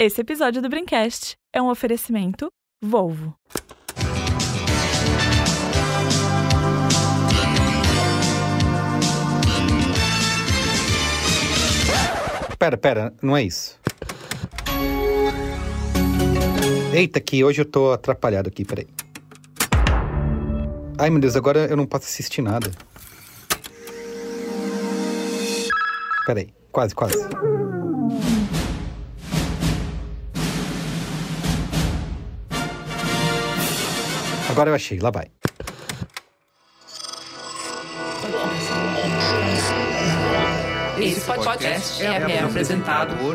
Esse episódio do Braincast é um oferecimento Volvo. Pera, não é isso. Eita, que hoje eu tô atrapalhado aqui, peraí. Ai, meu Deus, agora eu não posso assistir nada. Peraí, quase. Agora eu achei, lá vai. Esse podcast é apresentado por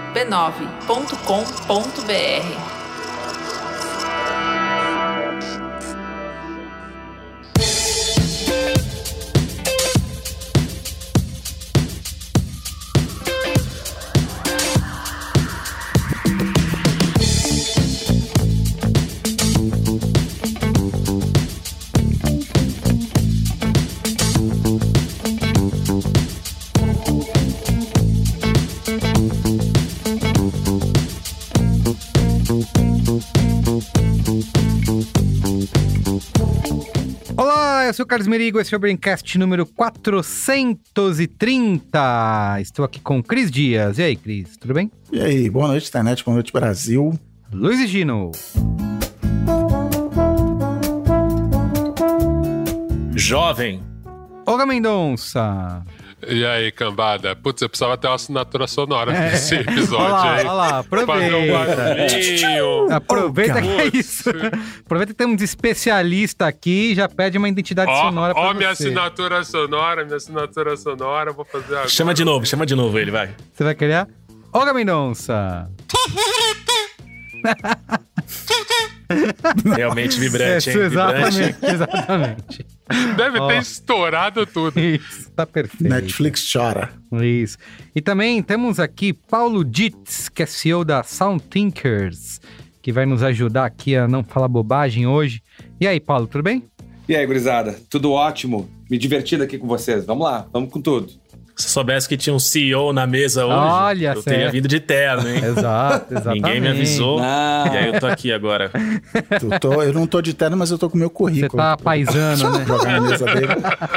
b9.com.br. Olá, eu sou o Carlos Merigo, esse é o Braincast número 430. Estou aqui com o Cris Dias. E aí, Cris, tudo bem? E aí, boa noite, internet, boa noite, Brasil. Luiz e Gino. Jovem. Olga Mendonça. E aí, cambada? Putz, eu precisava ter uma assinatura sonora nesse episódio aí. Olha lá, aproveita que é isso. Aproveita que temos especialista aqui e já pede uma identidade sonora pra você. Minha assinatura sonora, vou fazer agora. Chama de novo ele, vai. Você vai criar? Olga Mendonça. Realmente vibrante, hein? Exatamente. Deve ter estourado tudo. Isso, tá perfeito. Netflix chora. Isso. E também temos aqui Paulo Dietz, que é CEO da SoundThinkers, que vai nos ajudar aqui a não falar bobagem hoje. E aí, Paulo, tudo bem? E aí, gurizada? Tudo ótimo? Me divertindo aqui com vocês. Vamos lá, vamos com tudo. Se soubesse que tinha um CEO na mesa hoje, olha, eu teria vindo de terno, hein? Exatamente. Ninguém me avisou, e aí eu tô aqui agora. Eu não tô de terno, mas eu tô com o meu currículo. Você tá paisano, né? Jogar na mesa dele.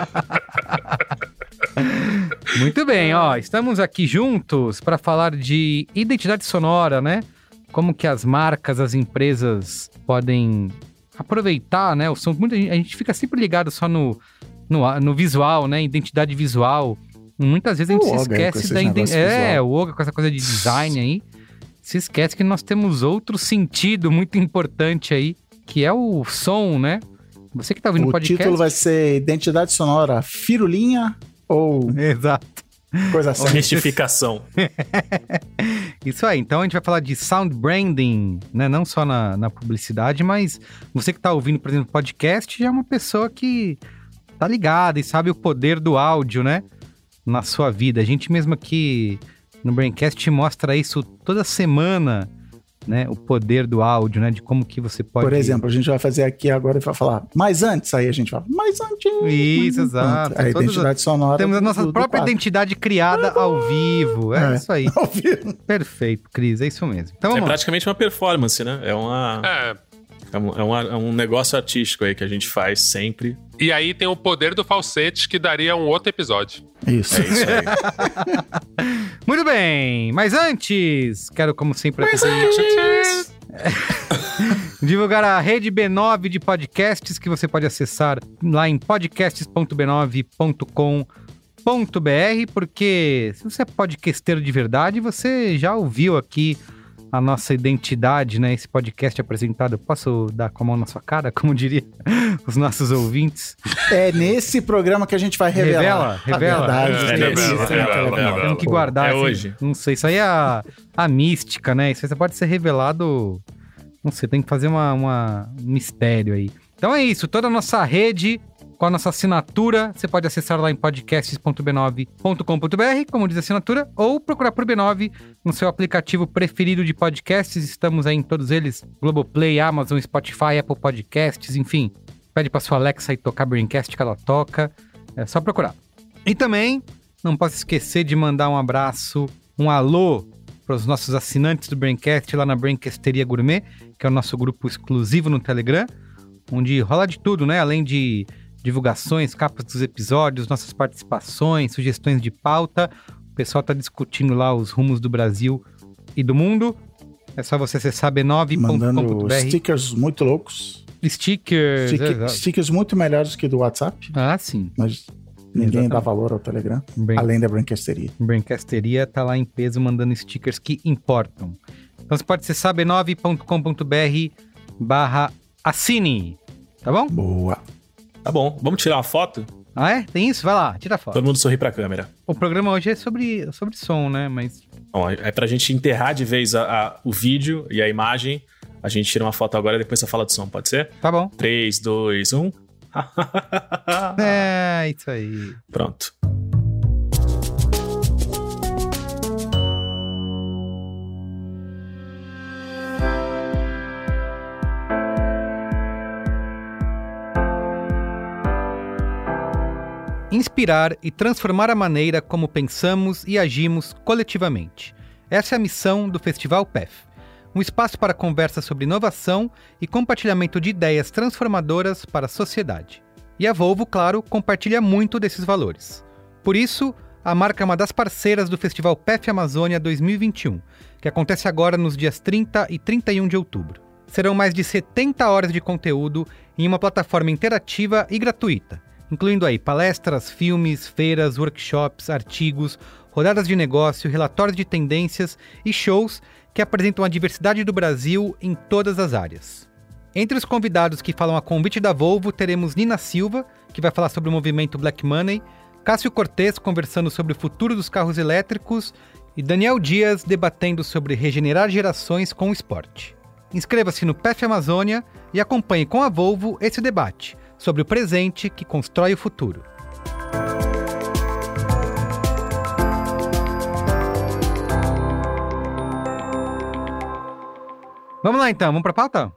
Muito bem, estamos aqui juntos para falar de identidade sonora, né? Como que as marcas, as empresas podem aproveitar, né? O som. A gente fica sempre ligado só no visual, né? Identidade visual. Muitas vezes a gente se esquece da identidade. O Olga com essa coisa de design aí. Se esquece que nós temos outro sentido muito importante aí, que é o som, né? Você que tá ouvindo o podcast. O título vai ser Identidade Sonora Firulinha ou... Exato. Coisa assim. Mistificação. Isso aí. Então a gente vai falar de sound branding, né? Não só na publicidade, mas você que tá ouvindo, por exemplo, podcast, já é uma pessoa que tá ligada e sabe o poder do áudio, né? Na sua vida. A gente mesmo aqui no Braincast mostra isso toda semana, né? O poder do áudio, né? De como que você pode... Por exemplo, a gente vai fazer aqui agora e vai falar, mas antes, aí a gente fala, mas antes. Isso, exato. A identidade sonora. Temos a nossa própria identidade criada ao vivo. É isso aí. Ao vivo. Perfeito, Cris, é isso mesmo. Então, é praticamente uma performance, né? É um negócio artístico aí que a gente faz sempre. E aí tem o poder do falsete que daria um outro episódio. Isso. É isso aí. Muito bem, mas antes, quero como sempre divulgar a rede B9 de podcasts que você pode acessar lá em podcasts.b9.com.br, porque se você é podcasteiro de verdade, você já ouviu aqui a nossa identidade, né? Esse podcast apresentado. Posso dar com a mão na sua cara, como diria os nossos ouvintes? É nesse programa que a gente vai revelar. Revela. Revela. Temos que guardar. É assim, hoje. Não sei, isso aí é a mística, né? Isso aí pode ser revelado. Não sei, tem que fazer um mistério aí. Então é isso, toda a nossa rede com a nossa assinatura, você pode acessar lá em podcasts.b9.com.br, como diz a assinatura, ou procurar por B9 no seu aplicativo preferido de podcasts. Estamos aí em todos eles, Globoplay, Amazon, Spotify, Apple Podcasts, enfim. Pede pra sua Alexa aí tocar Braincast que ela toca, é só procurar. E também, não posso esquecer de mandar um abraço, um alô para os nossos assinantes do Braincast lá na Braincasteria Gourmet, que é o nosso grupo exclusivo no Telegram, onde rola de tudo, né? Além de divulgações, capas dos episódios, nossas participações, sugestões de pauta. O pessoal tá discutindo lá os rumos do Brasil e do mundo. É só você acessar Mandando b9.com.br. stickers muito loucos. Stickers. Stickers muito melhores que do WhatsApp. Ah, sim. Mas ninguém Exatamente. dá valor ao Telegram, além da Braincasteria. Braincasteria tá lá em peso mandando stickers que importam. Então você pode acessar b9.com.br/assine. Tá bom? Boa. Tá bom, vamos tirar uma foto? Ah, é? Tem isso? Vai lá, tira a foto. Todo mundo sorri pra câmera. O programa hoje é sobre som, né? Mas Bom, é pra gente enterrar de vez o vídeo e a imagem. A gente tira uma foto agora e depois você fala do som, pode ser? tá bom. 3, 2, 1. É, isso aí. Pronto. Inspirar e transformar a maneira como pensamos e agimos coletivamente. Essa é a missão do Festival PEF. Um espaço para conversa sobre inovação e compartilhamento de ideias transformadoras para a sociedade. E a Volvo, claro, compartilha muito desses valores. Por isso, a marca é uma das parceiras do Festival PEF Amazônia 2021, que acontece agora nos dias 30 e 31 de outubro. Serão mais de 70 horas de conteúdo em uma plataforma interativa e gratuita, incluindo aí palestras, filmes, feiras, workshops, artigos, rodadas de negócio, relatórios de tendências e shows que apresentam a diversidade do Brasil em todas as áreas. Entre os convidados que falam a convite da Volvo, teremos Nina Silva, que vai falar sobre o movimento Black Money, Cássio Cortez conversando sobre o futuro dos carros elétricos e Daniel Dias debatendo sobre regenerar gerações com o esporte. Inscreva-se no PEF Amazônia e acompanhe com a Volvo esse debate sobre o presente que constrói o futuro. Vamos lá então, vamos pra pauta?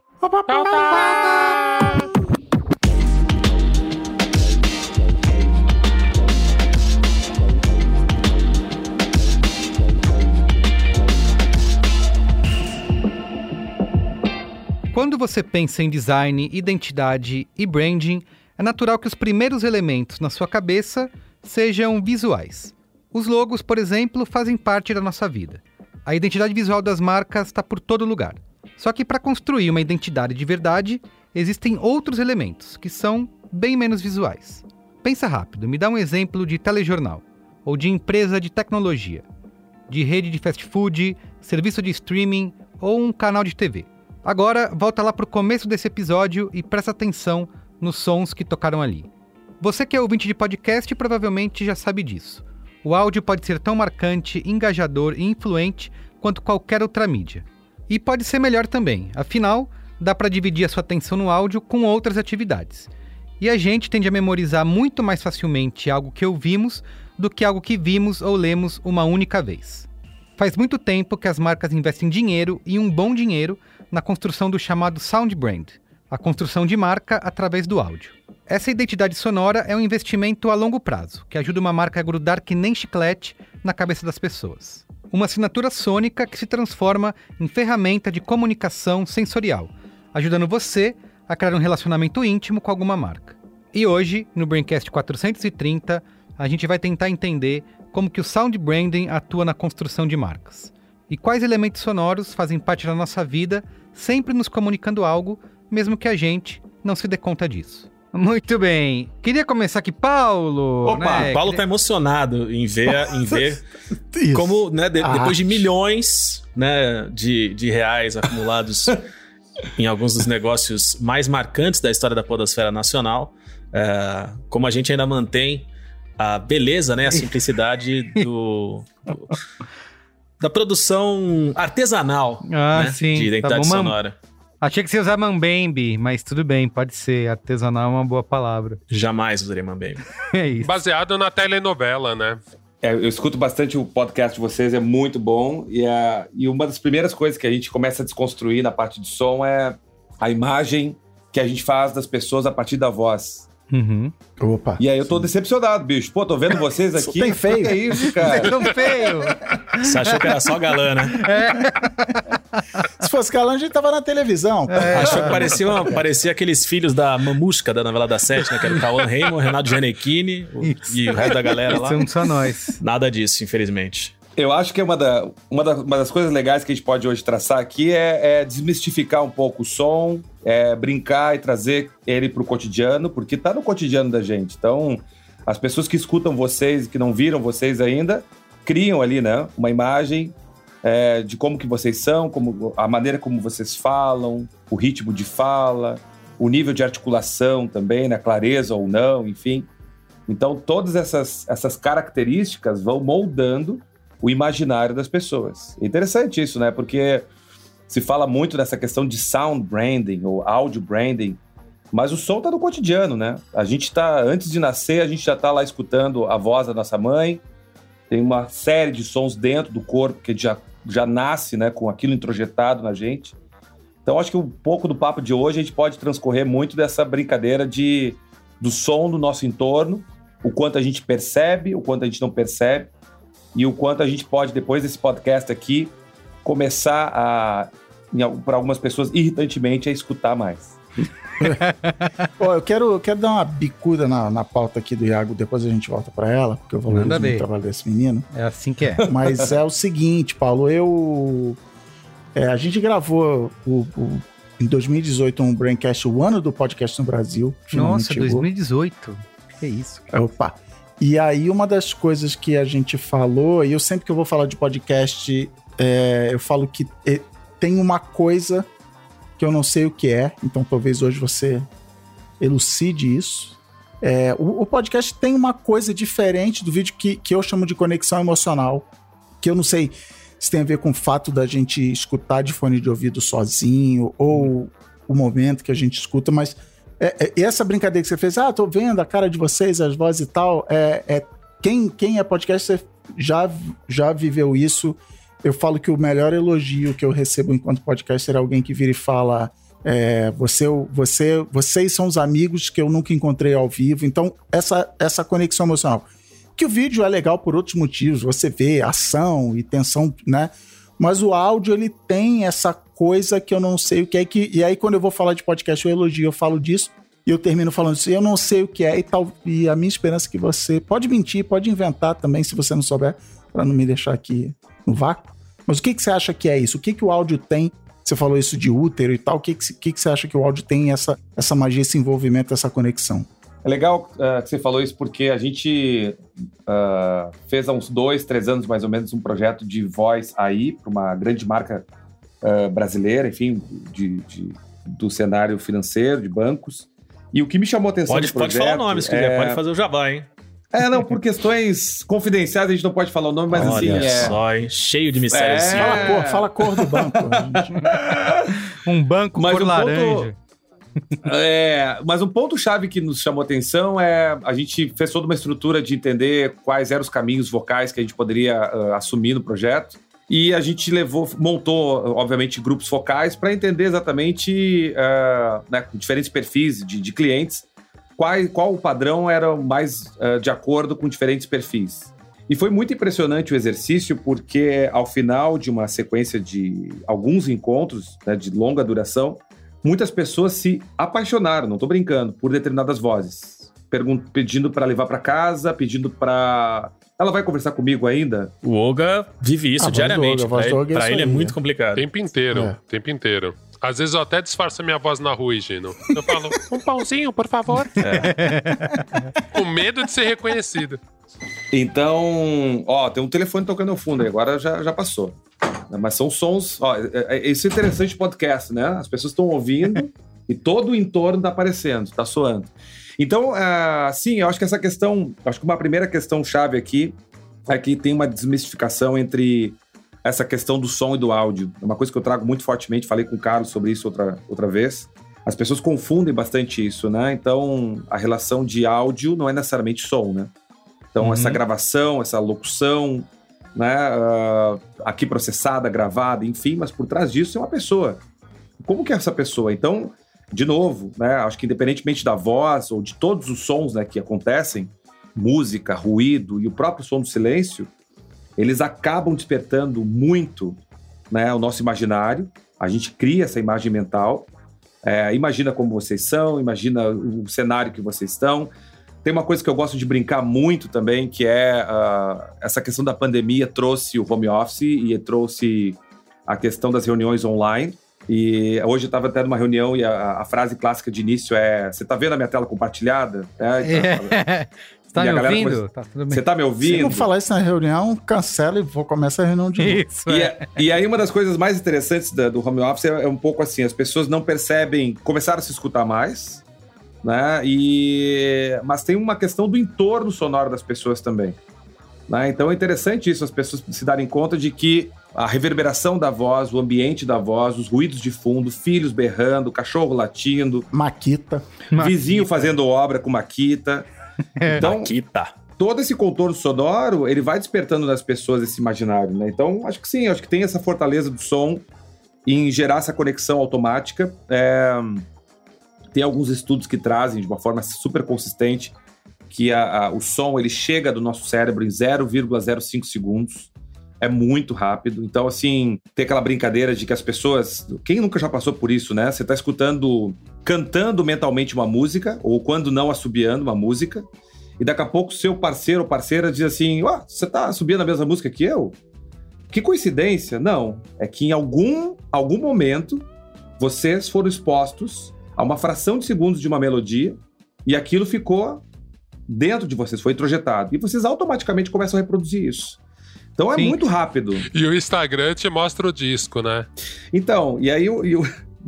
Quando você pensa em design, identidade e branding, é natural que os primeiros elementos na sua cabeça sejam visuais. Os logos, por exemplo, fazem parte da nossa vida. A identidade visual das marcas está por todo lugar. Só que para construir uma identidade de verdade, existem outros elementos que são bem menos visuais. Pensa rápido, me dá um exemplo de telejornal, ou de empresa de tecnologia, de rede de fast food, serviço de streaming ou um canal de TV. Agora, volta lá para o começo desse episódio e presta atenção nos sons que tocaram ali. Você que é ouvinte de podcast provavelmente já sabe disso. O áudio pode ser tão marcante, engajador e influente quanto qualquer outra mídia. E pode ser melhor também, afinal, dá para dividir a sua atenção no áudio com outras atividades. E a gente tende a memorizar muito mais facilmente algo que ouvimos do que algo que vimos ou lemos uma única vez. Faz muito tempo que as marcas investem dinheiro, e um bom dinheiro, na construção do chamado Sound Brand, a construção de marca através do áudio. Essa identidade sonora é um investimento a longo prazo, que ajuda uma marca a grudar que nem chiclete na cabeça das pessoas. Uma assinatura sônica que se transforma em ferramenta de comunicação sensorial, ajudando você a criar um relacionamento íntimo com alguma marca. E hoje, no Braincast 430, a gente vai tentar entender como que o Sound Branding atua na construção de marcas. E quais elementos sonoros fazem parte da nossa vida, sempre nos comunicando algo, mesmo que a gente não se dê conta disso. Muito bem. Queria começar aqui, Paulo. Opa, né? Paulo tá emocionado em ver Isso. como, né, depois de milhões, né, de reais acumulados em alguns dos negócios mais marcantes da história da podosfera nacional, como a gente ainda mantém a beleza, né, a simplicidade da produção artesanal, né, sim, de identidade tá bom, sonora. Achei que você ia usar Mambembe, mas tudo bem, pode ser. Artesanal é uma boa palavra. Jamais usarei Mambembe. É isso. Baseado na telenovela, né? Eu escuto bastante o podcast de vocês, é muito bom. E uma das primeiras coisas que a gente começa a desconstruir na parte de som é a imagem que a gente faz das pessoas a partir da voz. Uhum. Opa. E aí eu tô decepcionado, bicho. Pô, tô vendo vocês aqui. Tem feio. Que é isso, cara? Tão feio. Você achou que era só galã, né? Se fosse galã, a gente tava na televisão. Achou que parecia aqueles filhos da Mamusca, da novela da Sete, né? Que era o Cauã Raymond, Renato Gianecchini e o resto da galera lá. Somos só nós. Nada disso, infelizmente. Eu acho que uma das coisas legais que a gente pode hoje traçar aqui é desmistificar um pouco o som, brincar e trazer ele pro cotidiano, porque tá no cotidiano da gente. Então, as pessoas que escutam vocês e que não viram vocês ainda, criam ali, né, uma imagem de como que vocês são, a maneira como vocês falam, o ritmo de fala, o nível de articulação também, né, clareza ou não, enfim. Então, todas essas características vão moldando o imaginário das pessoas. É interessante isso, né? Porque se fala muito nessa questão de sound branding ou audio branding, mas o som tá no cotidiano, né? A gente tá, antes de nascer, a gente já tá lá escutando a voz da nossa mãe, tem uma série de sons dentro do corpo que já nasce, né, com aquilo introjetado na gente. Então, acho que um pouco do papo de hoje a gente pode transcorrer muito dessa brincadeira do som do nosso entorno, o quanto a gente percebe, o quanto a gente não percebe, e o quanto a gente pode, depois desse podcast aqui, começar para algumas pessoas, irritantemente, a escutar mais. Pô, eu quero dar uma bicuda na pauta aqui do Iago, depois a gente volta para ela, porque eu valorizo muito o trabalho desse menino. É assim que é. Mas é o seguinte, Paulo, a gente gravou em 2018 um Braincast, o ano do podcast no Brasil. Nossa, 2018. Que isso? Cara. Opa! E aí, uma das coisas que a gente falou, e eu sempre que eu vou falar de podcast, eu falo que tem uma coisa que eu não sei o que é, então talvez hoje você elucide isso. O podcast tem uma coisa diferente do vídeo que eu chamo de conexão emocional, que eu não sei se tem a ver com o fato da gente escutar de fone de ouvido sozinho, ou o momento que a gente escuta, mas... E essa brincadeira que você fez, tô vendo a cara de vocês, as vozes e tal, quem é podcast, você já viveu isso. Eu falo que o melhor elogio que eu recebo enquanto podcaster é alguém que vira e fala, vocês são os amigos que eu nunca encontrei ao vivo. Então, essa conexão emocional. Que o vídeo é legal por outros motivos, você vê ação e tensão, né? Mas o áudio, ele tem essa coisa que eu não sei o que é. E aí, quando eu vou falar de podcast, eu elogio, eu falo disso, e eu termino falando isso, eu não sei o que é, e a minha esperança é que você pode mentir, pode inventar também, se você não souber, para não me deixar aqui no vácuo. Mas o que você acha que é isso? O que o áudio tem? Você falou isso de útero e tal, o que você acha que o áudio tem, essa magia, esse envolvimento, essa conexão? É legal que você falou isso, porque a gente fez há uns 2, 3 anos, mais ou menos, um projeto de voz aí, para uma grande marca brasileira, enfim, do cenário financeiro, de bancos. E o que me chamou a atenção do projeto... Pode falar o nome, se quiser, pode fazer o jabá, hein? Não, por questões confidenciais a gente não pode falar o nome, mas olha assim... só, hein? Cheio de mistérios. Fala a cor do banco. Um banco cor laranja. Mas um ponto-chave que nos chamou a atenção a gente fez toda uma estrutura de entender quais eram os caminhos vocais que a gente poderia assumir no projeto. E a gente montou, obviamente, grupos focais para entender exatamente, né, com diferentes perfis de clientes, qual o padrão era mais de acordo com diferentes perfis. E foi muito impressionante o exercício, porque ao final de uma sequência de alguns encontros, né, de longa duração, muitas pessoas se apaixonaram, não estou brincando, por determinadas vozes. Pedindo para levar para casa, pedindo para... Ela vai conversar comigo ainda? O Olga vive isso diariamente. Para ele é muito complicado. O tempo inteiro. Às vezes eu até disfarço a minha voz na rua, Gino. Eu falo, um pãozinho, por favor. Com medo de ser reconhecido. Então, tem um telefone tocando no fundo aí, agora já passou. Mas são sons... isso é interessante de podcast, né? As pessoas estão ouvindo e todo o entorno está aparecendo, está soando. Então, sim, eu acho que essa questão... Acho que uma primeira questão chave aqui é que tem uma desmistificação entre essa questão do som e do áudio. É uma coisa que eu trago muito fortemente, falei com o Carlos sobre isso outra vez. As pessoas confundem bastante isso, né? Então, a relação de áudio não é necessariamente som, né? Então, essa gravação, essa locução, né? Aqui processada, gravada, enfim, mas por trás disso é uma pessoa. Como que é essa pessoa? Então, de novo, né? Acho que independentemente da voz ou de todos os sons, né, que acontecem, música, ruído e o próprio som do silêncio, eles acabam despertando muito, né, o nosso imaginário. A gente cria essa imagem mental. Imagina como vocês são, imagina o cenário que vocês estão. Tem uma coisa que eu gosto de brincar muito também, que é essa questão da pandemia trouxe o home office e trouxe a questão das reuniões online. E hoje eu estava até numa reunião e a frase clássica de início é: você tá vendo a minha tela compartilhada? Você tá me ouvindo? Tá tudo bem. Você tá me ouvindo? Se não falar isso na reunião, cancela e vou começar a reunião de novo. Isso, E aí uma das coisas mais interessantes do home office é um pouco assim, as pessoas não percebem, começaram a se escutar mais, né? Mas tem uma questão do entorno sonoro das pessoas também, né? Então é interessante isso, as pessoas se darem conta de que a reverberação da voz, o ambiente da voz, os ruídos de fundo, filhos berrando, cachorro latindo, Maquita. vizinho fazendo obra com maquita. Então, Maquita. todo esse contorno sonoro, ele vai despertando nas pessoas esse imaginário, né? Então, acho que sim, acho que tem essa fortaleza do som em gerar essa conexão automática. Tem alguns estudos que trazem de uma forma super consistente que o som, ele chega do nosso cérebro em 0,05 segundos. É muito rápido. Então, assim, tem aquela brincadeira de que as pessoas... Quem nunca já passou por isso, né? Você tá cantando mentalmente uma música, ou quando não, assobiando uma música, e daqui a pouco seu parceiro ou parceira diz assim: você tá assobiando a mesma música que eu? Que coincidência? Não. É que em algum momento, vocês foram expostos a uma fração de segundos de uma melodia, e aquilo ficou dentro de vocês, foi introjetado. E vocês automaticamente começam a reproduzir isso. Então é muito rápido. E o Instagram te mostra o disco, né? Então, e aí o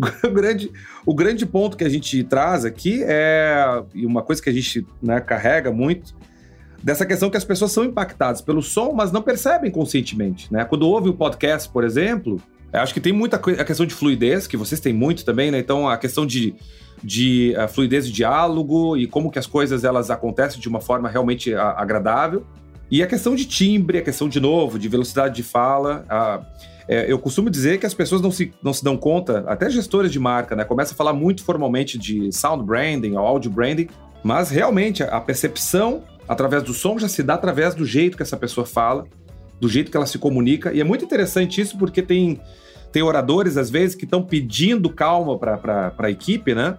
grande ponto que a gente traz aqui e uma coisa que a gente, né, carrega muito, dessa questão que as pessoas são impactadas pelo som, mas não percebem conscientemente, né? Quando ouve o podcast, por exemplo, acho que tem muita a questão de fluidez, que vocês têm muito também, né? Então a questão de fluidez de diálogo e como que as coisas elas acontecem de uma forma realmente agradável. E a questão de timbre, a questão, de novo, de velocidade de fala. Eu costumo dizer que as pessoas não se dão conta, até gestores de marca, né? Começam a falar muito formalmente de sound branding, ou audio branding, mas realmente a percepção através do som já se dá através do jeito que essa pessoa fala, do jeito que ela se comunica. E é muito interessante isso porque tem oradores, às vezes, que estão pedindo calma para a equipe, né?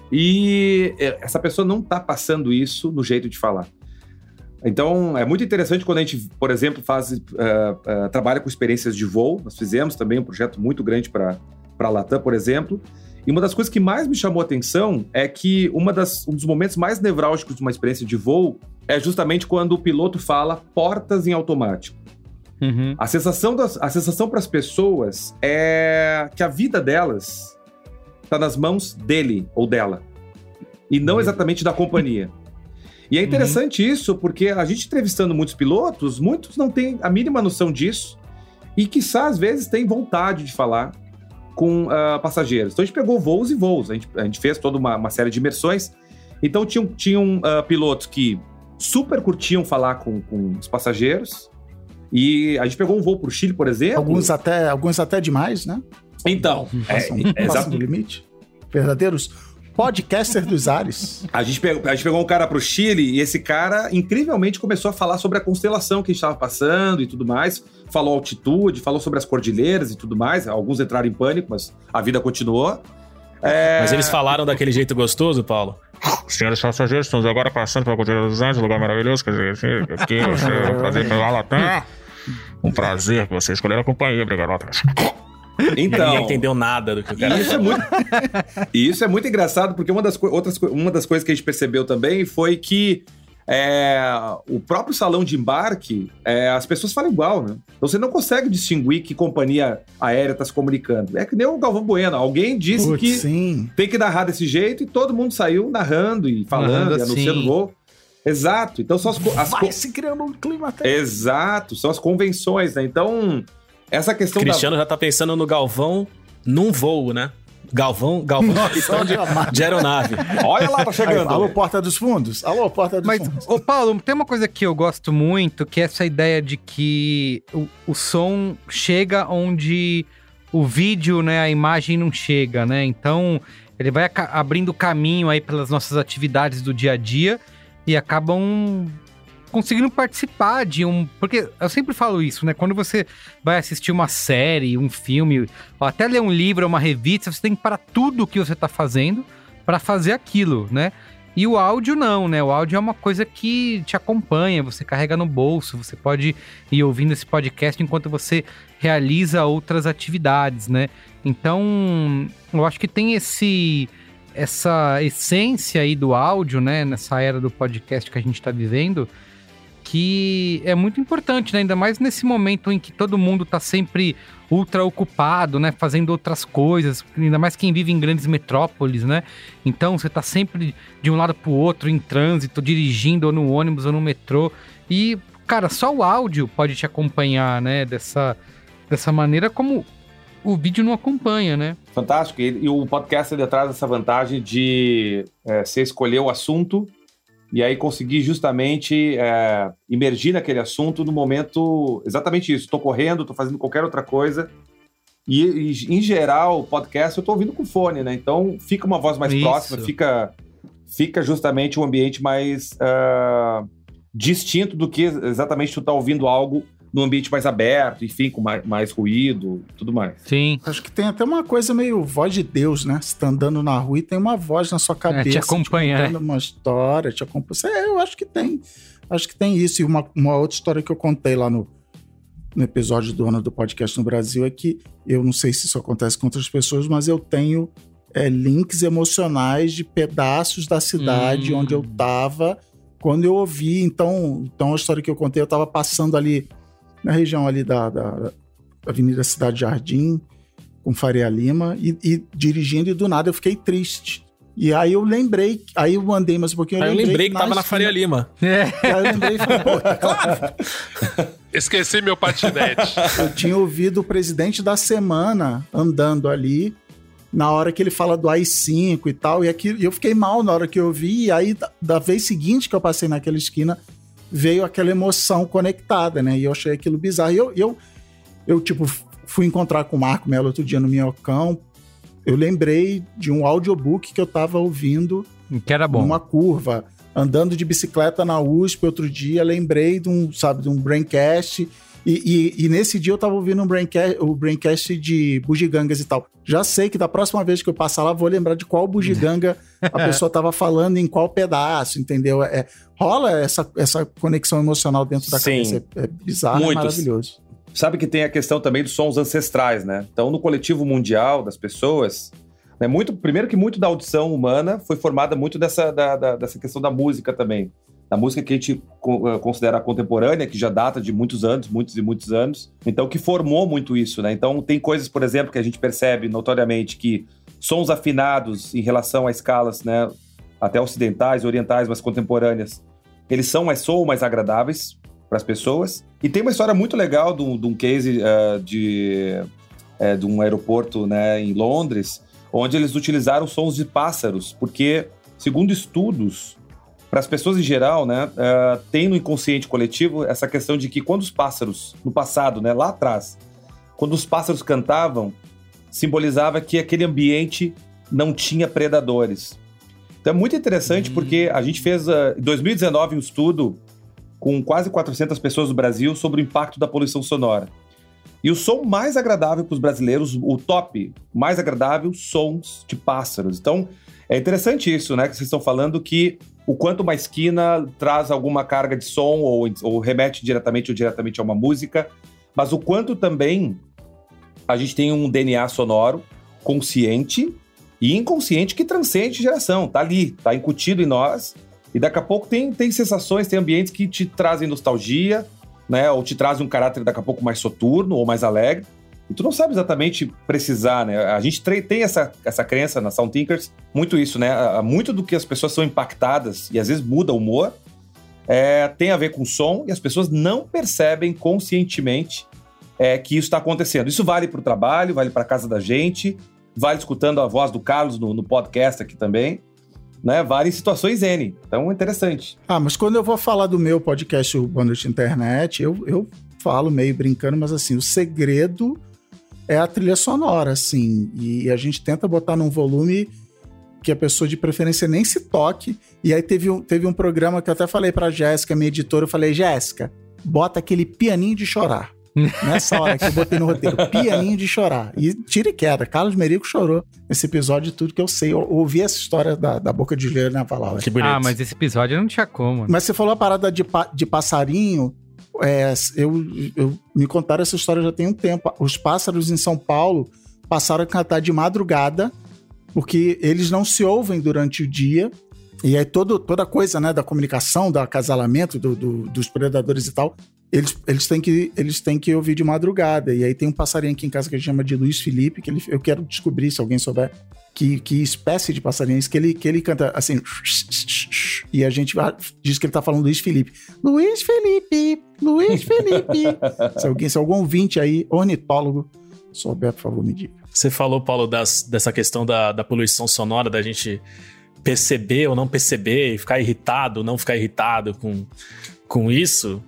E essa pessoa não está passando isso no jeito de falar. Então, é muito interessante quando a gente, por exemplo, trabalha com experiências de voo. Nós fizemos também um projeto muito grande para a Latam, por exemplo. E uma das coisas que mais me chamou a atenção é que um dos momentos mais nevrálgicos de uma experiência de voo é justamente quando o piloto fala portas em automático. Uhum. A sensação para as pessoas é que a vida delas está nas mãos dele ou dela, e não exatamente da companhia. E é interessante isso, porque a gente entrevistando muitos pilotos, muitos não têm a mínima noção disso, e quiçá, às vezes, têm vontade de falar com passageiros. Então, a gente pegou voos e voos, a gente fez toda uma série de imersões. Então, tinham pilotos que super curtiam falar com os passageiros, e a gente pegou um voo para o Chile, por exemplo. Alguns até demais, né? Então, passam do limite. Verdadeiros podcaster dos ares. A gente pegou um cara pro Chile e esse cara, incrivelmente, começou a falar sobre a constelação que a gente estava passando e tudo mais. Falou altitude, falou sobre as cordilheiras e tudo mais. Alguns entraram em pânico, mas a vida continuou. Mas eles falaram daquele jeito gostoso, Paulo? Senhores passageiros, estamos agora passando pela Cordilheira dos Andes, um lugar maravilhoso. Quer dizer, aqui, é um prazer pela Latam. Um prazer que você escolher a companhia, obrigado. Então, ninguém entendeu nada do que o cara isso é muito engraçado, porque uma das coisas que a gente percebeu também foi que o próprio salão de embarque, as pessoas falam igual, né? Então você não consegue distinguir que companhia aérea está se comunicando. É que nem o Galvão Bueno. Alguém disse que tem que narrar desse jeito e todo mundo saiu narrando e falando e anunciando o voo. Exato. Então são vai se criando um clima até. Exato. São as convenções, né? Então, essa questão Cristiano já tá pensando no Galvão num voo, né? Galvão de aeronave. Olha lá, tá chegando. Alô, Porta dos Fundos. Alô, Porta dos Fundos. Mas, ô Paulo, tem uma coisa que eu gosto muito, que é essa ideia de que o som chega onde o vídeo, né, a imagem não chega, né? Então, ele vai abrindo caminho aí pelas nossas atividades do dia a dia e acabam conseguindo participar de um... Porque eu sempre falo isso, né? Quando você vai assistir uma série, um filme, ou até ler um livro, uma revista, você tem que parar tudo o que você tá fazendo para fazer aquilo, né? E o áudio não, né? O áudio é uma coisa que te acompanha, você carrega no bolso, você pode ir ouvindo esse podcast enquanto você realiza outras atividades, né? Então, eu acho que tem essa essência aí do áudio, né? Nessa era do podcast que a gente tá vivendo, que é muito importante, né? Ainda mais nesse momento em que todo mundo tá sempre ultra ocupado, né? Fazendo outras coisas, ainda mais quem vive em grandes metrópoles, né? Então você tá sempre de um lado pro outro, em trânsito, dirigindo ou no ônibus ou no metrô. E, cara, só o áudio pode te acompanhar, né? Dessa maneira como o vídeo não acompanha, né? Fantástico. E o podcast ele traz essa vantagem de você escolher o assunto e aí conseguir justamente imergir naquele assunto no momento... Exatamente isso. Estou correndo, estou fazendo qualquer outra coisa. E, em geral, o podcast eu estou ouvindo com fone, né? Então, fica uma voz mais próxima, fica justamente um ambiente mais distinto do que exatamente tu tá ouvindo algo num ambiente mais aberto, enfim, com mais ruído e tudo mais. Sim. Acho que tem até uma coisa meio voz de Deus, né? Você tá andando na rua e tem uma voz na sua cabeça. Te acompanha, te contando uma história, te acompanha. Eu acho que tem. Acho que tem isso. E uma outra história que eu contei lá no episódio do ano do podcast no Brasil é que, eu não sei se isso acontece com outras pessoas, mas eu tenho links emocionais de pedaços da cidade onde eu tava quando eu ouvi. Então a história que eu contei, eu tava passando ali na região ali da Avenida Cidade Jardim, com Faria Lima, e dirigindo, e do nada eu fiquei triste. E aí eu lembrei, aí eu andei mais um pouquinho, eu lembrei que tava na Faria Lima. E aí eu lembrei e falei, pô, claro. Esqueci meu patinete. Eu tinha ouvido o Presidente da Semana andando ali, na hora que ele fala do AI-5 e tal, e eu fiquei mal na hora que eu ouvi, e aí da vez seguinte que eu passei naquela esquina, veio aquela emoção conectada, né? E eu achei aquilo bizarro. E eu tipo, fui encontrar com o Marco Melo outro dia no Minhocão. Eu lembrei de um audiobook que eu tava ouvindo. Que era bom. Numa curva. Andando de bicicleta na USP outro dia. Lembrei de um Braincast. E nesse dia eu tava ouvindo o Braincast de bugigangas e tal. Já sei que da próxima vez que eu passar lá, vou lembrar de qual bugiganga a pessoa tava falando, em qual pedaço, entendeu? Rola essa conexão emocional dentro da cabeça. É bizarro, é maravilhoso. Sabe que tem a questão também dos sons ancestrais, né? Então, no coletivo mundial das pessoas, né, primeiro que muito da audição humana foi formada muito dessa questão da música também. Da música que a gente considera contemporânea, que já data de muitos anos, muitos e muitos anos. Então, que formou muito isso, né? Então, tem coisas, por exemplo, que a gente percebe notoriamente que sons afinados em relação a escalas, né, até ocidentais, orientais, mas contemporâneas, eles soam mais agradáveis para as pessoas. E tem uma história muito legal de um case de um aeroporto, né, em Londres, onde eles utilizaram sons de pássaros, porque, segundo estudos, para as pessoas em geral, né, tem no inconsciente coletivo essa questão de que quando os pássaros, no passado, né, lá atrás, quando os pássaros cantavam, simbolizava que aquele ambiente não tinha predadores. Então é muito interessante porque a gente fez, em 2019, um estudo com quase 400 pessoas do Brasil sobre o impacto da poluição sonora. E o som mais agradável para os brasileiros, o top mais agradável, sons de pássaros. Então, é interessante isso, né? Que vocês estão falando que o quanto uma esquina traz alguma carga de som ou remete diretamente ou indiretamente a uma música, mas o quanto também a gente tem um DNA sonoro consciente e inconsciente que transcende geração. Tá ali, tá incutido em nós. E daqui a pouco tem sensações, tem ambientes que te trazem nostalgia, né? Ou te trazem um caráter daqui a pouco mais soturno ou mais alegre. E tu não sabe exatamente precisar, né? A gente tem essa crença na Sound Thinkers, muito isso, né? Muito do que as pessoas são impactadas, e às vezes muda o humor, tem a ver com som, e as pessoas não percebem conscientemente que isso está acontecendo. Isso vale para o trabalho, vale para a casa da gente, vale escutando a voz do Carlos no podcast aqui também, né? Vale em situações N. Então, é interessante. Mas quando eu vou falar do meu podcast, o Boa Noite Internet, eu falo meio brincando, mas assim, o segredo é a trilha sonora, assim, e a gente tenta botar num volume que a pessoa de preferência nem se toque. E aí teve um programa que eu até falei pra Jéssica, minha editora, eu falei, Jéssica, bota aquele pianinho de chorar. Nessa hora que eu botei no roteiro, pianinho de chorar. E tira e queda. Carlos Merigo chorou nesse episódio de tudo que eu sei. Eu ouvi essa história da boca de Juliana Valaula. Que bonito. Ah, mas esse episódio não tinha como. Mas você falou a parada de passarinho. Me contaram essa história já tem um tempo. Os pássaros em São Paulo passaram a cantar de madrugada, porque eles não se ouvem durante o dia. E aí toda coisa, né, da comunicação, do acasalamento, dos predadores e tal, eles têm que ouvir de madrugada. E aí tem um passarinho aqui em casa que a gente chama de Luiz Felipe, que eu quero descobrir, se alguém souber, que espécie de passarinho é esse, que ele canta assim... E a gente diz que ele tá falando Luiz Felipe. Luiz Felipe! Se algum ouvinte aí, ornitólogo, souber, por favor, me diga. Você falou, Paulo, dessa questão da poluição sonora, da gente perceber ou não perceber, e ficar irritado ou não ficar irritado com isso.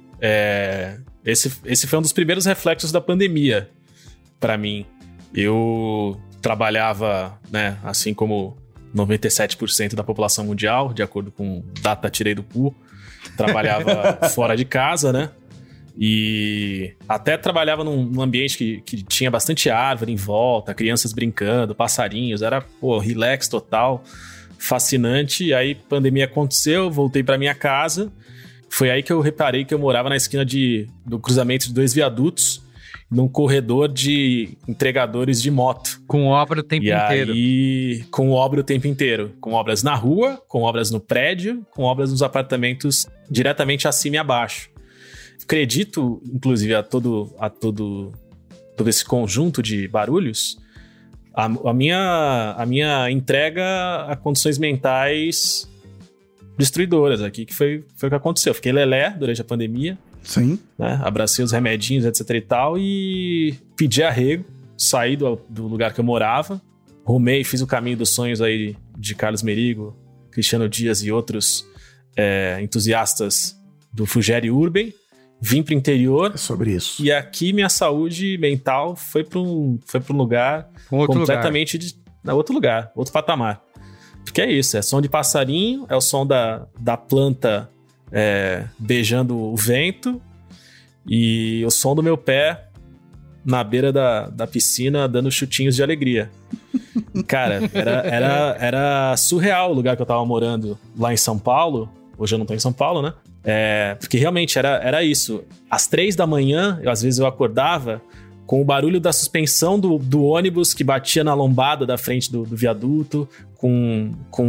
Esse foi um dos primeiros reflexos da pandemia para mim. Eu trabalhava, né, assim como 97% da população mundial, de acordo com data tirei do cu, trabalhava fora de casa, né? E até trabalhava num ambiente que tinha bastante árvore em volta, crianças brincando, passarinhos, era, relax total, fascinante. E aí, pandemia aconteceu, voltei pra minha casa. Foi aí que eu reparei que eu morava na esquina do cruzamento de 2 viadutos, num corredor de entregadores de moto. Com obra o tempo inteiro. E com obra o tempo inteiro. Com obras na rua, com obras no prédio, com obras nos apartamentos diretamente acima e abaixo. Acredito, inclusive, a todo esse conjunto de barulhos, a minha entrega a condições mentais destruidoras aqui, que foi o que aconteceu. Fiquei lelé durante a pandemia. Sim. Né? Abracei os remedinhos, etc e tal, e pedi arrego, saí do lugar que eu morava, rumei, fiz o caminho dos sonhos aí de Carlos Merigo, Cristiano Dias e outros entusiastas do Fugere Urban. Vim pro interior. É sobre isso. E aqui minha saúde mental foi para um lugar completamente outro lugar, outro patamar. Porque é isso, é som de passarinho, é o som da planta beijando o vento e o som do meu pé na beira da piscina dando chutinhos de alegria. Cara, era surreal o lugar que eu tava morando lá em São Paulo. Hoje eu não tô em São Paulo, né? Porque realmente era isso. Às 3 da manhã, às vezes eu acordava com o barulho da suspensão do ônibus que batia na lombada da frente do viaduto, com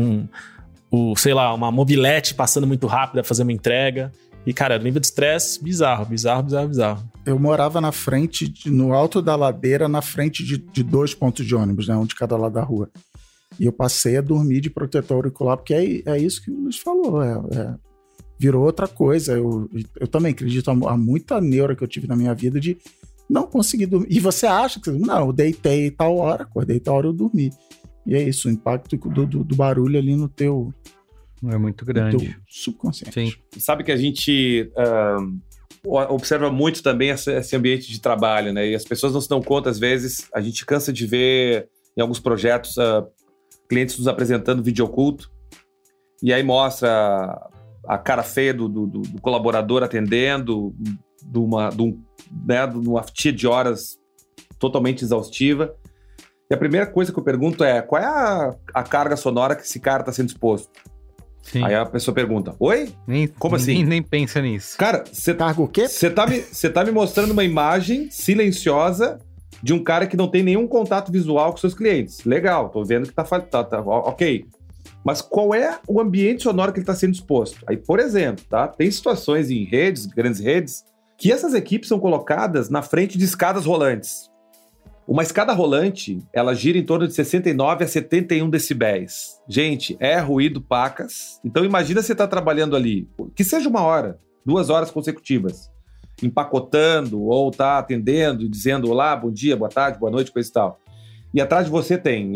uma mobilete passando muito rápido a fazer uma entrega. E, cara, nível de estresse bizarro. Eu morava na frente, no alto da ladeira, na frente de 2 pontos de ônibus, né? Um de cada lado da rua. E eu passei a dormir de protetor auricular, porque é isso que o Luiz falou, virou outra coisa. Eu também acredito a muita neura que eu tive na minha vida de não conseguir dormir. E você acha que, não, eu deitei tal hora, acordei tal hora, eu dormi. E é isso, o impacto do barulho ali no teu... É muito grande. No teu subconsciente. Sim. Sabe que a gente observa muito também esse ambiente de trabalho, né? E as pessoas não se dão conta, às vezes, a gente cansa de ver em alguns projetos clientes nos apresentando vídeo oculto, e aí mostra a cara feia do colaborador atendendo, de uma fatia de horas totalmente exaustiva. E a primeira coisa que eu pergunto é, qual é a carga sonora que esse cara está sendo exposto? Sim. Aí a pessoa pergunta, oi? Como assim? Nem pensa nisso. Cara, Carga o quê? Você tá me mostrando uma imagem silenciosa de um cara que não tem nenhum contato visual com seus clientes. Legal, tô vendo que tá ok. Mas qual é o ambiente sonoro que ele está sendo exposto? Aí, por exemplo, tá? Tem situações em redes, grandes redes, que essas equipes são colocadas na frente de escadas rolantes. Uma escada rolante, ela gira em torno de 69 a 71 decibéis. Gente, é ruído pacas. Então imagina você tá trabalhando ali, que seja 1 hora, 2 horas consecutivas, empacotando ou tá atendendo e dizendo olá, bom dia, boa tarde, boa noite, coisa e tal. E atrás de você tem...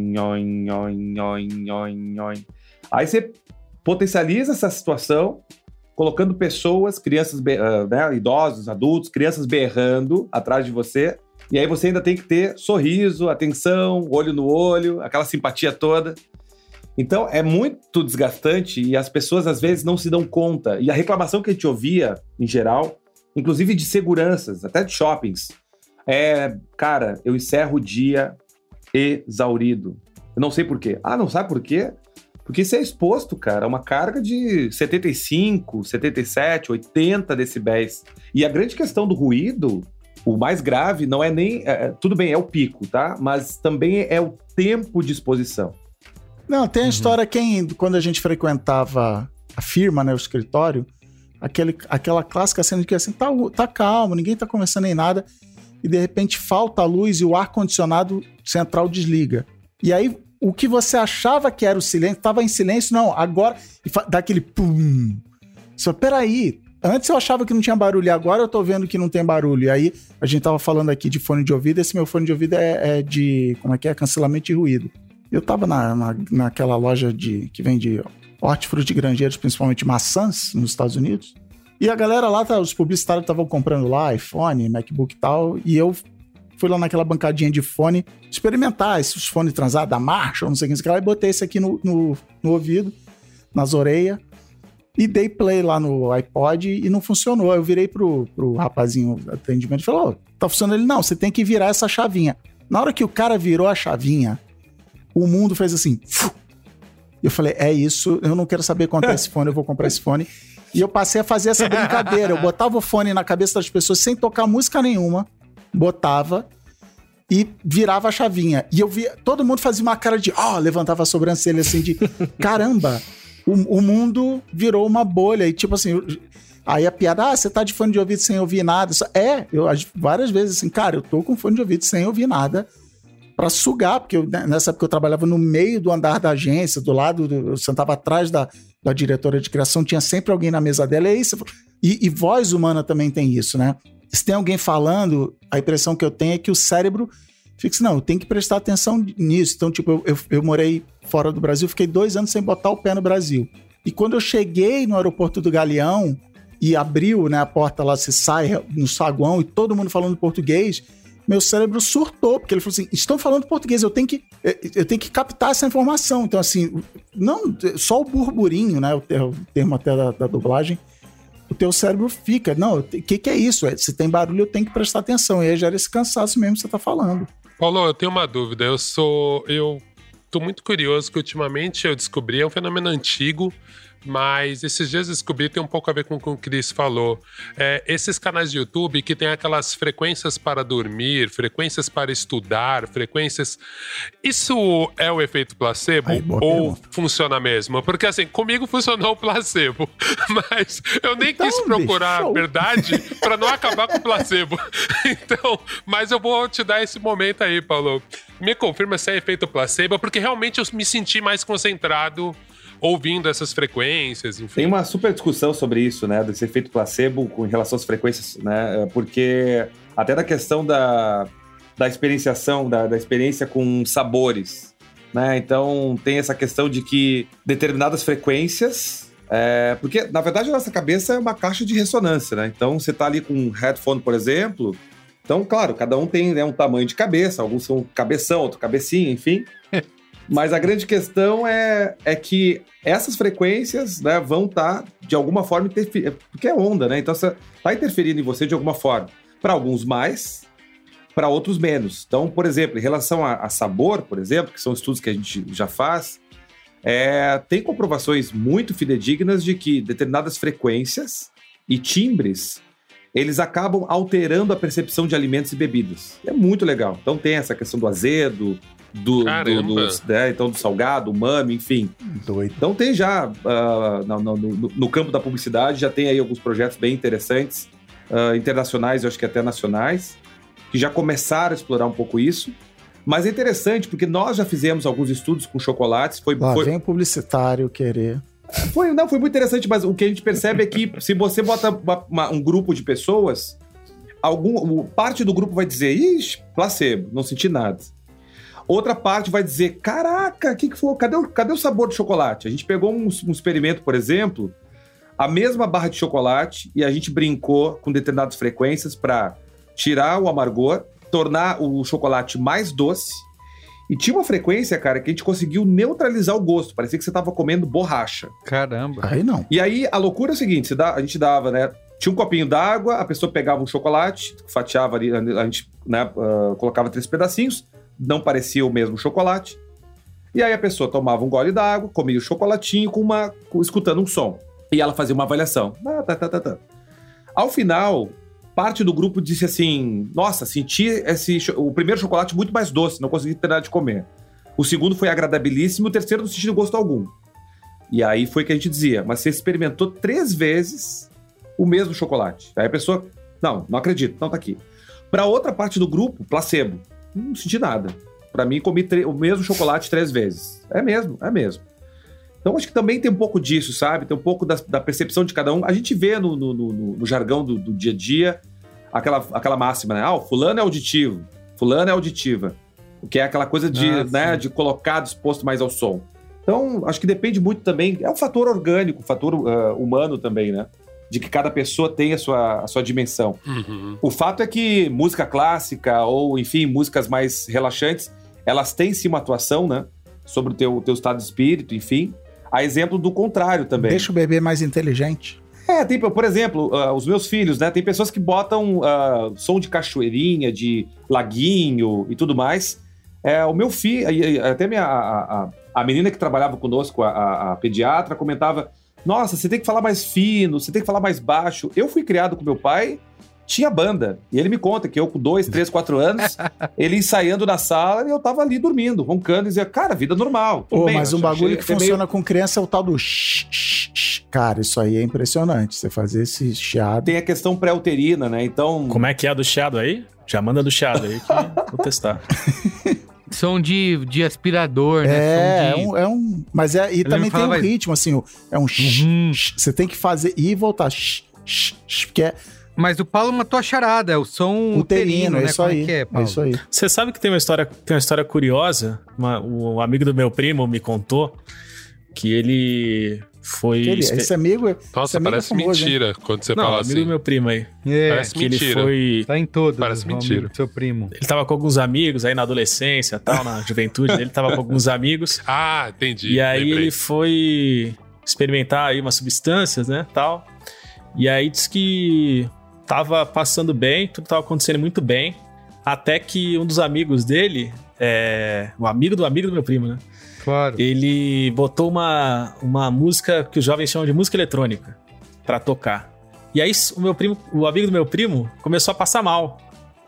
Aí você potencializa essa situação, colocando pessoas, crianças, idosos, adultos, crianças berrando atrás de você. E aí você ainda tem que ter sorriso, atenção, olho no olho, aquela simpatia toda. Então, é muito desgastante e as pessoas, às vezes, não se dão conta. E a reclamação que a gente ouvia, em geral, inclusive de seguranças, até de shoppings, cara, eu encerro o dia exaurido. Eu não sei por quê. Ah, não sabe por quê? Porque você é exposto, cara, a uma carga de 75, 77, 80 decibéis. E a grande questão do ruído, o mais grave, não é nem... tudo bem, é o pico, tá? Mas também é o tempo de exposição. Não, tem a história quando a gente frequentava a firma, né, o escritório, aquela clássica cena de que assim, tá calmo, ninguém tá conversando nem nada, e de repente falta a luz e o ar-condicionado central desliga. E aí, o que você achava que era o silêncio, tava em silêncio, não, agora, dá aquele pum. Só, peraí, antes eu achava que não tinha barulho, e agora eu tô vendo que não tem barulho. E aí, a gente tava falando aqui de fone de ouvido, esse meu fone de ouvido é de, cancelamento de ruído. Eu tava naquela loja que vende hortifruti grangeiros, principalmente maçãs, nos Estados Unidos. E a galera lá, os publicitários estavam comprando lá iPhone, MacBook e tal. E eu fui lá naquela bancadinha de fone experimentar esses fones transados da Marshall, não sei o que lá, e botei esse aqui no ouvido, nas orelhas. E dei play lá no iPod e não funcionou. Eu virei pro rapazinho do atendimento e falei, tá funcionando? Ele, não, você tem que virar essa chavinha. Na hora que o cara virou a chavinha, o mundo fez assim. Eu falei, é isso, eu não quero saber quanto é esse fone, eu vou comprar esse fone. E eu passei a fazer essa brincadeira. Eu botava o fone na cabeça das pessoas sem tocar música nenhuma, botava e virava a chavinha. E eu via, todo mundo fazia uma cara de, levantava a sobrancelha assim de, caramba, o mundo virou uma bolha. E tipo assim, aí a piada, você tá de fone de ouvido sem ouvir nada. Eu várias vezes assim, cara, eu tô com fone de ouvido sem ouvir nada, pra sugar, porque nessa época eu trabalhava no meio do andar da agência, do lado, eu sentava atrás da diretora de criação, tinha sempre alguém na mesa dela, e voz humana também tem isso, né? Se tem alguém falando, a impressão que eu tenho é que o cérebro fica assim, não, eu tenho que prestar atenção nisso. Então, tipo, eu morei fora do Brasil, fiquei 2 anos sem botar o pé no Brasil. E quando eu cheguei no aeroporto do Galeão e abriu, né, a porta lá, você sai no saguão e todo mundo falando português, meu cérebro surtou, porque ele falou assim, estão falando português, eu tenho que captar essa informação. Então, assim, não só o burburinho, né, o termo até da dublagem, o teu cérebro fica, não, o que é isso? Se tem barulho, eu tenho que prestar atenção. E aí gera esse cansaço mesmo que você tá falando. Paulo, eu tenho uma dúvida, eu tô muito curioso, que ultimamente eu descobri, é um fenômeno antigo, mas esses dias eu descobri, tem um pouco a ver com o que o Cris falou. Esses canais de YouTube que tem aquelas frequências para dormir, frequências para estudar, frequências... Isso é o efeito placebo ou funciona mesmo? Porque assim, comigo funcionou o placebo, mas eu nem quis procurar a verdade para não acabar com o placebo. Então, mas eu vou te dar esse momento aí, Paulo. Me confirma se é efeito placebo, porque realmente eu me senti mais concentrado ouvindo essas frequências, enfim. Tem uma super discussão sobre isso, né, desse efeito placebo com relação às frequências, né, porque até da questão da experienciação, da experiência com sabores, né, então tem essa questão de que determinadas frequências, porque na verdade a nossa cabeça é uma caixa de ressonância, né, então você tá ali com um headphone, por exemplo, então claro, cada um tem, né, um tamanho de cabeça, alguns são cabeção, outro cabecinha, enfim... Mas a grande questão é que essas frequências, né, vão estar, de alguma forma, porque é onda, né? Então, você está interferindo em você de alguma forma. Para alguns mais, para outros menos. Então, por exemplo, em relação a sabor, por exemplo, que são estudos que a gente já faz, tem comprovações muito fidedignas de que determinadas frequências e timbres, eles acabam alterando a percepção de alimentos e bebidas. É muito legal. Então, tem essa questão do azedo, do salgado, umami, enfim. Doido. Então tem já, no campo da publicidade, já tem aí alguns projetos bem interessantes, internacionais, eu acho que até nacionais, que já começaram a explorar um pouco isso. Mas é interessante, porque nós já fizemos alguns estudos com chocolates. Vem o publicitário querer. Foi muito interessante, mas o que a gente percebe é que se você bota um grupo de pessoas, parte do grupo vai dizer, ixi, placebo, não senti nada. Outra parte vai dizer, caraca, o que foi? Cadê o sabor do chocolate? A gente pegou um experimento, por exemplo, a mesma barra de chocolate, e a gente brincou com determinadas frequências para tirar o amargor, tornar o chocolate mais doce E tinha uma frequência, cara, que a gente conseguiu neutralizar o gosto. Parecia que você tava comendo borracha. Caramba. Aí não. E aí, a loucura é o seguinte, a gente dava, né? Tinha um copinho d'água, a pessoa pegava um chocolate, fatiava ali, a gente, né, colocava 3 pedacinhos, não parecia o mesmo chocolate. E aí a pessoa tomava um gole d'água, comia o chocolatinho escutando um som. E ela fazia uma avaliação. Ao final, parte do grupo disse assim, nossa, senti o primeiro chocolate muito mais doce, não consegui terminar de comer. O segundo foi agradabilíssimo, o terceiro não senti gosto algum. E aí foi que a gente dizia, mas você experimentou 3 vezes o mesmo chocolate. Aí a pessoa, não acredito, não tá aqui. Pra outra parte do grupo, placebo. Não senti nada. Pra mim, comi o mesmo chocolate 3 vezes. É mesmo. Então, acho que também tem um pouco disso, sabe? Tem um pouco da percepção de cada um. A gente vê no jargão do dia a dia aquela máxima, né? O fulano é auditivo, fulano é auditiva. O que é aquela coisa de colocar disposto mais ao som. Então, acho que depende muito também. É um fator orgânico, um fator humano também, né? De que cada pessoa tem a sua dimensão. Uhum. O fato é que música clássica ou, enfim, músicas mais relaxantes, elas têm sim uma atuação, né? Sobre o teu estado de espírito, enfim. A exemplo do contrário também. Deixa o bebê mais inteligente. Tem, por exemplo, os meus filhos, né? Tem pessoas que botam som de cachoeirinha, de laguinho e tudo mais. O meu filho, até a menina que trabalhava conosco, a pediatra, comentava: nossa, você tem que falar mais fino, você tem que falar mais baixo. Eu fui criado com meu pai, tinha banda. E ele me conta que eu, com 2, 3, 4 anos, ele ensaiando na sala e eu tava ali dormindo, roncando, e dizia, cara, vida normal. Mas um bagulho que funciona com criança é o tal do Cara, isso aí é impressionante, você fazer esse chiado. Tem a questão pré-uterina, né? Então... Como é que é a do chiado aí? Já manda do chiado aí que vou testar. Som de aspirador, né? Mas e também tem um ritmo, assim, é um você tem que fazer e voltar, porque Mas o Paulo matou a charada, é o som uterino, né? Isso aí, é isso aí. Você sabe que tem uma história curiosa, um amigo do meu primo me contou que ele foi... Esse amigo Nossa, parece famoso, mentira quando você fala assim. Amigo do meu primo aí. Parece que mentira. Ele foi... Tá em todos. Parece mentira. Seu primo. Ele tava com alguns amigos aí na adolescência, tal, na juventude dele, tava com alguns amigos. Ah, entendi. E aí lembrei. ele foi experimentar aí umas substâncias, né, tal. E aí disse que tava passando bem, tudo tava acontecendo muito bem, até que um dos amigos dele, o amigo do meu primo, né? Claro. Ele botou uma música que os jovens chamam de música eletrônica pra tocar. E aí o amigo do meu primo começou a passar mal.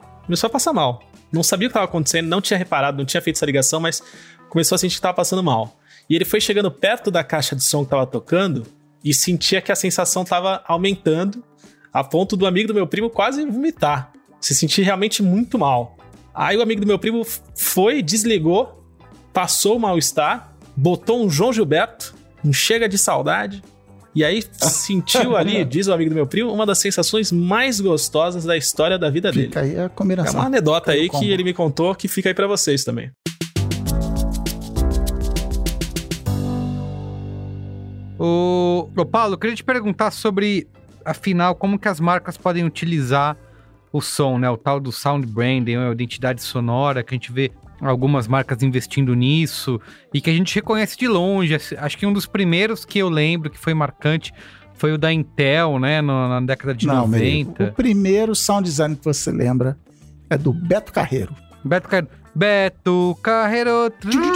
Não sabia o que estava acontecendo, não tinha reparado, não tinha feito essa ligação, mas começou a sentir que estava passando mal. E ele foi chegando perto da caixa de som que estava tocando e sentia que a sensação estava aumentando, a ponto do amigo do meu primo quase vomitar. Se sentir realmente muito mal. Aí o amigo do meu primo foi, desligou, passou o mal-estar, botou um João Gilberto, um Chega de Saudade, e aí sentiu ali, diz o amigo do meu primo, uma das sensações mais gostosas da história da vida dele. Fica aí a combinação. É uma anedota aí que ele me contou que fica aí pra vocês também. Ô Paulo, eu queria te perguntar sobre, afinal, como que as marcas podem utilizar o som, né? O tal do sound branding, a identidade sonora, que a gente vê algumas marcas investindo nisso e que a gente reconhece de longe. Acho que um dos primeiros que eu lembro que foi marcante foi o da Intel, né? Na década de 90. O primeiro sound design que você lembra é do Beto Carreiro. Beto Carreiro.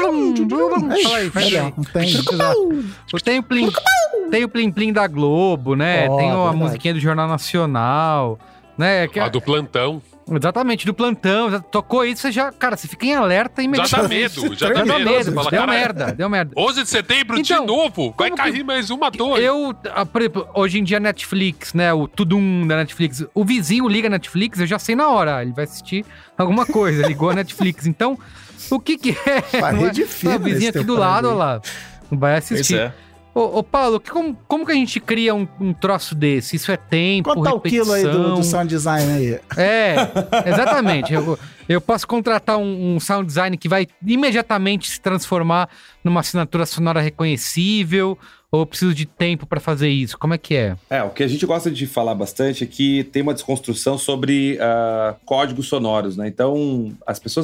Tem o Plim Plim da Globo, né? Tem a musiquinha do Jornal Nacional, né? A do Plantão. Exatamente, do Plantão. Tocou isso, você fica em alerta imediatamente. Já dá medo. Fala, deu merda. 11 de setembro de novo. Vai cair mais uma dor. Por exemplo, hoje em dia Netflix, né? O Tudum da Netflix. O vizinho liga a Netflix, eu já sei na hora. Ele vai assistir alguma coisa, ligou a Netflix. Então, o que é? Parede fina. O vizinho aqui do lado, olha lá. Vai assistir. Isso é. Ô Paulo, como que a gente cria um troço desse? Isso é tempo, quanto repetição... Quanto tá o quilo aí do sound design aí? Exatamente. Eu posso contratar um sound design que vai imediatamente se transformar numa assinatura sonora reconhecível, ou eu preciso de tempo para fazer isso? Como é que é? O que a gente gosta de falar bastante é que tem uma desconstrução sobre códigos sonoros, né? Então, as pessoas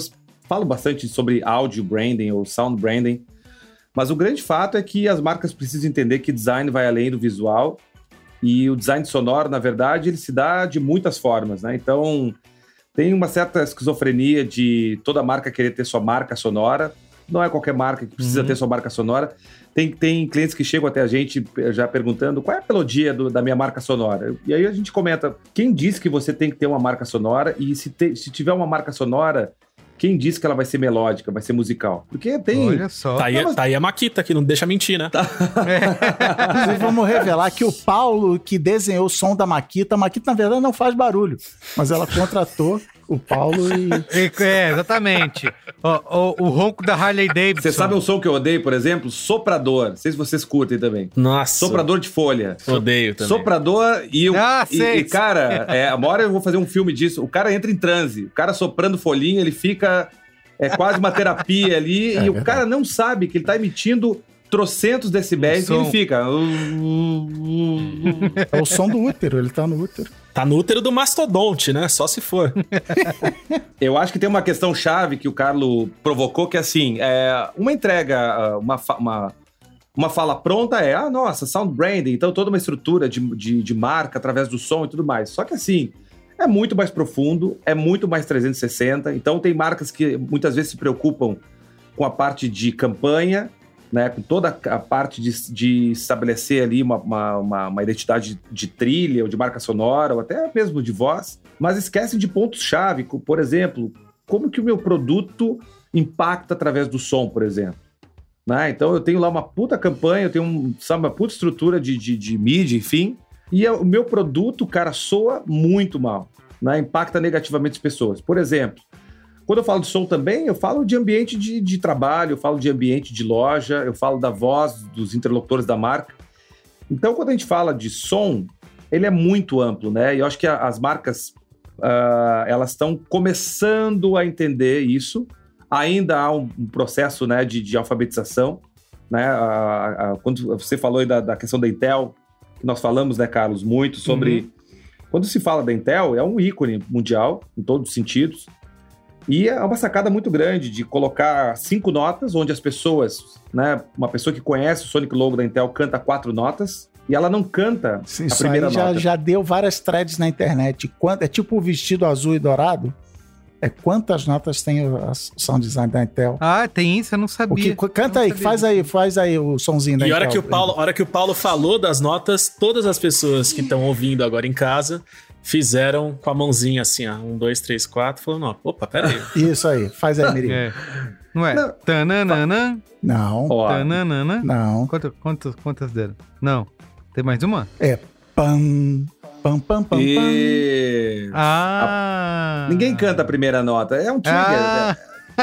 falo bastante sobre áudio branding ou sound branding, mas o grande fato é que as marcas precisam entender que design vai além do visual, e o design sonoro, na verdade, ele se dá de muitas formas, né? Então, tem uma certa esquizofrenia de toda marca querer ter sua marca sonora. Não é qualquer marca que precisa ter sua marca sonora. Tem clientes que chegam até a gente já perguntando qual é a melodia da minha marca sonora. E aí a gente comenta, quem disse que você tem que ter uma marca sonora? E se tiver uma marca sonora, quem disse que ela vai ser melódica, vai ser musical? Porque tem... Olha só. Tá aí a Makita, que não deixa mentir, né? Inclusive, vamos revelar que o Paulo, que desenhou o som da Makita, a Makita, na verdade, não faz barulho, mas ela contratou o Paulo e... Exatamente. O ronco da Harley Davidson. Você sabe um som que eu odeio, por exemplo? Soprador. Não sei se vocês curtem também. Nossa. Soprador de folha. Odeio também. Soprador sei. e cara, uma hora eu vou fazer um filme disso. O cara entra em transe. O cara soprando folhinha, ele fica... É quase uma terapia ali. E o cara não sabe que ele tá emitindo trocentos decibéis e ele fica... É o som do útero, ele tá no útero. Tá no útero do mastodonte, né? Só se for. Eu acho que tem uma questão chave que o Carlo provocou, que é assim, uma entrega, uma fala pronta nossa, sound branding, então toda uma estrutura de marca através do som e tudo mais. Só que assim, é muito mais profundo, é muito mais 360, então tem marcas que muitas vezes se preocupam com a parte de campanha, né, com toda a parte de estabelecer ali uma identidade de trilha ou de marca sonora ou até mesmo de voz, mas esquecem de pontos-chave, por exemplo, como que o meu produto impacta através do som, por exemplo. Né? Então eu tenho lá uma puta campanha, eu tenho uma puta estrutura de mídia, enfim, e o meu produto, cara, soa muito mal, né? Impacta negativamente as pessoas. Por exemplo, quando eu falo de som também, eu falo de ambiente de trabalho, eu falo de ambiente de loja, eu falo da voz dos interlocutores da marca. Então, quando a gente fala de som, ele é muito amplo, né? E eu acho que as marcas, elas estão começando a entender isso. Ainda há um processo, né, de alfabetização, né? Quando você falou aí da questão da Intel, que nós falamos, né, Carlos, muito sobre... Quando se fala da Intel, é um ícone mundial, em todos os sentidos. E é uma sacada muito grande de colocar 5 notas, onde as pessoas, né, uma pessoa que conhece o Sonic Logo da Intel canta 4 notas, e ela não canta a primeira nota. Já deu várias threads na internet. É tipo o vestido azul e dourado. Quantas notas tem o sound design da Intel? Tem isso, eu não sabia. Canta aí, faz aí o somzinho da Intel. E a hora que o Paulo falou das notas, todas as pessoas que estão ouvindo agora em casa fizeram com a mãozinha assim, 1, 2, 3, 4, falando, opa, pera aí. Isso aí, faz aí, Mirim. Não é? Tananana? Não. Tananana? Não. Quantas deram? Não. Tem mais uma? Pam, pam, pam, pam, e... Ninguém canta a primeira nota, é um trigger.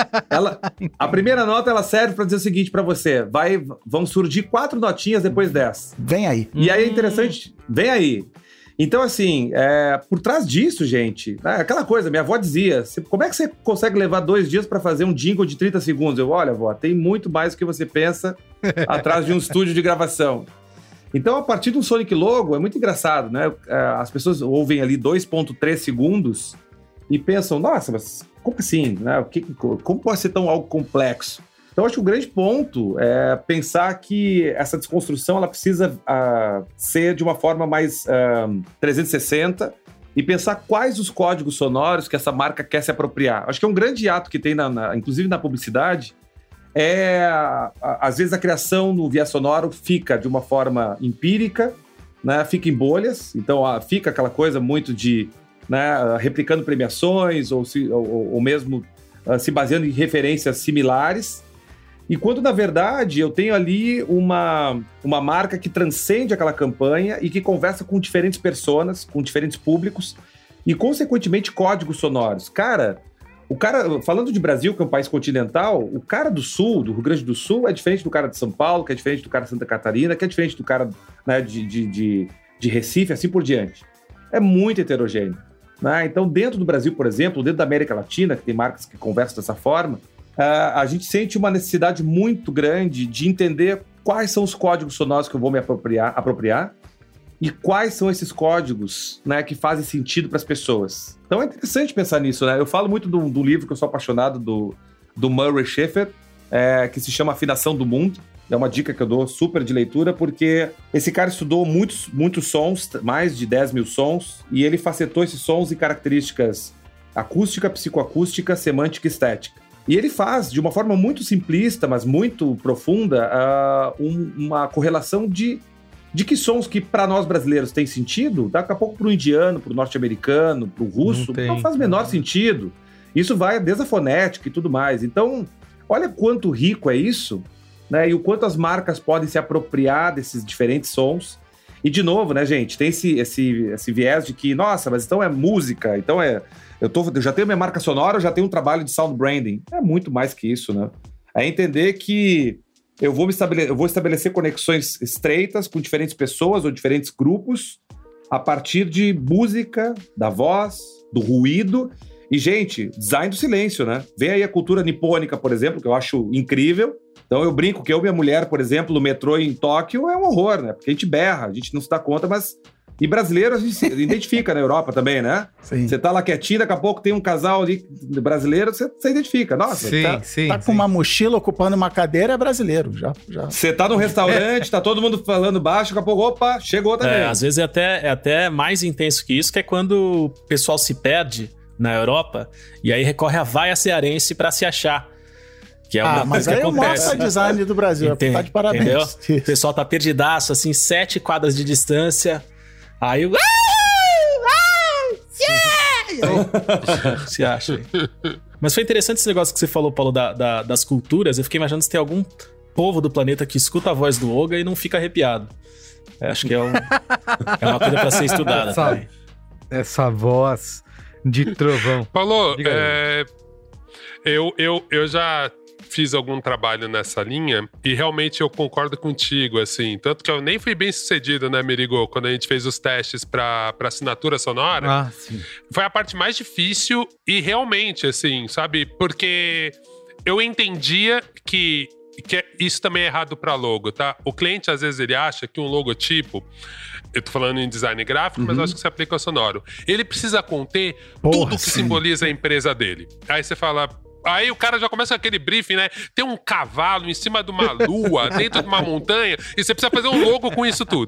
A primeira nota, ela serve para dizer o seguinte para você, vão surgir 4 notinhas depois dessa. Vem aí. E aí é interessante, vem aí. Então, assim, por trás disso, gente, aquela coisa, minha avó dizia, como é que você consegue levar 2 dias para fazer um jingle de 30 segundos? Olha, vó, tem muito mais do que você pensa atrás de um estúdio de gravação. Então, a partir do Sonic Logo, é muito engraçado, né? As pessoas ouvem ali 2.3 segundos e pensam, nossa, mas como assim? Né? Como pode ser tão algo complexo? Então, acho que o grande ponto é pensar que essa desconstrução ela precisa ser de uma forma mais 360 e pensar quais os códigos sonoros que essa marca quer se apropriar. Acho que é um grande ato que tem, inclusive na publicidade, às vezes a criação no viés sonoro fica de uma forma empírica, né? Fica em bolhas, então fica aquela coisa muito de, né, replicando premiações ou mesmo se baseando em referências similares. E quando, na verdade, eu tenho ali uma marca que transcende aquela campanha e que conversa com diferentes personas, com diferentes públicos e, consequentemente, códigos sonoros. Cara, falando de Brasil, que é um país continental, o cara do Sul, do Rio Grande do Sul, é diferente do cara de São Paulo, que é diferente do cara de Santa Catarina, que é diferente do cara, né, de Recife, assim por diante. É muito heterogêneo. Né? Então, dentro do Brasil, por exemplo, dentro da América Latina, que tem marcas que conversam dessa forma, a gente sente uma necessidade muito grande de entender quais são os códigos sonoros que eu vou me apropriar e quais são esses códigos, né, que fazem sentido para as pessoas. Então é interessante pensar nisso, né? Eu falo muito do livro que eu sou apaixonado, do do Murray Schafer, que se chama Afinação do Mundo. É uma dica que eu dou super de leitura, porque esse cara estudou muitos sons, mais de 10 mil sons, e ele facetou esses sons em características acústica, psicoacústica, semântica e estética. E ele faz, de uma forma muito simplista, mas muito profunda, uma correlação de que sons que para nós brasileiros tem sentido, daqui a pouco para o indiano, para o norte-americano, para o russo, não faz o menor sentido. Isso vai desde a fonética e tudo mais. Então, olha quanto rico é isso, né? E o quanto as marcas podem se apropriar desses diferentes sons. E, de novo, né, gente, tem esse viés de que, nossa, mas então é música, então eu já tenho minha marca sonora, eu já tenho um trabalho de sound branding. É muito mais que isso, né? É entender que eu vou estabelecer conexões estreitas com diferentes pessoas ou diferentes grupos a partir de música, da voz, do ruído. E, gente, design do silêncio, né? Vem aí a cultura nipônica, por exemplo, que eu acho incrível. Então eu brinco que eu e minha mulher, por exemplo, no metrô em Tóquio é um horror, né? Porque a gente berra, a gente não se dá conta, mas... E brasileiro a gente se identifica na Europa também, né? Sim. Você tá lá quietinho, daqui a pouco tem um casal ali brasileiro, você identifica. Nossa, tá com uma mochila ocupando uma cadeira, é brasileiro. Já. Você tá num restaurante, tá todo mundo falando baixo, daqui a pouco, opa, chegou também. Às vezes é até mais intenso que isso, que é quando o pessoal se perde na Europa e aí recorre à vaia cearense pra se achar. Que é uma mas aí mostra o design do Brasil. Tá de parabéns. Entendeu? O pessoal tá perdidaço, assim, 7 quadras de distância. Aí o... se acha. Mas foi interessante esse negócio que você falou, Paulo, das culturas. Eu fiquei imaginando se tem algum povo do planeta que escuta a voz do Oga e não fica arrepiado. Acho que é uma coisa pra ser estudada também. Essa voz de trovão. Paulo, eu já fiz algum trabalho nessa linha e realmente eu concordo contigo, assim. Tanto que eu nem fui bem sucedido, né, Merigo? Quando a gente fez os testes pra assinatura sonora. Sim. Foi a parte mais difícil e realmente, assim, sabe? Porque eu entendia que isso também é errado pra logo, tá? O cliente, às vezes, ele acha que um logotipo... Eu tô falando em design gráfico, mas eu acho que se aplica ao sonoro. Ele precisa conter tudo que simboliza a empresa dele. Aí você fala... Aí o cara já começa com aquele briefing, né? Tem um cavalo em cima de uma lua, dentro de uma montanha, e você precisa fazer um logo com isso tudo.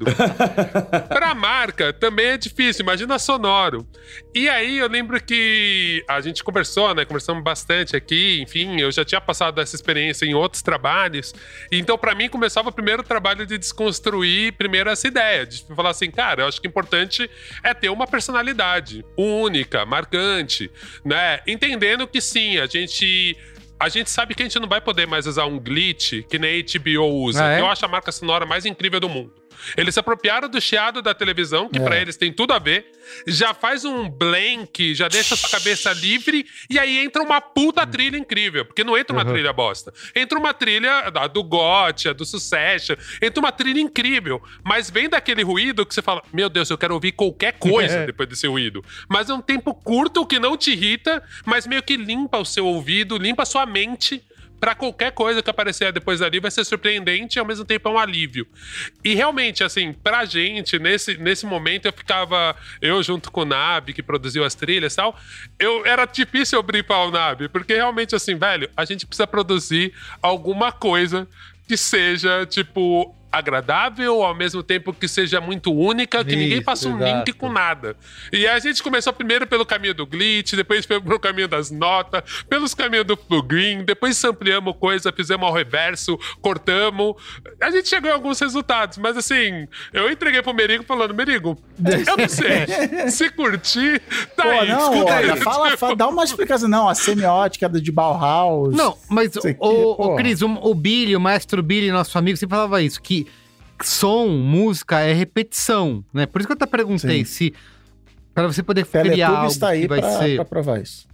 Pra marca, também é difícil. Imagina sonoro. E aí eu lembro que a gente conversou, né? Conversamos bastante aqui. Enfim, eu já tinha passado essa experiência em outros trabalhos. Então, pra mim, começava o primeiro trabalho de desconstruir primeiro essa ideia. De falar assim, cara, eu acho que o importante é ter uma personalidade única, marcante, né? Entendendo que sim, a gente sabe que a gente não vai poder mais usar um glitch que nem a HBO usa. Eu acho a marca sonora mais incrível do mundo. Eles se apropriaram do chiado da televisão, que pra eles tem tudo a ver. Já faz um blank, já deixa a sua cabeça livre. E aí entra uma puta trilha incrível. Porque não entra uma trilha bosta. Entra uma trilha do Gotcha, do Succession. Entra uma trilha incrível. Mas vem daquele ruído que você fala, meu Deus, eu quero ouvir qualquer coisa depois desse ruído. Mas é um tempo curto que não te irrita, mas meio que limpa o seu ouvido, limpa a sua mente. Pra qualquer coisa que aparecer depois dali vai ser surpreendente e ao mesmo tempo é um alívio. E realmente, assim, pra gente, nesse momento eu junto com o Nabi, que produziu as trilhas e tal, era difícil eu brifar o Nabi, porque realmente, assim, velho, a gente precisa produzir alguma coisa que seja, tipo, agradável, ao mesmo tempo que seja muito única, que ninguém faça um link com nada. E a gente começou primeiro pelo caminho do glitch, depois pelo caminho das notas, pelos caminhos do plugin, depois ampliamos coisa, fizemos ao reverso, cortamos. A gente chegou em alguns resultados, mas assim, eu entreguei pro Merigo falando, Merigo, eu não sei, se curtir, tá aí, escuta aí. Dá uma explicação. Não, a semiótica de Bauhaus. Não, mas Cris, o Billy, o maestro Billy, nosso amigo, sempre falava isso, que som, música é repetição, né? Por isso que eu até perguntei se para você poder criar algo está aí que vai ser... pra provar isso.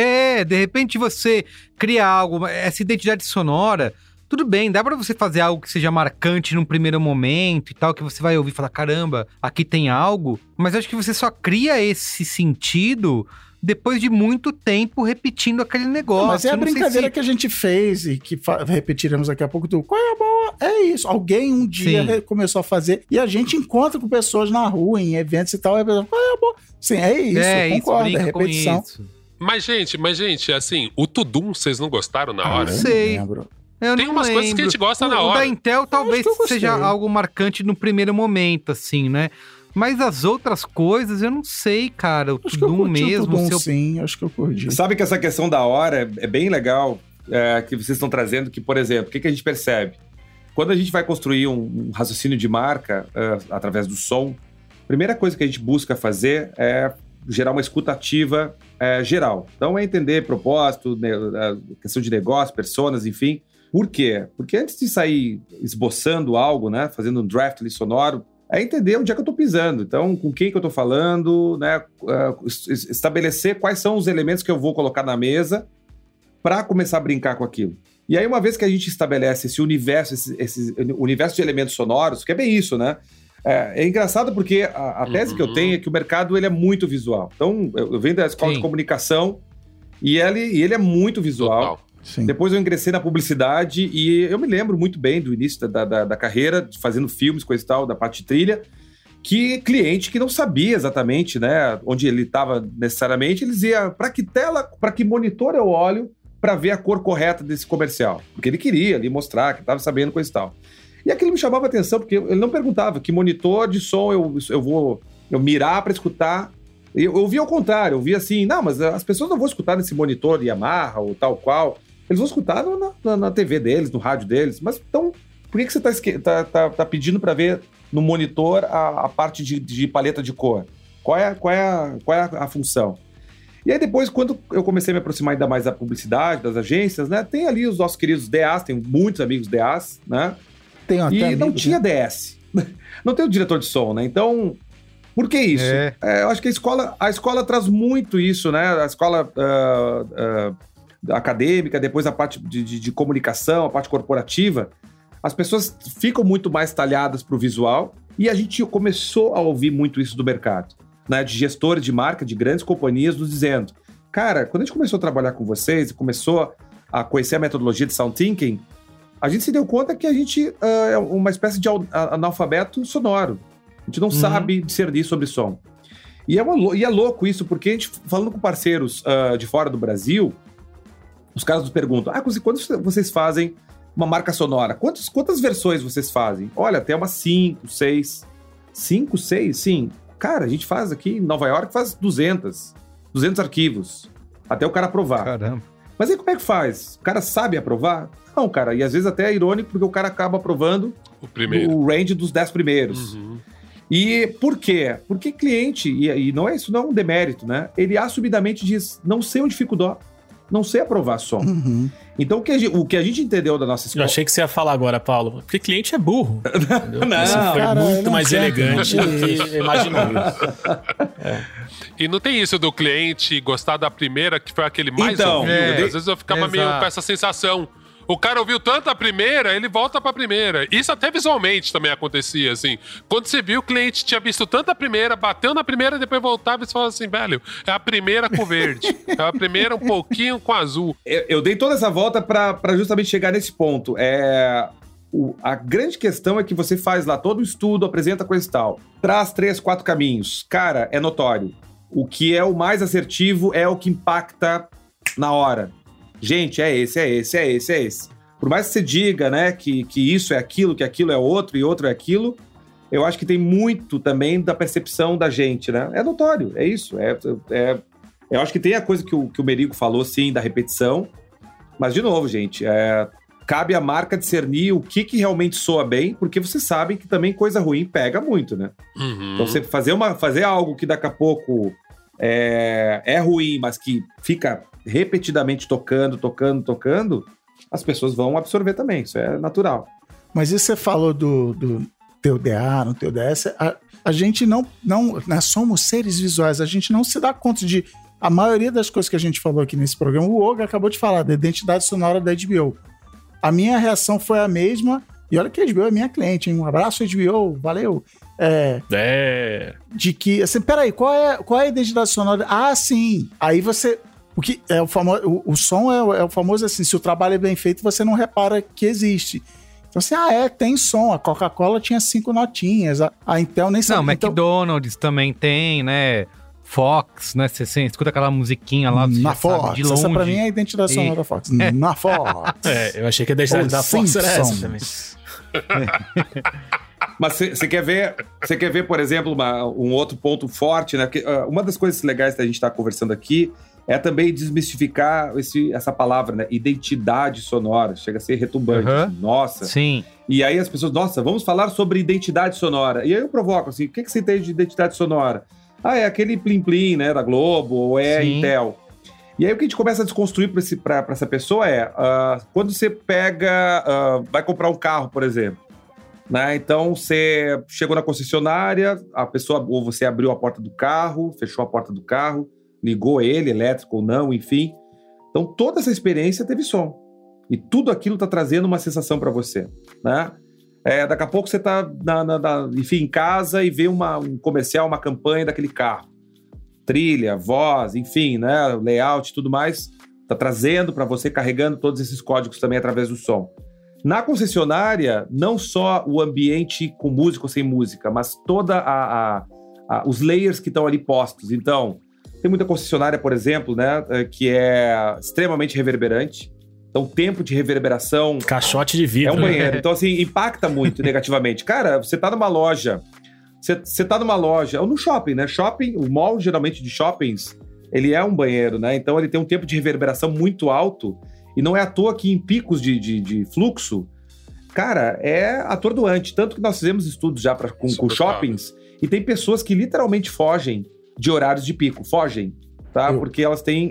De repente você cria algo, essa identidade sonora, tudo bem, dá pra você fazer algo que seja marcante num primeiro momento e tal, que você vai ouvir e falar, caramba, aqui tem algo, mas eu acho que você só cria esse sentido depois de muito tempo repetindo aquele negócio. Mas é a brincadeira que a gente fez e que repetiremos daqui a pouco do qual é a boa? É isso. Alguém um dia começou a fazer e a gente encontra com pessoas na rua, em eventos e tal, e a pessoa, qual é a boa? Sim, é isso, eu concordo, é repetição. Mas, gente, assim, o Tudum, vocês não gostaram na hora? Eu sei. não lembro. Tem umas coisas que a gente gosta na O hora. da Intel talvez que eu gostei. seja algo marcante no primeiro momento, assim, né? Mas as outras coisas, eu não sei, cara. O Acho que eu Tudum curti mesmo. o Tudum, se eu- sim. Acho que eu curti. Sabe que essa questão da hora é bem legal, que vocês estão trazendo, que, por exemplo, o que a gente percebe? Quando a gente vai construir um raciocínio de marca através do som, a primeira coisa que a gente busca fazer é gerar uma escuta ativa geral. Então é entender propósito, questão de negócio, personas, enfim. Por quê? Porque antes de sair esboçando algo, né, fazendo um draft ali sonoro, é entender onde é que eu estou pisando. Então, com quem que eu estou falando, né, estabelecer quais são os elementos que eu vou colocar na mesa para começar a brincar com aquilo. E aí, uma vez que a gente estabelece esse universo, esse universo de elementos sonoros, que é bem isso, né? É engraçado porque a tese que eu tenho é que o mercado ele é muito visual. Então, eu venho da escola Sim. de comunicação e ele é muito visual. Total. Sim. Depois eu ingressei na publicidade e eu me lembro muito bem do início da carreira, fazendo filmes, coisa e tal, da parte de trilha, que cliente que não sabia exatamente, né, onde ele estava necessariamente, ele dizia, para que tela, para que monitor eu olho para ver a cor correta desse comercial? Porque ele queria ali mostrar que estava sabendo coisa e tal. E aquilo me chamava a atenção, porque ele não perguntava que monitor de som eu vou mirar para escutar. Eu via ao contrário, eu via assim, não, mas as pessoas não vão escutar nesse monitor Yamaha ou tal qual, eles vão escutar na TV deles, no rádio deles. Mas então, por que você tá pedindo para ver no monitor a parte de paleta de cor? Qual é a função? E aí depois, quando eu comecei a me aproximar ainda mais da publicidade, das agências, né, tem ali os nossos queridos DAs, tem muitos amigos DAs, né? Tem até E não amigos, tinha né? DS. Não tem o diretor de som, né? Então, por que isso? Eu acho que a escola traz muito isso, né? A escola acadêmica, depois a parte de comunicação, a parte corporativa, as pessoas ficam muito mais talhadas para o visual e a gente começou a ouvir muito isso do mercado, né? De gestores de marca, de grandes companhias nos dizendo, cara, quando a gente começou a trabalhar com vocês e começou a conhecer a metodologia de Sound Thinking, a gente se deu conta que a gente é uma espécie de analfabeto sonoro. A gente não sabe discernir sobre som. E é louco isso, porque a gente, falando com parceiros de fora do Brasil, os caras nos perguntam, quando vocês fazem uma marca sonora, quantas versões vocês fazem? Olha, tem umas 5, 6. 5, 6? Sim. Cara, a gente faz aqui em Nova York, faz 200 arquivos, até o cara aprovar. Caramba. Mas aí como é que faz? O cara sabe aprovar? Não, cara, e às vezes até é irônico, porque o cara acaba aprovando o range dos 10 primeiros. Uhum. E por quê? Porque cliente, e isso não é um demérito, né? Ele assumidamente diz, não sei onde fica o dó, não sei aprovar som. Uhum. Então o que a gente entendeu da nossa Eu escola... achei que você ia falar agora, Paulo, porque cliente é burro. Entendeu? Não, Isso foi cara, eu muito não mais quero elegante do entender que imaginou. E não tem isso do cliente gostar da primeira, que foi aquele mais Então, ouvido. é, Às vezes eu ficava meio exato. com essa sensação. O cara ouviu tanto a primeira, ele volta pra primeira. Isso até visualmente também acontecia, assim. Quando você viu, o cliente tinha visto tanto a primeira, bateu na primeira, depois voltava e você falava assim, velho, é a primeira com verde. É a primeira um pouquinho com azul. Eu dei toda essa volta para justamente chegar nesse ponto. A grande questão é que você faz lá todo o estudo, apresenta coisa e tal. Traz 3, 4 caminhos. Cara, é notório. O que é o mais assertivo é o que impacta na hora. Gente, é esse. Por mais que você diga, né, que isso é aquilo, que aquilo é outro e outro é aquilo, eu acho que tem muito também da percepção da gente, né? É notório, é isso. Eu acho que tem a coisa que o Merigo falou, sim, da repetição. Mas, de novo, gente, cabe à marca discernir o que realmente soa bem, porque vocês sabem que também coisa ruim pega muito, né? Uhum. Então, você fazer algo que daqui a pouco é ruim, mas que fica repetidamente tocando, as pessoas vão absorver também, isso é natural. Mas isso você falou do teu DA, no teu DS, a gente não nós somos seres visuais, a gente não se dá conta de a maioria das coisas que a gente falou aqui nesse programa. O Oga acabou de falar da identidade sonora da HBO. A minha reação foi a mesma, e olha que a HBO é minha cliente, hein? Um abraço, HBO, valeu. De que, assim, peraí, qual é a identidade sonora? Ah, sim, aí você... Porque o som é o famoso assim, se o trabalho é bem feito, você não repara que existe. Então assim, tem som, a Coca-Cola tinha 5 notinhas, a Intel nem sabe. Não, então... McDonald's também tem, né? Fox, né? Você escuta aquela musiquinha lá, você Na já sabe Fox. de longe. Essa pra mim é a identidade sonora da Fox. Na Fox. Eu achei que a identidade Os da Fox era essa Simpsons. também. Mas você quer ver, por exemplo, um outro ponto forte, né? Porque, uma das coisas legais que a gente está conversando aqui é também desmistificar essa palavra, né? Identidade sonora. Chega a ser retumbante. Uhum. Nossa. Sim. E aí as pessoas, nossa, vamos falar sobre identidade sonora. E aí eu provoco assim, o que você entende de identidade sonora? Ah, é aquele plim-plim, né, da Globo, ou é Sim. Intel. E aí o que a gente começa a desconstruir para essa pessoa é, quando você vai comprar um carro, por exemplo, né? Então você chegou na concessionária, a pessoa, ou você abriu a porta do carro, fechou a porta do carro, ligou ele, elétrico ou não, enfim. Então toda essa experiência teve som. E tudo aquilo está trazendo uma sensação para você, né? Daqui a pouco você está enfim, em casa e vê um comercial, uma campanha daquele carro. Trilha, voz, enfim, né? Layout e tudo mais. Está trazendo para você, carregando todos esses códigos também através do som. Na concessionária, não só o ambiente com música ou sem música, mas toda os layers que estão ali postos. Então, tem muita concessionária, por exemplo, né, que é extremamente reverberante. Então, o tempo de reverberação... Caixote de vidro. É um banheiro. Então, assim, impacta muito negativamente. Cara, você tá numa loja... Você tá numa loja... Ou no shopping, né? Shopping, o mall, geralmente, de shoppings, ele é um banheiro, né? Então, ele tem um tempo de reverberação muito alto. E não é à toa que em picos de fluxo, cara, é atordoante. Tanto que nós fizemos estudos já com shoppings. E tem pessoas que literalmente fogem de horários de pico. Fogem. Tá? Porque elas têm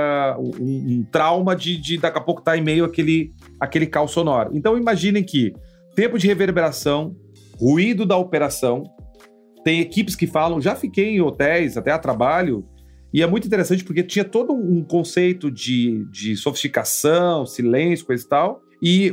um trauma de daqui a pouco estar em meio àquele caos sonoro. Então imaginem que tempo de reverberação, ruído da operação, tem equipes que falam, já fiquei em hotéis, até a trabalho, e é muito interessante porque tinha todo um conceito de sofisticação, silêncio, coisa e tal, e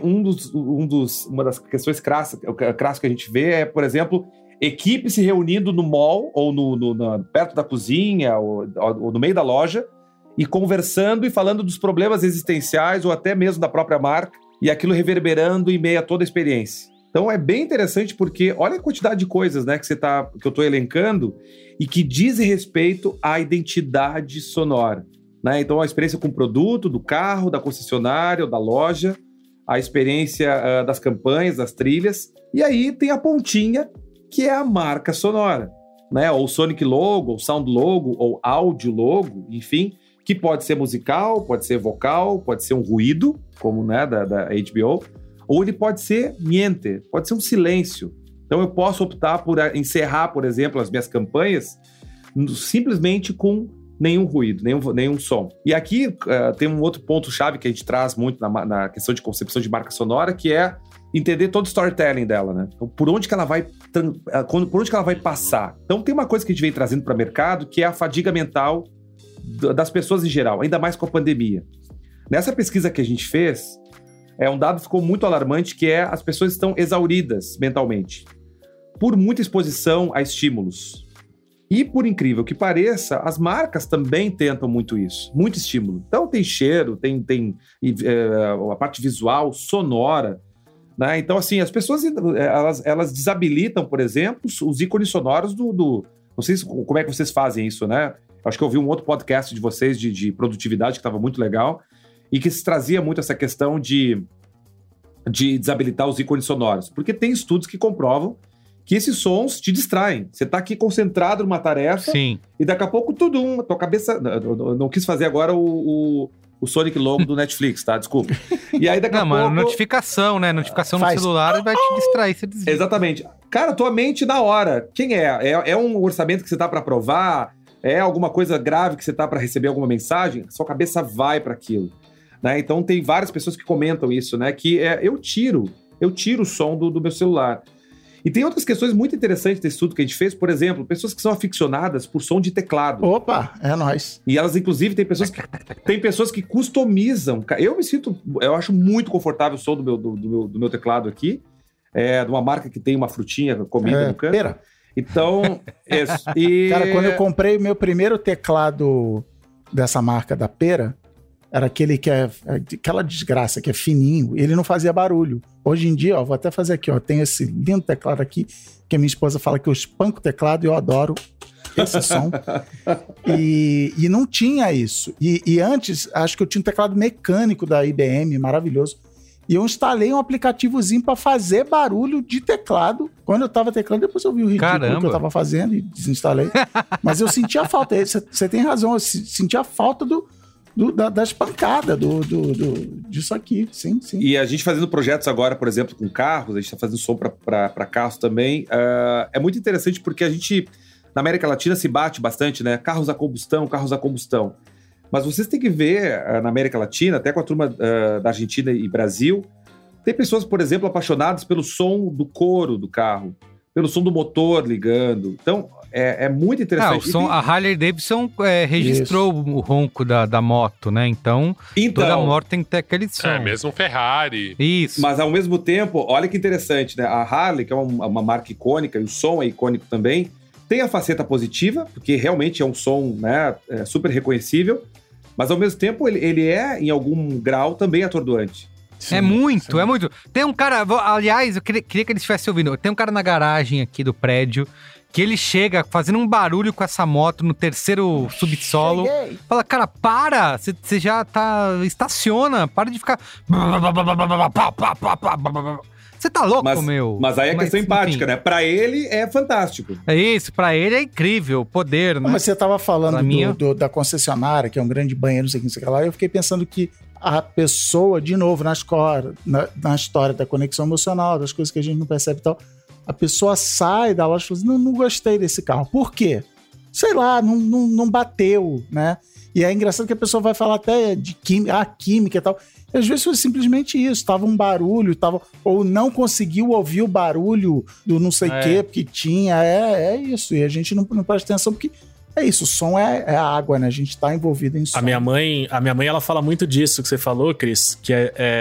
uma das questões crassas que a gente vê é, por exemplo, equipe se reunindo no mall ou perto da cozinha ou no meio da loja e conversando e falando dos problemas existenciais ou até mesmo da própria marca e aquilo reverberando em meio a toda a experiência. Então é bem interessante porque olha a quantidade de coisas, né, que eu estou elencando e que dizem respeito à identidade sonora, né? Então a experiência com o produto, do carro, da concessionária ou da loja, a experiência das campanhas, das trilhas, e aí tem a pontinha que é a marca sonora, né? Ou Sonic Logo, ou Sound Logo, ou Áudio Logo, enfim, que pode ser musical, pode ser vocal, pode ser um ruído, como, né, da HBO, ou ele pode ser niente, pode ser um silêncio. Então eu posso optar por encerrar, por exemplo, as minhas campanhas simplesmente com nenhum ruído, nenhum som. E aqui tem um outro ponto-chave que a gente traz muito na questão de concepção de marca sonora, que é entender todo o storytelling dela, né? Então, por onde que ela vai passar. Então, tem uma coisa que a gente vem trazendo para o mercado, que é a fadiga mental das pessoas em geral, ainda mais com a pandemia. Nessa pesquisa que a gente fez, um dado que ficou muito alarmante, que é as pessoas estão exauridas mentalmente, por muita exposição a estímulos. E, por incrível que pareça, as marcas também tentam muito isso, muito estímulo. Então, tem cheiro, tem a parte visual, sonora, né? Então, assim, as pessoas elas desabilitam, por exemplo, os ícones sonoros do... Não sei como é que vocês fazem isso, né? Acho que eu vi um outro podcast de vocês de produtividade que estava muito legal e que se trazia muito essa questão de desabilitar os ícones sonoros. Porque tem estudos que comprovam que esses sons te distraem. Você está aqui concentrado numa tarefa. Sim. E daqui a pouco tua cabeça... Eu não quis fazer agora o Sonic Logo do Netflix, tá? Desculpa. E aí daqui a pouco... Mas notificação, né? Notificação no celular vai te distrair, você desvia. Exatamente. Cara, tua mente na hora. Quem é? É um orçamento que você tá para aprovar? É alguma coisa grave que você tá para receber alguma mensagem? Sua cabeça vai para aquilo, né? Então tem várias pessoas que comentam isso, né? Que eu tiro o som do meu celular. E tem outras questões muito interessantes desse estudo que a gente fez, por exemplo, pessoas que são aficionadas por som de teclado. Opa, é nóis. E elas, inclusive, tem pessoas que customizam. Eu acho muito confortável o som do meu teclado aqui, de uma marca que tem uma frutinha comida no canto. Pera. Então, isso. Cara, quando eu comprei o meu primeiro teclado dessa marca da Pera, era aquele que aquela desgraça, que é fininho, ele não fazia barulho. Hoje em dia, ó, vou até fazer aqui, ó, tem esse lindo teclado aqui, que a minha esposa fala que eu espanco o teclado e eu adoro esse som. E não tinha isso. E antes, acho que eu tinha um teclado mecânico da IBM, maravilhoso. E eu instalei um aplicativozinho para fazer barulho de teclado. Quando eu tava teclando, depois eu vi o ridículo que eu tava fazendo e desinstalei. Mas eu sentia falta. Você tem razão, eu sentia falta das pancadas, disso aqui. Sim. E a gente fazendo projetos agora, por exemplo, com carros, a gente tá fazendo som para carros também. É muito interessante porque a gente, na América Latina, se bate bastante, né? Carros a combustão. Mas vocês têm que ver, na América Latina, até com a turma da Argentina e Brasil, tem pessoas, por exemplo, apaixonadas pelo som do couro do carro, pelo som do motor ligando. Então, é muito interessante. A Harley Davidson registrou o ronco da moto, né? Então, toda moto tem que ter aquele som. Mesmo Ferrari. Isso. Mas, ao mesmo tempo, olha que interessante, né? A Harley, que é uma marca icônica, e o som é icônico também, tem a faceta positiva, porque realmente é um som, né, super reconhecível, mas, ao mesmo tempo, ele é, em algum grau, também atordoante. Sim, é muito. Tem um cara... Aliás, eu queria que ele estivesse ouvindo. Tem um cara na garagem aqui do prédio que ele chega fazendo um barulho com essa moto no terceiro subsolo. Fala, cara, para! Você já tá... Estaciona, para de ficar... Você tá louco, meu? Mas aí é questão empática, né? Pra ele é fantástico. É isso, pra ele é incrível, o poder, né? Mas você tava falando da concessionária, que é um grande banheiro, não sei o que lá, eu fiquei pensando que a pessoa, de novo, na história da conexão emocional, das coisas que a gente não percebe e tal, a pessoa sai da loja e fala assim, não gostei desse carro. Por quê? Sei lá, não bateu, né? E é engraçado que a pessoa vai falar até de química e tal. E às vezes foi simplesmente isso, tava um barulho, ou não conseguiu ouvir o barulho do não sei o quê, porque tinha, é isso. E a gente não presta atenção porque é isso, o som é a água, né? A gente tá envolvido em som. A minha mãe, ela fala muito disso que você falou, Cris, que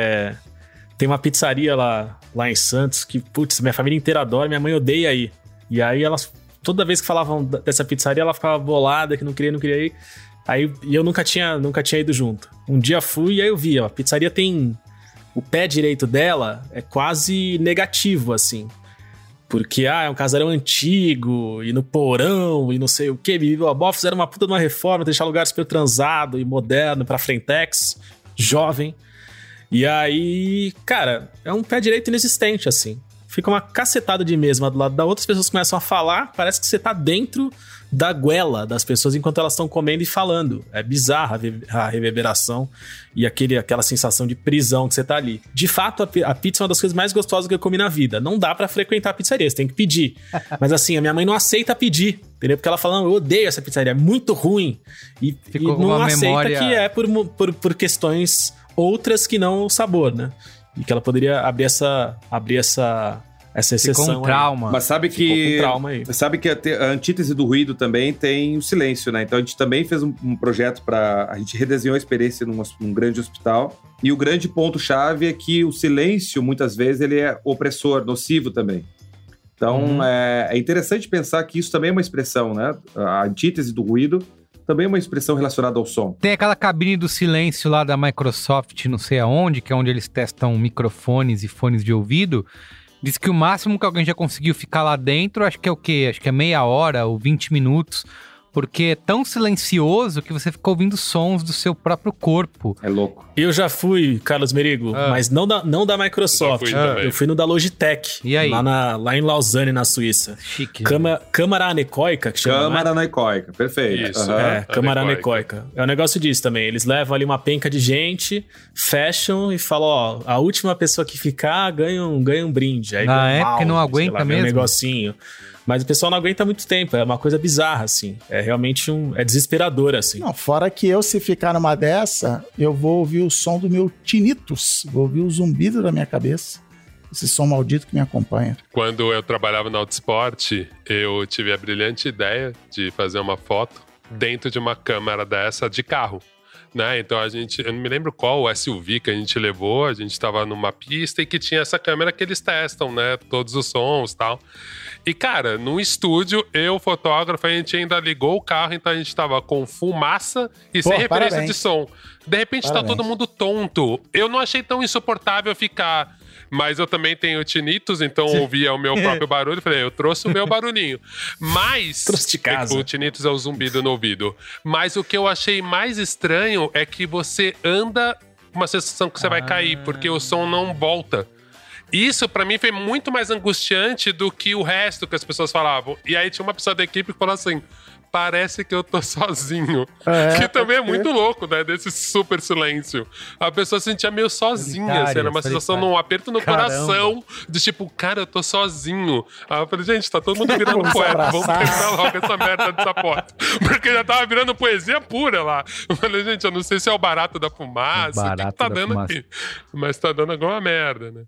tem uma pizzaria lá em Santos que, putz, minha família inteira adora, minha mãe odeia aí. E aí toda vez que falavam dessa pizzaria, ela ficava bolada, que não queria ir. E eu nunca tinha ido junto. Um dia fui e aí eu vi, a pizzaria tem... O pé direito dela é quase negativo, assim. Porque, é um casarão antigo, e no porão, e não sei o quê. Fizeram uma puta de uma reforma, deixar lugar super transado e moderno pra frentex, jovem. E aí, cara, é um pé direito inexistente, assim. Fica uma cacetada de mesma do lado da outra, as pessoas começam a falar, parece que você tá dentro da goela das pessoas enquanto elas estão comendo e falando. É bizarra a reverberação e aquela sensação de prisão que você tá ali. De fato, a pizza é uma das coisas mais gostosas que eu comi na vida. Não dá pra frequentar a pizzaria, você tem que pedir. Mas assim, a minha mãe não aceita pedir, entendeu? Porque ela fala, não, eu odeio essa pizzaria, é muito ruim. E não aceita memória... que é por questões outras que não o sabor, né? E que ela poderia abrir essa exceção. Ficou um trauma. Mas sabe que a antítese do ruído também tem o silêncio, né? Então a gente também fez um projeto a gente redesenhou a experiência num grande hospital. E o grande ponto-chave é que o silêncio, muitas vezes, ele é opressor, nocivo também. Então é interessante pensar que isso também é uma expressão, né? A antítese do ruído também é uma expressão relacionada ao som. Tem aquela cabine do silêncio lá da Microsoft, não sei aonde, que é onde eles testam microfones e fones de ouvido. Diz que o máximo que alguém já conseguiu ficar lá dentro, acho que é o quê? Acho que é meia hora ou 20 minutos. Porque é tão silencioso que você fica ouvindo sons do seu próprio corpo. É louco. Eu já fui, Carlos Merigo, mas não da Microsoft. Eu fui no da Logitech. E aí? Lá em Lausanne, na Suíça. Chique. Câmara anecoica, que chama. Câmara anecoica, perfeito. Isso, câmara anecoica. É um negócio disso também. Eles levam ali uma penca de gente, fecham e falam, a última pessoa que ficar ganha um brinde. Aí porque não aguenta mesmo? Um negocinho. Mas o pessoal não aguenta muito tempo, é uma coisa bizarra, assim. É realmente é desesperador, assim. Não, fora que eu, se ficar numa dessa, eu vou ouvir o som do meu tinnitus, vou ouvir o zumbido da minha cabeça. Esse som maldito que me acompanha. Quando eu trabalhava no Autosport, eu tive a brilhante ideia de fazer uma foto dentro de uma câmera dessa de carro. Né? Então eu não me lembro qual o SUV que a gente levou, a gente estava numa pista e que tinha essa câmera que eles testam, né? Todos os sons e tal. E, cara, no estúdio, eu, fotógrafo, a gente ainda ligou o carro, então a gente tava com fumaça e sem referência de som. De repente tá todo mundo tonto. Eu não achei tão insuportável ficar Mas eu também tenho tinnitus, então eu ouvia o meu próprio barulho. Falei, eu trouxe o meu barulhinho. Mas... Trouxe de casa. O tinnitus é o zumbido no ouvido. Mas o que eu achei mais estranho é que você anda com uma sensação que você vai cair, porque o som não volta. Isso, pra mim, foi muito mais angustiante do que o resto que as pessoas falavam. E aí tinha uma pessoa da equipe que falou assim, parece que eu tô sozinho. Que também é muito louco, né? Desse super silêncio. A pessoa se sentia meio sozinha, assim, era uma sensação num aperto no coração, de tipo, cara, eu tô sozinho. Aí eu falei, gente, tá todo mundo virando poeta, vamos terminar logo essa merda dessa porta. Porque já tava virando poesia pura lá. Eu falei, gente, eu não sei se é o barato da fumaça, o que tá dando aqui. Mas tá dando alguma merda, né?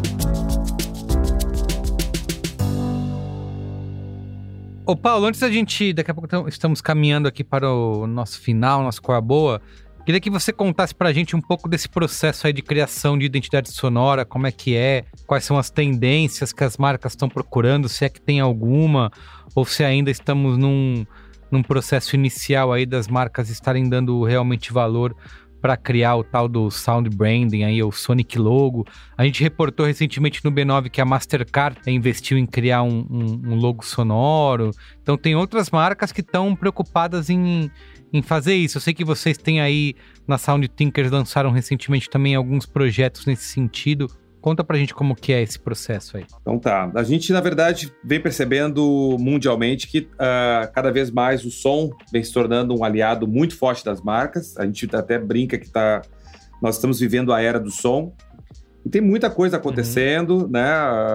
Ô Paulo, antes da gente, daqui a pouco estamos caminhando aqui para o nosso final, nosso Cor Boa, queria que você contasse pra gente um pouco desse processo aí de criação de identidade sonora, como é que é, quais são as tendências que as marcas estão procurando, se é que tem alguma, ou se ainda estamos num processo inicial aí das marcas estarem dando realmente valor para criar o tal do sound branding aí, o Sonic Logo. A gente reportou recentemente no B9 que a Mastercard investiu em criar um logo sonoro. Então tem outras marcas que estão preocupadas em fazer isso. Eu sei que vocês têm aí na Sound Thinkers, lançaram recentemente também alguns projetos nesse sentido. Conta pra gente como que é esse processo aí. Então tá, a gente na verdade vem percebendo mundialmente que cada vez mais o som vem se tornando um aliado muito forte das marcas. A gente até brinca que nós estamos vivendo a era do som e tem muita coisa acontecendo, né?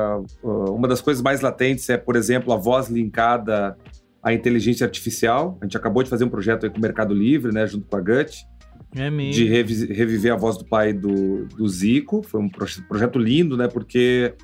Uma das coisas mais latentes é, por exemplo, a voz linkada à inteligência artificial. A gente acabou de fazer um projeto aí com o Mercado Livre, né, junto com a Gut. De reviver a voz do pai do Zico. Foi um projeto lindo, né? Porque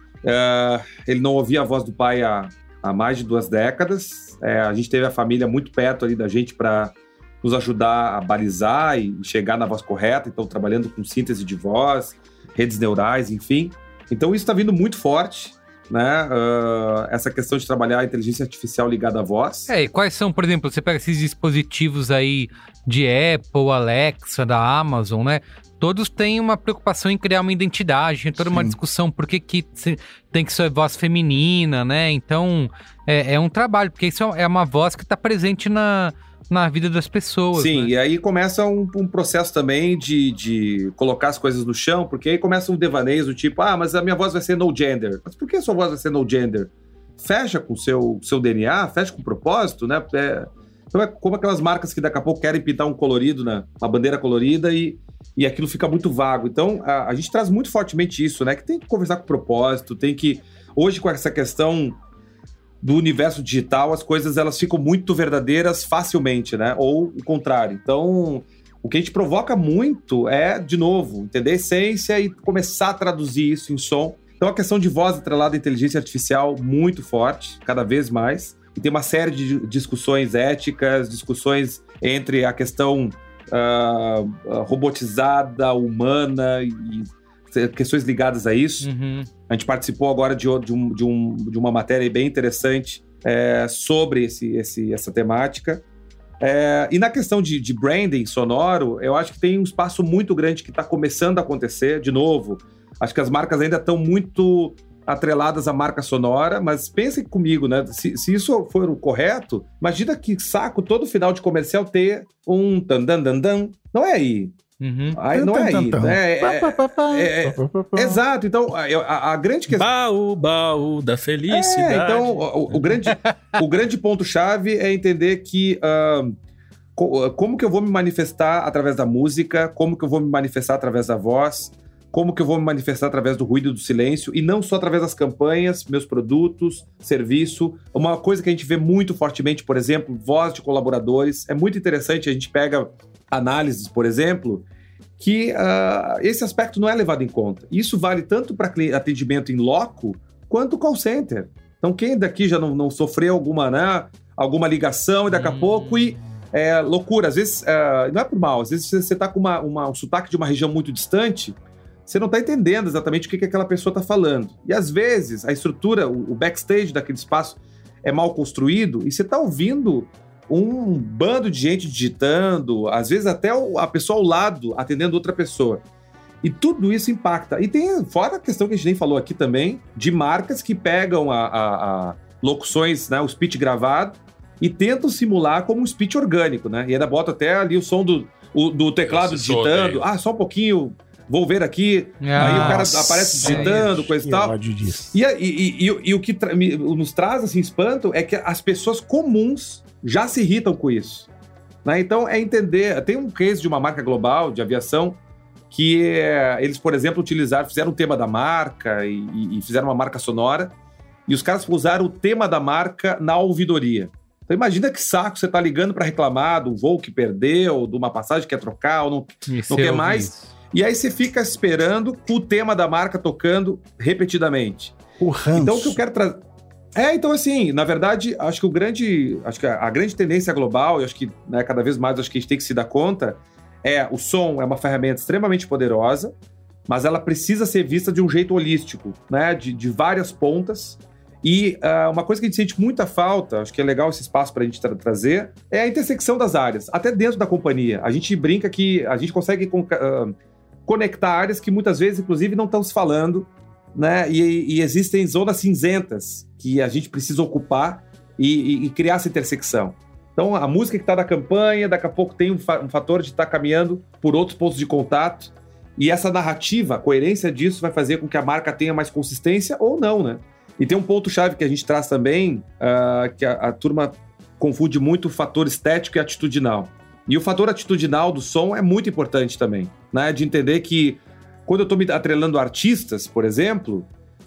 ele não ouvia a voz do pai há mais de 2 décadas. A gente teve a família muito perto ali da gente para nos ajudar a balizar e chegar na voz correta. Então, trabalhando com síntese de voz, redes neurais, enfim. Então, isso está vindo muito forte, né? Essa questão de trabalhar a inteligência artificial ligada à voz. E quais são, por exemplo, você pega esses dispositivos aí de Apple, Alexa, da Amazon, né? Todos têm uma preocupação em criar uma identidade, tem toda uma discussão por que tem que ser voz feminina, né? Então, é um trabalho, porque isso é uma voz que está presente na vida das pessoas. Sim, né? E aí começa um processo também de colocar as coisas no chão, porque aí começa um devaneio do tipo, mas a minha voz vai ser no gender. Mas por que a sua voz vai ser no gender? Fecha com o seu DNA, fecha com o propósito, né? Então é como aquelas marcas que daqui a pouco querem pintar um colorido, né? Uma bandeira colorida e aquilo fica muito vago. Então a gente traz muito fortemente isso, né? Que tem que conversar com o propósito, tem que... Hoje com essa questão do universo digital, as coisas elas ficam muito verdadeiras facilmente, né? Ou o contrário. Então, o que a gente provoca muito é, de novo, entender a essência e começar a traduzir isso em som. Então, a questão de voz atrelada à inteligência artificial muito forte, cada vez mais. E tem uma série de discussões éticas, discussões entre a questão robotizada, humana e questões ligadas a isso. A gente participou agora de uma matéria bem interessante sobre essa temática. E na questão de branding sonoro, eu acho que tem um espaço muito grande que está começando a acontecer. De novo, acho que as marcas ainda estão muito atreladas à marca sonora, mas pensem comigo, né? Se isso for o correto, imagina que saco todo final de comercial ter um dan-dan-dan-dan. Não é aí. Aí não é aí. Exato. Então, a grande questão... Baú da felicidade. Então, o grande ponto-chave é entender que... como que eu vou me manifestar através da música, como que eu vou me manifestar através da voz, como que eu vou me manifestar através do ruído e do silêncio, e não só através das campanhas, meus produtos, serviço. Uma coisa que a gente vê muito fortemente, por exemplo, voz de colaboradores. É muito interessante, a gente pega análises, por exemplo, que esse aspecto não é levado em conta. Isso vale tanto para atendimento em loco, quanto call center. Então, quem daqui já não sofreu alguma ligação e daqui a pouco... loucura, às vezes, não é por mal, às vezes você está com um sotaque de uma região muito distante, você não está entendendo exatamente o que aquela pessoa está falando. E às vezes a estrutura, o backstage daquele espaço é mal construído e você está ouvindo um bando de gente digitando, às vezes até a pessoa ao lado atendendo outra pessoa. E tudo isso impacta. E tem, fora a questão que a gente nem falou aqui também, de marcas que pegam a locuções, né, o speech gravado, e tentam simular como um speech orgânico, né? E ainda bota até ali o som do teclado digitando. Só um pouquinho, vou ver aqui. Aí o cara aparece digitando, coisa e tal. E o que nos traz, assim, espanto é que as pessoas comuns já se irritam com isso. Né? Então, é entender... Tem um case de uma marca global de aviação que eles, por exemplo, fizeram o tema da marca e fizeram uma marca sonora, e os caras usaram o tema da marca na ouvidoria. Então imagina que saco você tá ligando para reclamar do voo que perdeu, de uma passagem que quer trocar ou não quer mais. E aí você fica esperando o tema da marca tocando repetidamente. O ranço. Então o que eu quero trazer... então assim, na verdade, acho que a grande tendência global, e acho que, né, cada vez mais acho que a gente tem que se dar conta, o som é uma ferramenta extremamente poderosa, mas ela precisa ser vista de um jeito holístico, né, de várias pontas. E uma coisa que a gente sente muita falta, acho que é legal esse espaço para a gente trazer, é a intersecção das áreas, até dentro da companhia. A gente brinca que a gente consegue conectar áreas que muitas vezes, inclusive, não estão se falando, né? E existem zonas cinzentas que a gente precisa ocupar e criar essa intersecção. Então, a música que está na campanha, daqui a pouco tem um fator de estar caminhando por outros pontos de contato, e essa narrativa, a coerência disso vai fazer com que a marca tenha mais consistência ou não, né? E tem um ponto-chave que a gente traz também, que a turma confunde muito o fator estético e atitudinal. E o fator atitudinal do som é muito importante também, né? De entender que quando eu estou me atrelando a artistas, por exemplo,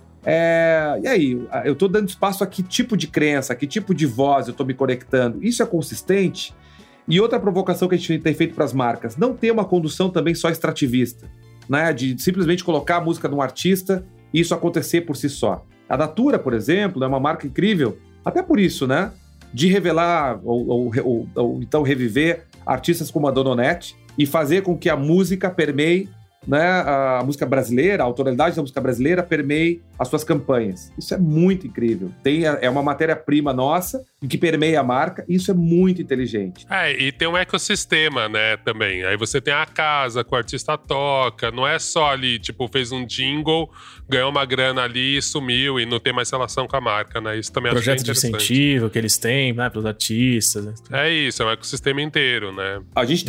e aí, eu estou dando espaço a que tipo de crença, a que tipo de voz eu estou me conectando. Isso é consistente? E outra provocação que a gente tem feito para as marcas, não ter uma condução também só extrativista, né? De simplesmente colocar a música de um artista e isso acontecer por si só. A Natura, por exemplo, é uma marca incrível, até por isso, né? De revelar ou então reviver artistas como a Dona Onete e fazer com que a música permeie, né, a música brasileira, a autoridade da música brasileira permeie as suas campanhas. Isso é muito incrível. É uma matéria-prima nossa que permeia a marca, e isso é muito inteligente. E tem um ecossistema, né, também. Aí você tem a casa que o artista toca, não é só ali, tipo, fez um jingle, ganhou uma grana ali e sumiu e não tem mais relação com a marca, né? Isso também acho que é interessante. Projetos de incentivo que eles têm, né, para os artistas. Né? É isso, é um ecossistema inteiro, né? A gente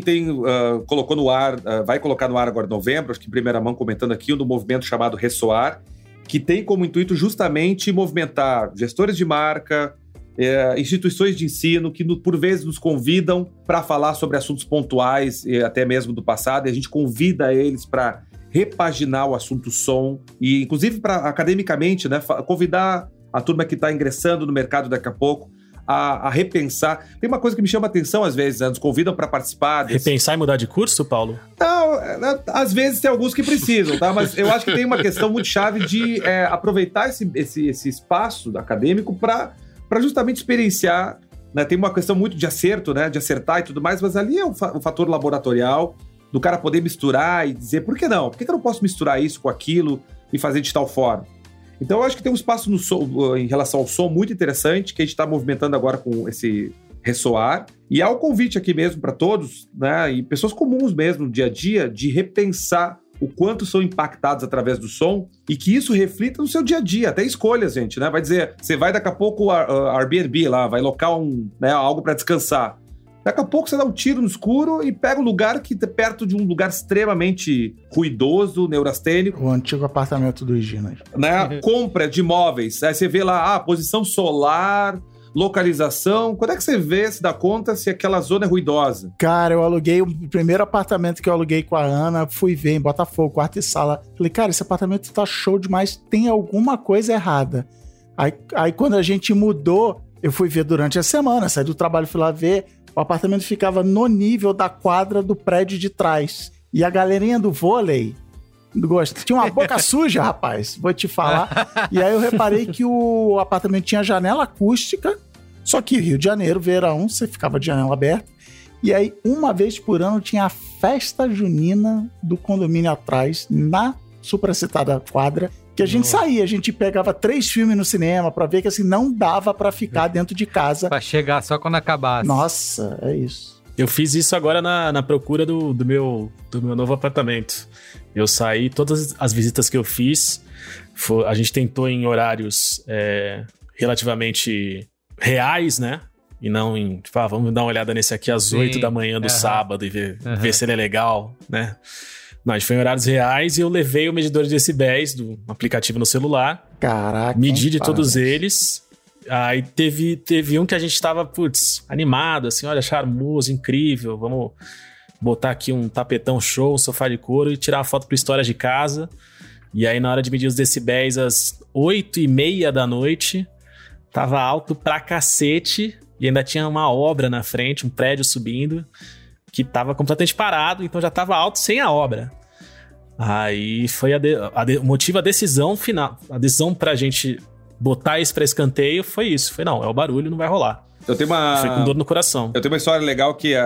colocou no ar, vai colocar no ar agora em novembro, acho que em primeira mão comentando aqui, um do movimento chamado Ressoar, que tem como intuito justamente movimentar gestores de marca, instituições de ensino que por vezes nos convidam para falar sobre assuntos pontuais, até mesmo do passado, e a gente convida eles para repaginar o assunto som, e inclusive para academicamente, né, convidar a turma que está ingressando no mercado daqui a pouco a repensar. Tem uma coisa que me chama a atenção às vezes, né? Nos convidam para participar Repensar e mudar de curso, Paulo? Não, às vezes tem alguns que precisam, tá? Mas eu acho que tem uma questão muito chave de aproveitar esse espaço acadêmico para justamente experienciar, né? Tem uma questão muito de acerto, né? De acertar e tudo mais, mas ali é o fator laboratorial, do cara poder misturar e dizer, por que não? Por que eu não posso misturar isso com aquilo e fazer de tal forma? Então, eu acho que tem um espaço no som, em relação ao som muito interessante, que a gente está movimentando agora com esse Ressoar. E há um convite aqui mesmo para todos, né, e pessoas comuns mesmo, no dia a dia, de repensar o quanto são impactados através do som e que isso reflita no seu dia a dia, até escolhas, gente, né? Vai dizer, você vai daqui a pouco ao Airbnb lá, vai alocar algo para descansar. Daqui a pouco você dá um tiro no escuro e pega um lugar que tá perto de um lugar extremamente ruidoso, neurastênico. O antigo apartamento do Higino. Né? Compra de imóveis. Aí você vê lá, posição solar, localização. Quando é que você vê, se dá conta se aquela zona é ruidosa? Cara, eu aluguei o primeiro apartamento que eu aluguei com a Ana, fui ver em Botafogo, quarto e sala. Falei, cara, esse apartamento tá show demais, tem alguma coisa errada. Aí quando a gente mudou, eu fui ver durante a semana, saí do trabalho, fui lá ver. O apartamento ficava no nível da quadra do prédio de trás. E a galerinha do vôlei tinha uma boca suja, rapaz, vou te falar. E aí eu reparei que o apartamento tinha janela acústica, só que Rio de Janeiro, verão, você ficava de janela aberta. E aí, uma vez por ano, tinha a festa junina do condomínio atrás, na supracitada quadra, que a gente saía, a gente pegava 3 filmes no cinema pra ver que assim, não dava pra ficar dentro de casa. Pra chegar só quando acabasse. Nossa, é isso. Eu fiz isso agora na procura do meu novo apartamento. Eu saí, todas as visitas que eu fiz, a gente tentou em horários relativamente reais, né? E não em, tipo, vamos dar uma olhada nesse aqui às 8 da manhã do sábado e ver se ele é legal, né? Não, a gente foi em horários reais e eu levei o medidor de decibéis do aplicativo no celular. Caraca. Medi de todos eles. Aí teve um que a gente tava, animado, assim, olha, charmoso, incrível, vamos botar aqui um tapetão show, um sofá de couro e tirar uma foto pro História de Casa. E aí, na hora de medir os decibéis, às 8h30 da noite, tava alto pra cacete e ainda tinha uma obra na frente, um prédio subindo, que tava completamente parado, então já tava alto sem a obra. Aí foi o motivo, a decisão final, a decisão pra gente botar isso pra escanteio foi isso. Foi, não, é o barulho, não vai rolar. Eu tenho Foi com dor no coração. Eu tenho uma história legal que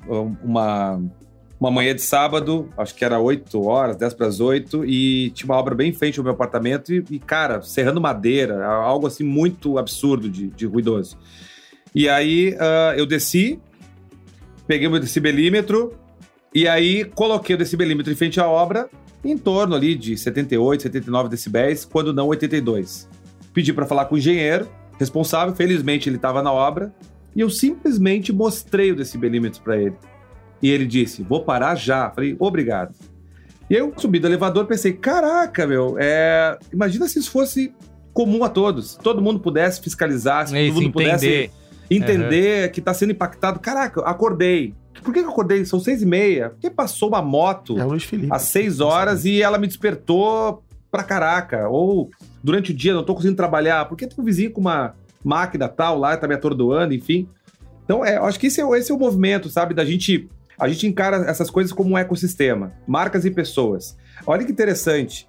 uma manhã de sábado, acho que era 8 horas, 10 para as 8, e tinha uma obra bem em frente ao meu apartamento e cara, serrando madeira, algo assim muito absurdo de ruidoso. E aí eu desci, peguei o meu decibelímetro e aí coloquei o decibelímetro em frente à obra em torno ali de 78, 79 decibéis, quando não 82. Pedi para falar com o engenheiro responsável, felizmente ele estava na obra, e eu simplesmente mostrei o decibelímetro para ele. E ele disse, vou parar já. Falei, obrigado. E aí eu subi do elevador, pensei, caraca, meu, imagina se isso fosse comum a todos. Todo mundo pudesse fiscalizar, se todo mundo pudesse entender que está sendo impactado. Caraca, acordei. Por que eu acordei? São 6h30. Porque passou uma moto às 6 horas e ela me despertou pra caraca. Ou durante o dia não tô conseguindo trabalhar. Por que tem um vizinho com uma máquina tal lá, tá me atordoando, enfim. Então, eu acho que esse é o movimento, sabe? A gente encara essas coisas como um ecossistema. Marcas e pessoas. Olha que interessante.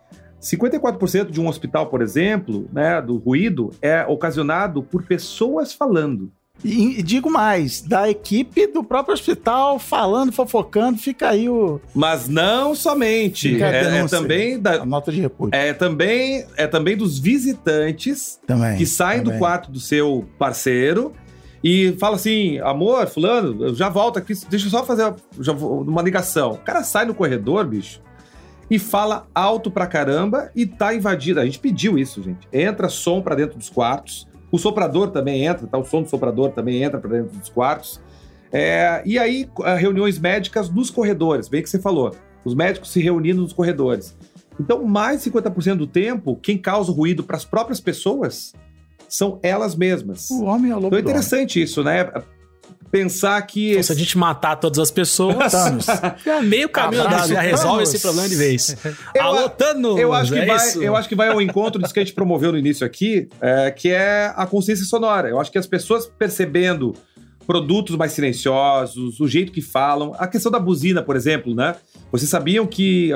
54% de um hospital, por exemplo, né, do ruído é ocasionado por pessoas falando. E digo mais, da equipe do próprio hospital falando, fofocando, fica aí o... Mas não somente. É também a nota de repúdio. É também dos visitantes que saem do quarto do seu parceiro e fala assim, amor, fulano, eu já volto aqui, deixa eu só fazer uma ligação. O cara sai no corredor, bicho, e fala alto pra caramba e tá invadido. A gente pediu isso, gente. Entra som pra dentro dos quartos. O soprador também entra, tá? O som do soprador também entra pra dentro dos quartos. E aí, reuniões médicas nos corredores, bem que você falou. Os médicos se reunindo nos corredores. Então, mais de 50% do tempo, quem causa ruído pras próprias pessoas são elas mesmas. O homem é o lobo. Então é interessante isso, né? Pensar que... Então, se a gente matar todas as pessoas, é meio caminho andado, já resolve esse problema de vez. Alô, Thanos! Eu acho que vai ao encontro disso que a gente promoveu no início aqui, que é a consciência sonora. Eu acho que as pessoas percebendo produtos mais silenciosos, o jeito que falam, a questão da buzina, por exemplo, né? Vocês sabiam que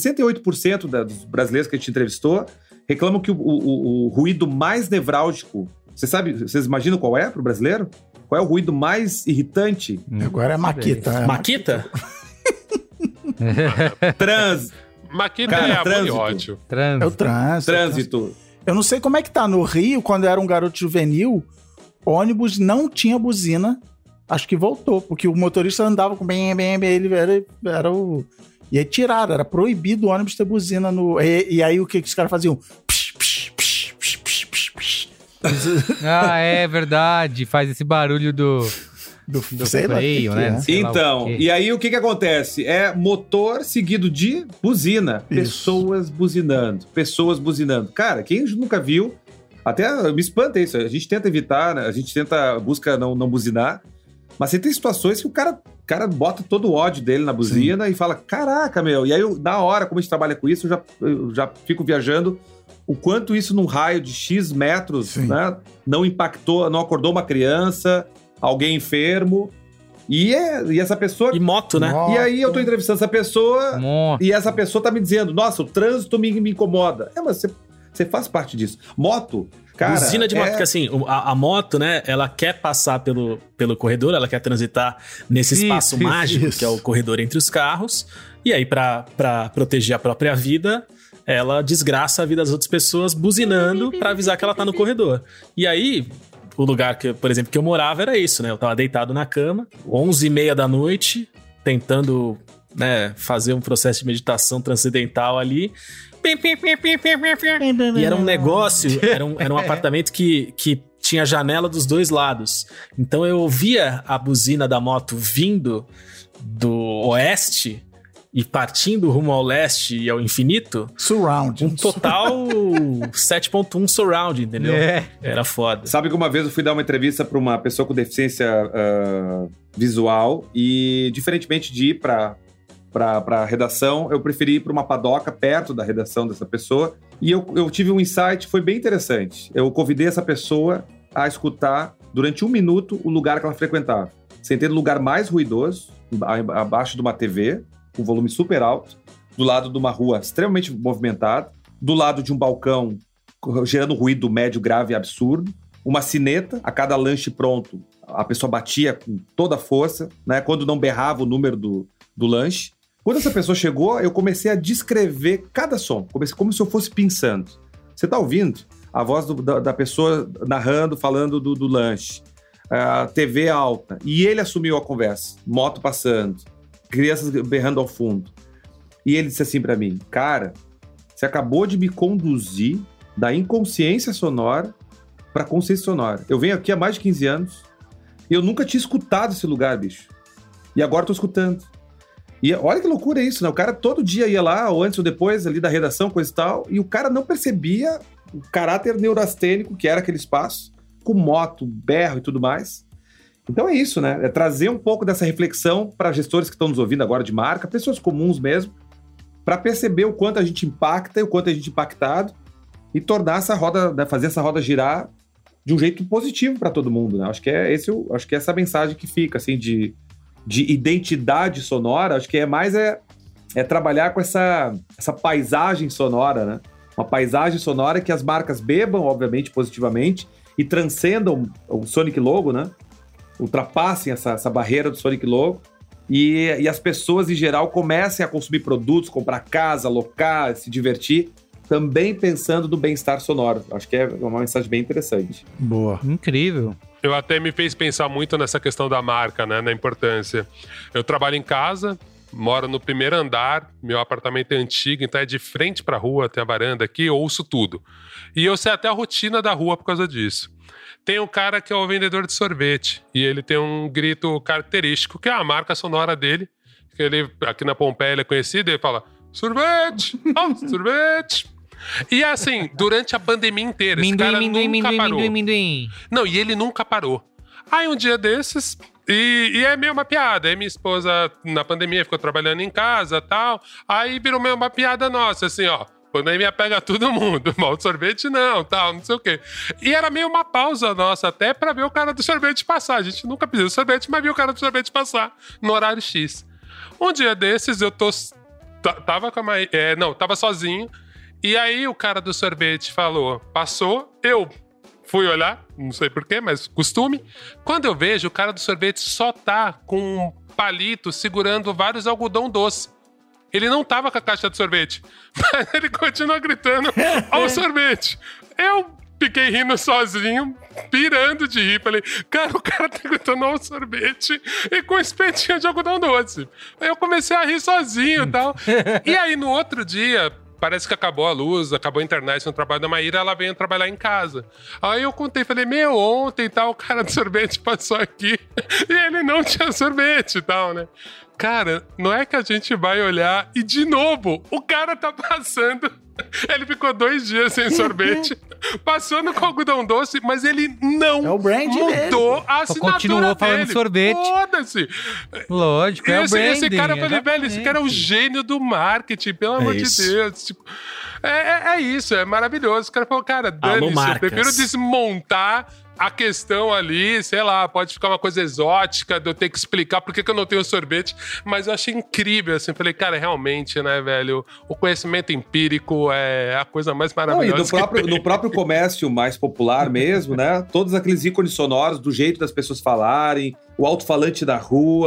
68% dos brasileiros que a gente entrevistou reclamam que o ruído mais nevrálgico, vocês imaginam qual é para o brasileiro? Qual é o ruído mais irritante? Agora é Maquita. Maquita? Maquita é amoniótio. É o Trânsito. Eu não sei como é que tá no Rio, quando eu era um garoto juvenil, ônibus não tinha buzina. Acho que voltou, porque o motorista andava com bem, ele era o... E aí tiraram, era proibido o ônibus ter buzina no... E aí o que os caras faziam? É verdade, faz esse barulho do freio, né? Então, e aí o que acontece? É motor seguido de buzina. Pessoas buzinando. Cara, quem nunca viu, até me espanta isso, a gente tenta evitar, né? A gente busca não buzinar, mas você tem situações que o cara bota todo o ódio dele na buzina e fala, caraca, meu, e aí na hora, como a gente trabalha com isso, eu já fico viajando o quanto isso num raio de X metros, né, não impactou, não acordou uma criança, alguém enfermo, e essa pessoa... E moto, né? E aí eu tô entrevistando essa pessoa, e essa pessoa tá me dizendo, nossa, o trânsito me incomoda. Mas você faz parte disso. Moto, cara... Buzina de moto, porque assim, a moto, né, ela quer passar pelo corredor, ela quer transitar nesse espaço mágico, que é o corredor entre os carros, e aí pra proteger a própria vida... ela desgraça a vida das outras pessoas buzinando pra avisar que ela tá no corredor. E aí, o lugar, por exemplo, que eu morava era isso, né? Eu tava deitado na cama, 11h30 da noite, tentando, né, fazer um processo de meditação transcendental ali. E era um negócio, era um apartamento que tinha janela dos dois lados. Então eu ouvia a buzina da moto vindo do oeste e partindo rumo ao leste e ao infinito. Surround. Um total 7.1 surround, entendeu? Era foda. Sabe que uma vez eu fui dar uma entrevista para uma pessoa com deficiência visual e, diferentemente de ir para a redação, eu preferi ir para uma padoca perto da redação dessa pessoa e eu tive um insight, foi bem interessante. Eu convidei essa pessoa a escutar durante 1 minuto o lugar que ela frequentava. Sentei no lugar mais ruidoso, abaixo de uma TV, com volume super alto, do lado de uma rua extremamente movimentada, do lado de um balcão gerando ruído médio, grave e absurdo, uma sineta, a cada lanche pronto, a pessoa batia com toda a força, né, quando não berrava o número do lanche. Quando essa pessoa chegou, eu comecei a descrever cada som, como se eu fosse pensando. Você tá ouvindo? A voz da pessoa narrando, falando do lanche, a TV alta, e ele assumiu a conversa, moto passando, crianças berrando ao fundo. E ele disse assim pra mim: cara, você acabou de me conduzir da inconsciência sonora pra consciência sonora. Eu venho aqui há mais de 15 anos e eu nunca tinha escutado esse lugar, bicho. E agora tô escutando. E olha que loucura isso, né? O cara todo dia ia lá, ou antes ou depois, ali da redação, coisa e tal, e o cara não percebia o caráter neurastênico que era aquele espaço, com moto, berro e tudo mais. Então é isso, né? É trazer um pouco dessa reflexão para gestores que estão nos ouvindo agora de marca, pessoas comuns mesmo, para perceber o quanto a gente impacta e o quanto a gente é impactado e tornar essa roda, né, fazer essa roda girar de um jeito positivo para todo mundo, né? Acho que é essa mensagem que fica, assim, de identidade sonora. Acho que é mais trabalhar com essa paisagem sonora, né? Uma paisagem sonora que as marcas bebam, obviamente, positivamente e transcendam o Sonic Logo, né? Ultrapassem essa barreira do Sonic Logo e as pessoas, em geral, comecem a consumir produtos, comprar casa, alocar, se divertir, também pensando no bem-estar sonoro. Acho que é uma mensagem bem interessante. Boa. Incrível. Eu até me fez pensar muito nessa questão da marca, né? Na importância. Eu trabalho em casa, moro no primeiro andar, meu apartamento é antigo, então é de frente pra rua, tem a varanda aqui, eu ouço tudo. E eu sei até a rotina da rua por causa disso. Tem um cara que é o vendedor de sorvete, e ele tem um grito característico, que é a marca sonora dele, que ele, aqui na Pompeia, ele é conhecido, ele fala: sorvete, sorvete. E assim, durante a pandemia inteira, esse cara nunca parou. Não, e ele nunca parou. Aí um dia desses, e é meio uma piada, aí minha esposa na pandemia ficou trabalhando em casa e tal, aí virou meio uma piada nossa, assim, ó: pandemia pega todo mundo, mal de sorvete não, tal, não sei o quê. E era meio uma pausa nossa até pra ver o cara do sorvete passar. A gente nunca pediu sorvete, mas viu o cara do sorvete passar no horário X. Um dia desses eu tava sozinho, e aí o cara do sorvete falou, passou, eu fui olhar, não sei porquê, mas costume. Quando eu vejo, o cara do sorvete só tá com um palito segurando vários algodão doce. Ele não tava com a caixa de sorvete, mas ele continua gritando ao sorvete. Eu fiquei rindo sozinho, pirando de rir. Falei, cara, o cara tá gritando ao sorvete e com espetinho de algodão doce. Aí eu comecei a rir sozinho e tal. E aí, no outro dia, parece que acabou a luz, acabou a internet no trabalho da Maíra, ela veio trabalhar em casa. Aí eu contei, falei, ontem e tal, o cara do sorvete passou aqui e ele não tinha sorvete e tal, né? Cara, não é que a gente vai olhar e, de novo, o cara tá passando. Ele ficou 2 dias sem sorvete, passando com algodão doce, mas ele não mudou a assinatura continuou dele. Falando sorvete. Foda-se. Lógico, é o branding. Esse cara, eu falei, velho, esse cara é o gênio do marketing, pelo amor de Deus. Tipo, é isso, é maravilhoso. O cara falou, cara, dane-se, eu prefiro desmontar a questão ali, sei lá, pode ficar uma coisa exótica de eu ter que explicar por que eu não tenho sorvete, mas eu achei incrível, assim, falei, cara, realmente, né, velho, o conhecimento empírico é a coisa mais maravilhosa. No próprio comércio mais popular mesmo, né, todos aqueles ícones sonoros, do jeito das pessoas falarem, o alto-falante da rua,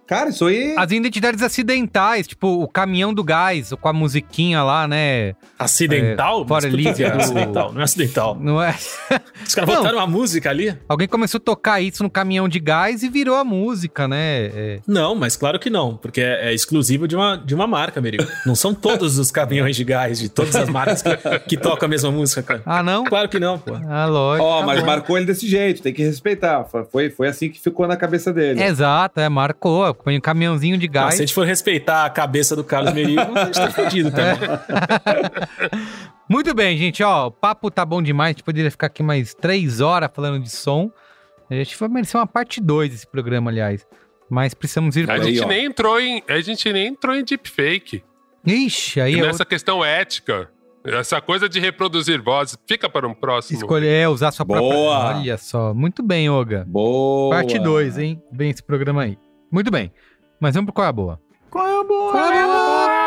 Cara, isso aí... As identidades acidentais, tipo o caminhão do gás, com a musiquinha lá, né? Acidental? Fora Mas por que livre é do- acidental, não é acidental. Não é? Os caras Não. botaram uma música ali? Alguém começou a tocar isso no caminhão de gás e virou a música, né? Não, mas claro que não, porque é exclusivo de uma marca, Merigo. Não são todos os caminhões de gás de todas as marcas que tocam a mesma música, cara. Ah, não? Claro que não, pô. Ah, lógico. Ó, Tá mas bom. marcou ele desse jeito, tem que respeitar. Foi assim que ficou na cabeça dele. Exato, marcou. Põe um caminhãozinho de Ah, gás. se a gente for respeitar a cabeça do Carlos Merigo, a gente tá fudido também. Muito bem, gente, ó, o papo tá bom demais, a gente poderia ficar aqui mais 3 horas falando de som. A gente vai merecer uma parte 2 desse programa, aliás. Mas precisamos ir A pro... Aí, gente ó. nem entrou em deepfake. Ixi, aí E eu nessa questão ética, essa coisa de reproduzir vozes, fica para um próximo. escolher usar sua própria... Boa! Olha só, muito bem, Olga. Boa! Parte 2, hein? Vem esse programa aí. Muito bem, mas vamos pro Qual é a Boa? Qual é a boa? Qual é a boa?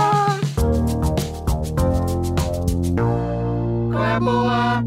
Qual é a boa?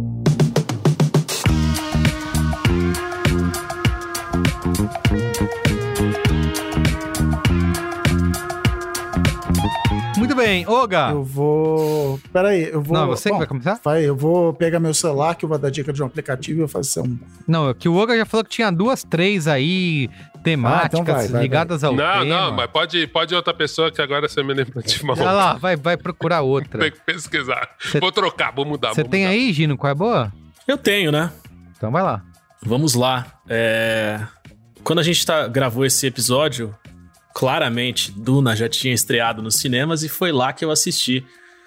Muito bem, Olga. Eu vou... Peraí, eu vou... Não, você que Bom, vai começar? Vai, eu vou pegar meu celular, que eu vou dar dica de um aplicativo e eu faço um... Não, é que o Olga já falou que tinha 2, 3 aí temáticas então vai, ligadas ao tema. Não, mas pode outra pessoa que agora você me lembra de uma Olha lá, vai procurar outra. Tem que pesquisar. Cê- Vou trocar, vou mudar. Você vou tem mudar. aí, Gino, Qual é a Boa? Eu tenho, né? Então vai lá. Vamos lá. Quando a gente gravou esse episódio, claramente, Duna já tinha estreado nos cinemas e foi lá que eu assisti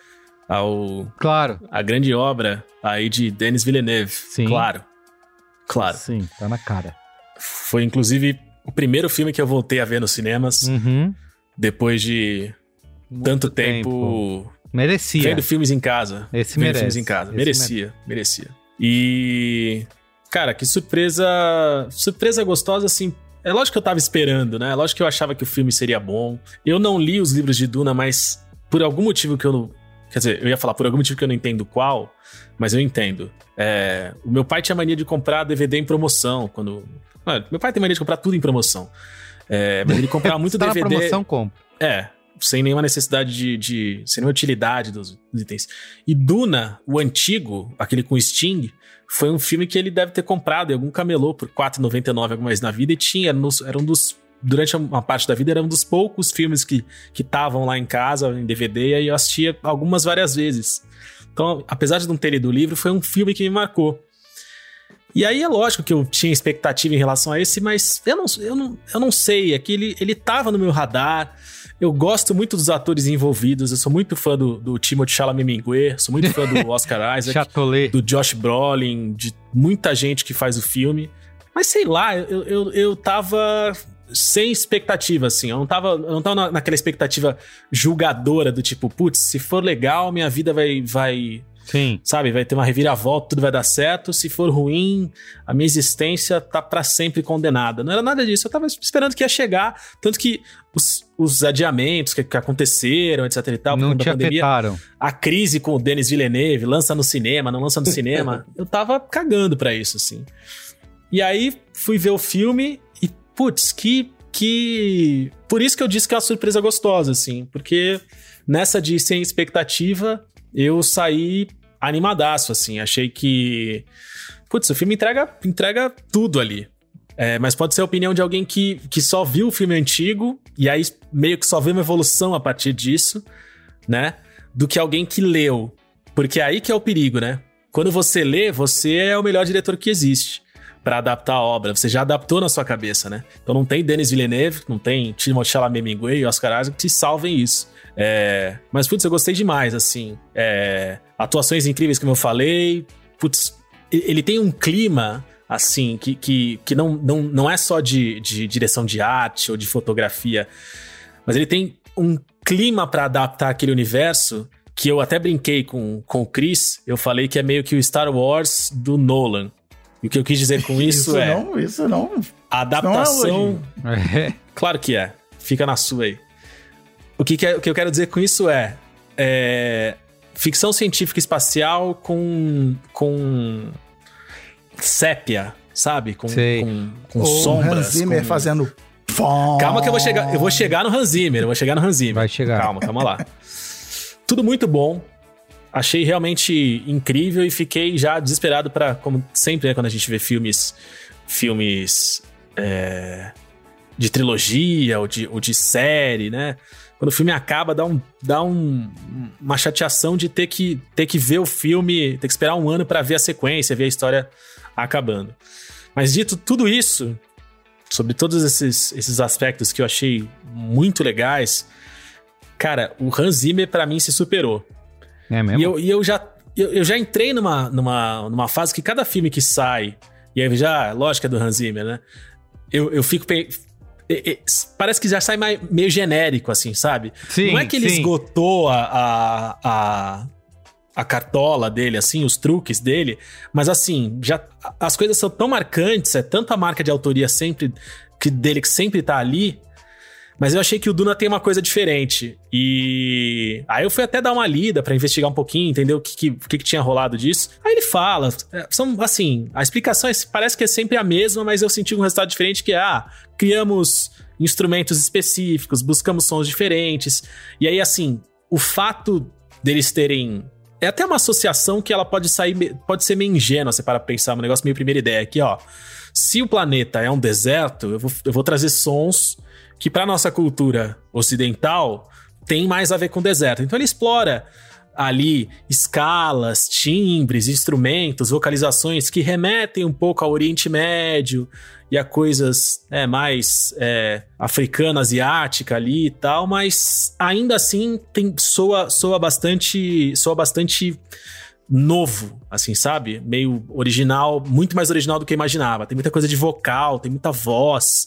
Claro. a grande obra aí de Denis Villeneuve. Sim. Claro. Sim, tá na cara. Foi, inclusive, o primeiro filme que eu voltei a ver nos cinemas, Uhum. depois de Muito tanto tempo Merecia. vendo filmes em casa. Esse Vendo merece. filmes em casa. Esse Merecia. E... Cara, que surpresa gostosa, assim. É lógico que eu tava esperando, né? É lógico que eu achava que o filme seria bom. Eu não li os livros de Duna, mas por algum motivo que eu não... Quer dizer, eu ia falar por algum motivo que eu não entendo qual, mas eu entendo. O meu pai tinha mania de comprar DVD em promoção, meu pai tem mania de comprar tudo em promoção. Mas ele comprava muito Se tá DVD... na promoção, compra. Sem nenhuma necessidade sem nenhuma utilidade dos itens. E Duna, o antigo, aquele com Sting, foi um filme que ele deve ter comprado em algum camelô por R$4,99 alguma vez na vida e era um dos... Durante uma parte da vida, era um dos poucos filmes que estavam lá em casa, em DVD, e aí eu assistia várias vezes. Então, apesar de não ter lido o livro, foi um filme que me marcou. E aí é lógico que eu tinha expectativa em relação a esse, mas eu não sei, é que ele tava no meu radar. Eu gosto muito dos atores envolvidos, eu sou muito fã do Timothée Chalamet-Minguet, sou muito fã do Oscar Isaac, Chatolet. do Josh Brolin, de muita gente que faz o filme. Mas sei lá, eu tava sem expectativa, assim. Eu não tava naquela expectativa julgadora do tipo, putz, se for legal, minha vida vai Sim. sabe, vai ter uma reviravolta, tudo vai dar certo. Se for ruim, a minha existência tá pra sempre condenada. Não era nada disso, eu tava esperando que ia chegar. Tanto que os adiamentos que aconteceram, etc e tal, por Não conta te da pandemia, afetaram. a crise com o Denis Villeneuve, lança no cinema, não lança no cinema, eu tava cagando pra isso, assim. E aí, fui ver o filme e, putz, por isso que eu disse que é uma surpresa gostosa, assim, porque nessa de sem expectativa, eu saí animadaço, assim, achei que, putz, o filme entrega tudo ali. Mas pode ser a opinião de alguém que só viu o filme antigo e aí meio que só vê uma evolução a partir disso, né? Do que alguém que leu. Porque aí que é o perigo, né? Quando você lê, você é o melhor diretor que existe pra adaptar a obra. Você já adaptou na sua cabeça, né? Então não tem Denis Villeneuve, não tem Timothée Chalamet-Minguet e Oscar Isaac que te salvem isso. Mas, putz, eu gostei demais, assim. Atuações incríveis, como eu falei. Putz, ele tem um clima... assim, que não é só de direção de arte ou de fotografia, mas ele tem um clima pra adaptar aquele universo que eu até brinquei com o Chris, eu falei que é meio que o Star Wars do Nolan. E o que eu quis dizer com isso Isso não. a adaptação... É. Claro que é, fica na sua aí. O que eu quero dizer com isso é ficção científica espacial com sépia, sabe? Com O sombras. Hans Zimmer fazendo... Calma que eu vou chegar no Hans Zimmer, Vai chegar. Calma lá. Tudo muito bom. Achei realmente incrível e fiquei já desesperado pra, como sempre, né, quando a gente vê filmes de trilogia ou de série, né? Quando o filme acaba, dá uma chateação de ter que ver o filme, ter que esperar um ano pra ver a sequência, ver a história acabando. Mas dito tudo isso, sobre todos esses aspectos que eu achei muito legais, cara, o Hans Zimmer pra mim se superou. É mesmo? E eu já entrei numa fase que cada filme que sai, e aí já, lógico, é do Hans Zimmer, né? Eu fico... Parece que já sai meio genérico, assim, sabe? Sim, não é que ele esgotou a cartola dele, assim, os truques dele, mas assim, as coisas são tão marcantes, é tanta marca de autoria dele que sempre tá ali, mas eu achei que o Duna tem uma coisa diferente. E aí eu fui até dar uma lida pra investigar um pouquinho, entender o que tinha rolado disso. Aí ele fala, assim, a explicação parece que é sempre a mesma, mas eu senti um resultado diferente, que criamos instrumentos específicos, buscamos sons diferentes. E aí, assim, o fato deles terem... É até uma associação que ela pode ser meio ingênua, você para pensar, um negócio meio primeira ideia aqui, ó. Se o planeta é um deserto, eu vou trazer sons que para nossa cultura ocidental tem mais a ver com o deserto. Então ele explora ali escalas, timbres, instrumentos, vocalizações que remetem um pouco ao Oriente Médio e a coisas mais africana, asiática ali e tal, mas ainda assim soa bastante novo, assim, sabe? Meio original, muito mais original do que eu imaginava. Tem muita coisa de vocal, tem muita voz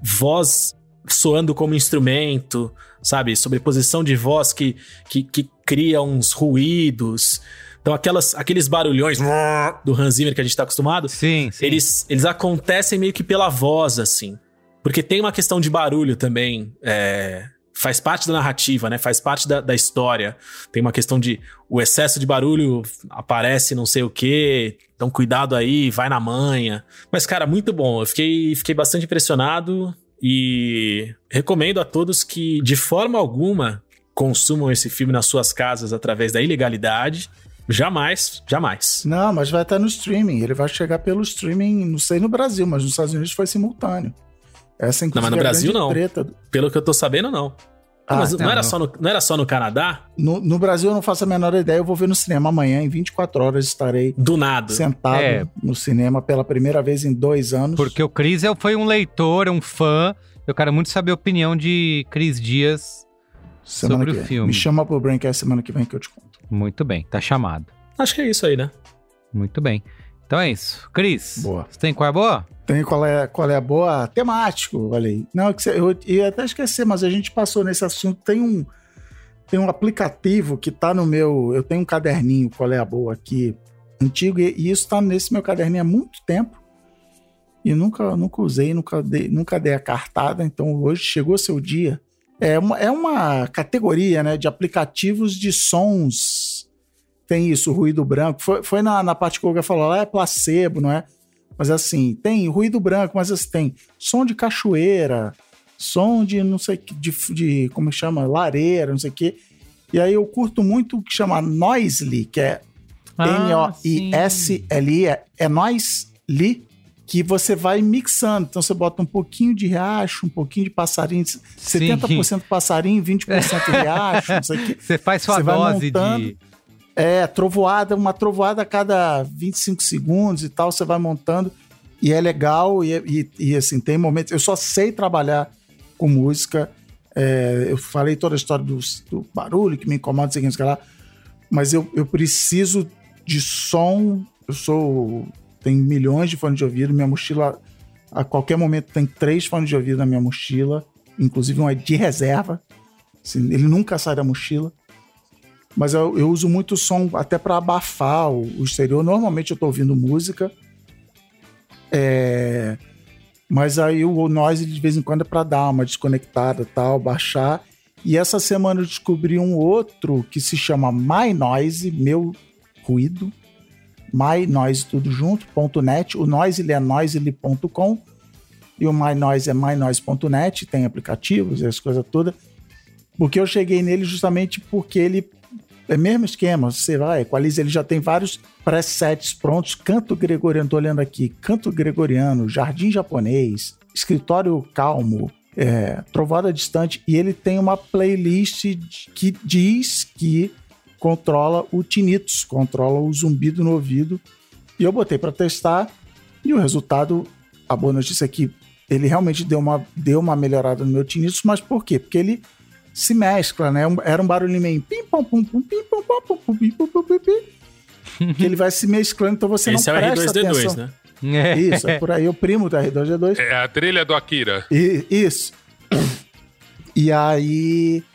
soando como instrumento, sabe? Sobreposição de voz que cria uns ruídos. Então aqueles barulhões do Hans Zimmer que a gente tá acostumado, sim. Eles acontecem meio que pela voz, assim. Porque tem uma questão de barulho também, faz parte da narrativa, né? Faz parte da história. Tem uma questão de o excesso de barulho aparece não sei o quê, então cuidado aí, vai na manha. Mas, cara, muito bom. Eu fiquei bastante impressionado e recomendo a todos que, de forma alguma, consumam esse filme nas suas casas através da ilegalidade. Jamais. Não, mas vai estar no streaming. Ele vai chegar pelo streaming, não sei no Brasil, mas nos Estados Unidos foi simultâneo. Essa, inclusive, não, mas no Brasil não. Treta. Pelo que eu tô sabendo, não. Mas não era só no Canadá? No Brasil eu não faço a menor ideia. Eu vou ver no cinema amanhã. Em 24 horas estarei do nada sentado no cinema pela primeira vez em 2 anos. Porque o Cris foi um leitor, um fã. Eu quero muito saber a opinião de Cris Dias sobre o filme. Me chama pro Braincast semana que vem que eu te conto. Muito bem, tá chamado. Acho que é isso aí, né? Muito bem. Então é isso. Cris, boa. Você tem qual é a boa? Tem qual é a boa? Temático, olha aí. Não, eu ia até esquecer, mas a gente passou nesse assunto. Tem um aplicativo que tá no meu... Eu tenho um caderninho, qual é a boa aqui, antigo, e isso tá nesse meu caderninho há muito tempo. E nunca usei, nunca dei a cartada, então hoje chegou seu dia. É uma categoria, né, de aplicativos de sons. Tem isso, ruído branco. Foi na parte que o Olga falou, lá é placebo, não é? Mas assim, tem ruído branco, mas assim, tem som de cachoeira, som de não sei que, de como chama, lareira, não sei o quê. E aí eu curto muito o que chama Noisely, que é Noisly, é Noisely, que você vai mixando. Então você bota um pouquinho de riacho, um pouquinho de passarinho, 70% passarinho, 20% riacho, não sei o quê. Você faz sua dose de... uma trovoada a cada 25 segundos e tal, você vai montando, e é legal, e assim, tem momentos... Eu só sei trabalhar com música, eu falei toda a história do barulho, que me incomoda, sei lá, mas eu preciso de som, tenho milhões de fones de ouvido, minha mochila, a qualquer momento tem 3 fones de ouvido na minha mochila, inclusive um é de reserva, assim, ele nunca sai da mochila. Mas eu uso muito som até para abafar o exterior. Normalmente eu tô ouvindo música. Mas aí o noise de vez em quando é para dar uma desconectada, tal, baixar. E essa semana eu descobri um outro que se chama My Noise, meu ruído. My Noise, tudo junto, .net. O Noisely é noisely.com. E o MyNoise é mynoise.net, tem aplicativos e as coisas todas. Porque eu cheguei nele justamente porque ele é o mesmo esquema, você vai, Equalize, ele já tem vários presets prontos, canto gregoriano, tô olhando aqui, canto gregoriano, jardim japonês, escritório calmo, trovoada distante, e ele tem uma playlist que diz que controla o tinnitus, controla o zumbido no ouvido, e eu botei para testar, e o resultado, a boa notícia é que ele realmente deu uma melhorada no meu tinnitus, mas por quê? Porque ele se mescla, né? Era um barulho meio pim, pom, pum, pum, pim, pom, pom, pum, pum, pim, pom, pum, pim, pim, que ele vai se mesclando, então você esse não presta atenção. Esse é o R2D2, né? Isso, é por aí, o primo do R2D2. É a trilha do Akira. Isso. E aí,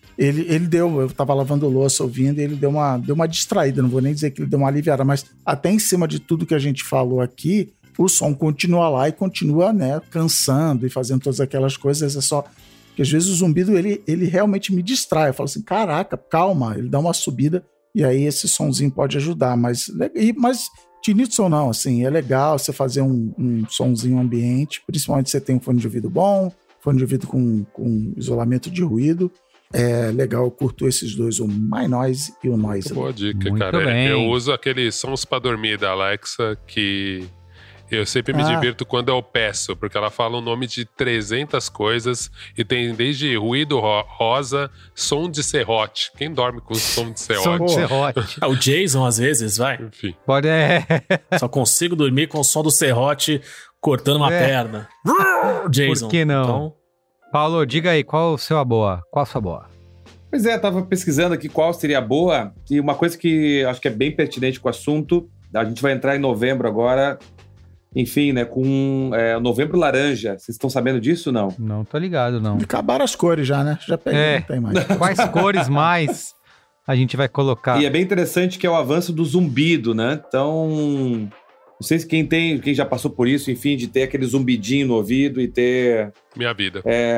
eu tava lavando louça ouvindo, e ele deu uma distraída, não vou nem dizer que ele deu uma aliviada, mas até em cima de tudo que a gente falou aqui, o som continua lá e continua, né, cansando e fazendo todas aquelas coisas, é só que às vezes o zumbido, ele realmente me distrai, eu falo assim, caraca, calma, ele dá uma subida, e aí esse sonzinho pode ajudar, mas tinnitus ou não, assim, é legal você fazer um sonzinho ambiente, principalmente se você tem um fone de ouvido bom, fone de ouvido com isolamento de ruído. É legal, eu curto esses dois, o MyNoise e o Noise. Boa dica, Muito cara. bem. Eu uso aqueles sons pra dormir da Alexa que eu sempre me divirto quando eu peço, porque ela fala o nome de 300 coisas e tem desde ruído rosa, som de serrote. Quem dorme com som de serrote? Som de serrote. O Jason, às vezes, vai. Enfim. Pode... Só consigo dormir com o som do serrote cortando uma perna. Jason. Por que não? Então... Paulo, diga aí, qual a sua boa? Pois é, tava pesquisando aqui qual seria a boa, e uma coisa que acho que é bem pertinente com o assunto, a gente vai entrar em novembro agora, enfim, né, com novembro laranja. Vocês estão sabendo disso ou não? Não tô ligado, não. Acabaram as cores já, né? Já peguei, não tem mais. Quais cores mais a gente vai colocar? E é bem interessante que é o avanço do zumbido, né? Então, não sei se quem já passou por isso, enfim, de ter aquele zumbidinho no ouvido e ter... Minha vida.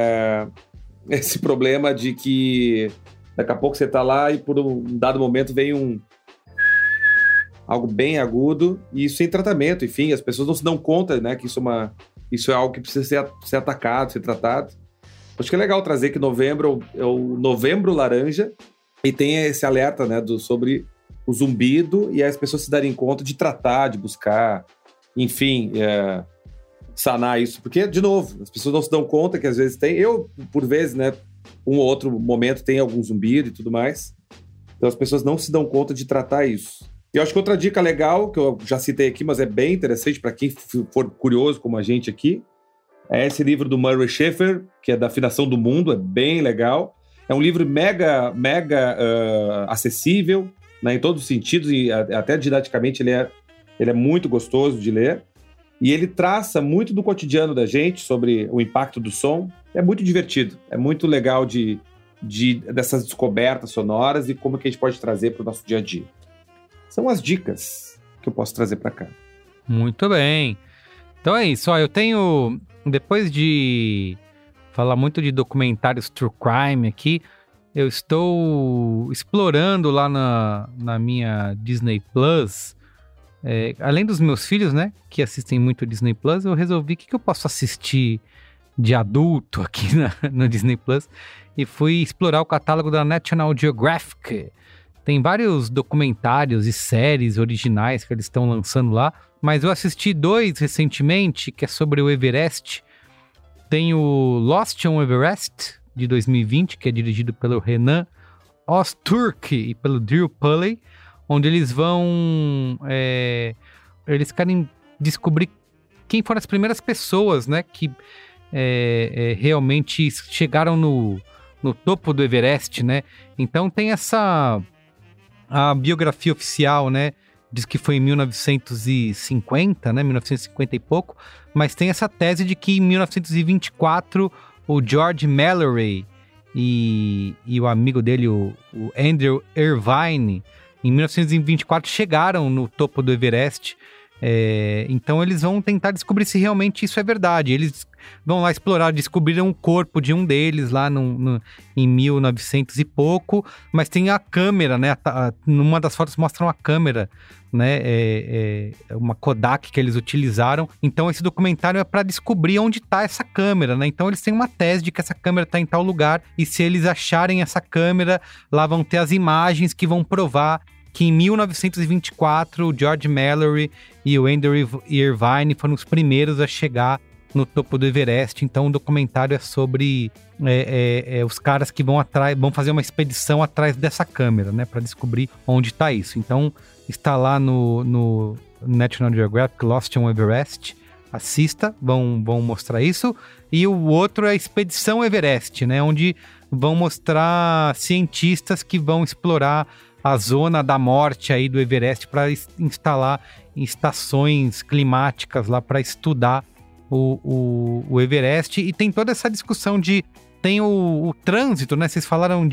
Esse problema de que daqui a pouco você tá lá e por um dado momento vem algo bem agudo, e isso sem tratamento, enfim, as pessoas não se dão conta, né, que isso é algo que precisa ser atacado, ser tratado. Acho que é legal trazer que novembro é o novembro laranja, e tem esse alerta, né, sobre o zumbido, e as pessoas se darem conta de tratar, de buscar, enfim, sanar isso, porque, de novo, as pessoas não se dão conta que às vezes tem, por vezes, né, um ou outro momento tem algum zumbido e tudo mais, então as pessoas não se dão conta de tratar isso. E eu acho que outra dica legal, que eu já citei aqui, mas é bem interessante para quem for curioso como a gente aqui, é esse livro do Murray Schafer, que é da Afinação do Mundo, é bem legal. É um livro mega acessível, né, em todos os sentidos, e até didaticamente ele é muito gostoso de ler. E ele traça muito do cotidiano da gente sobre o impacto do som. É muito divertido, é muito legal dessas descobertas sonoras e como que a gente pode trazer para o nosso dia a dia. São as dicas que eu posso trazer para cá. Muito bem. Então é isso, eu tenho... Depois de falar muito de documentários true crime aqui, eu estou explorando lá na minha Disney Plus. Além dos meus filhos, né, que assistem muito Disney Plus, eu resolvi o que eu posso assistir de adulto aqui no Disney Plus. E fui explorar o catálogo da National Geographic. Tem vários documentários e séries originais que eles estão lançando lá, mas eu assisti 2 recentemente, que é sobre o Everest. Tem o Lost on Everest, de 2020, que é dirigido pelo Renan Ozturk e pelo Drew Pulley, onde eles vão... eles querem descobrir quem foram as primeiras pessoas, né, que realmente chegaram no topo do Everest, né? Então tem a biografia oficial, né, diz que foi em 1950, né, 1950 e pouco, mas tem essa tese de que em 1924 o George Mallory e o amigo dele, o Andrew Irvine, em 1924 chegaram no topo do Everest, Então eles vão tentar descobrir se realmente isso é verdade. Eles vão lá explorar, descobriram o corpo de um deles lá em 1900 e pouco, mas tem a câmera, né? Numa das fotos mostra uma câmera, né? Uma Kodak que eles utilizaram. Então esse documentário é para descobrir onde está essa câmera, né? Então eles têm uma tese de que essa câmera está em tal lugar, e se eles acharem essa câmera, lá vão ter as imagens que vão provar que em 1924 o George Mallory e o Andrew Irvine foram os primeiros a chegar no topo do Everest. Então o documentário é sobre os caras que vão fazer uma expedição atrás dessa câmera, né, para descobrir onde está isso. Então está lá no National Geographic, Lost on Everest. Assista, vão mostrar isso. E o outro é a Expedição Everest, né, onde vão mostrar cientistas que vão explorar a zona da morte aí do Everest para instalar estações climáticas lá para estudar o Everest. E tem toda essa discussão tem o trânsito, né? Vocês falaram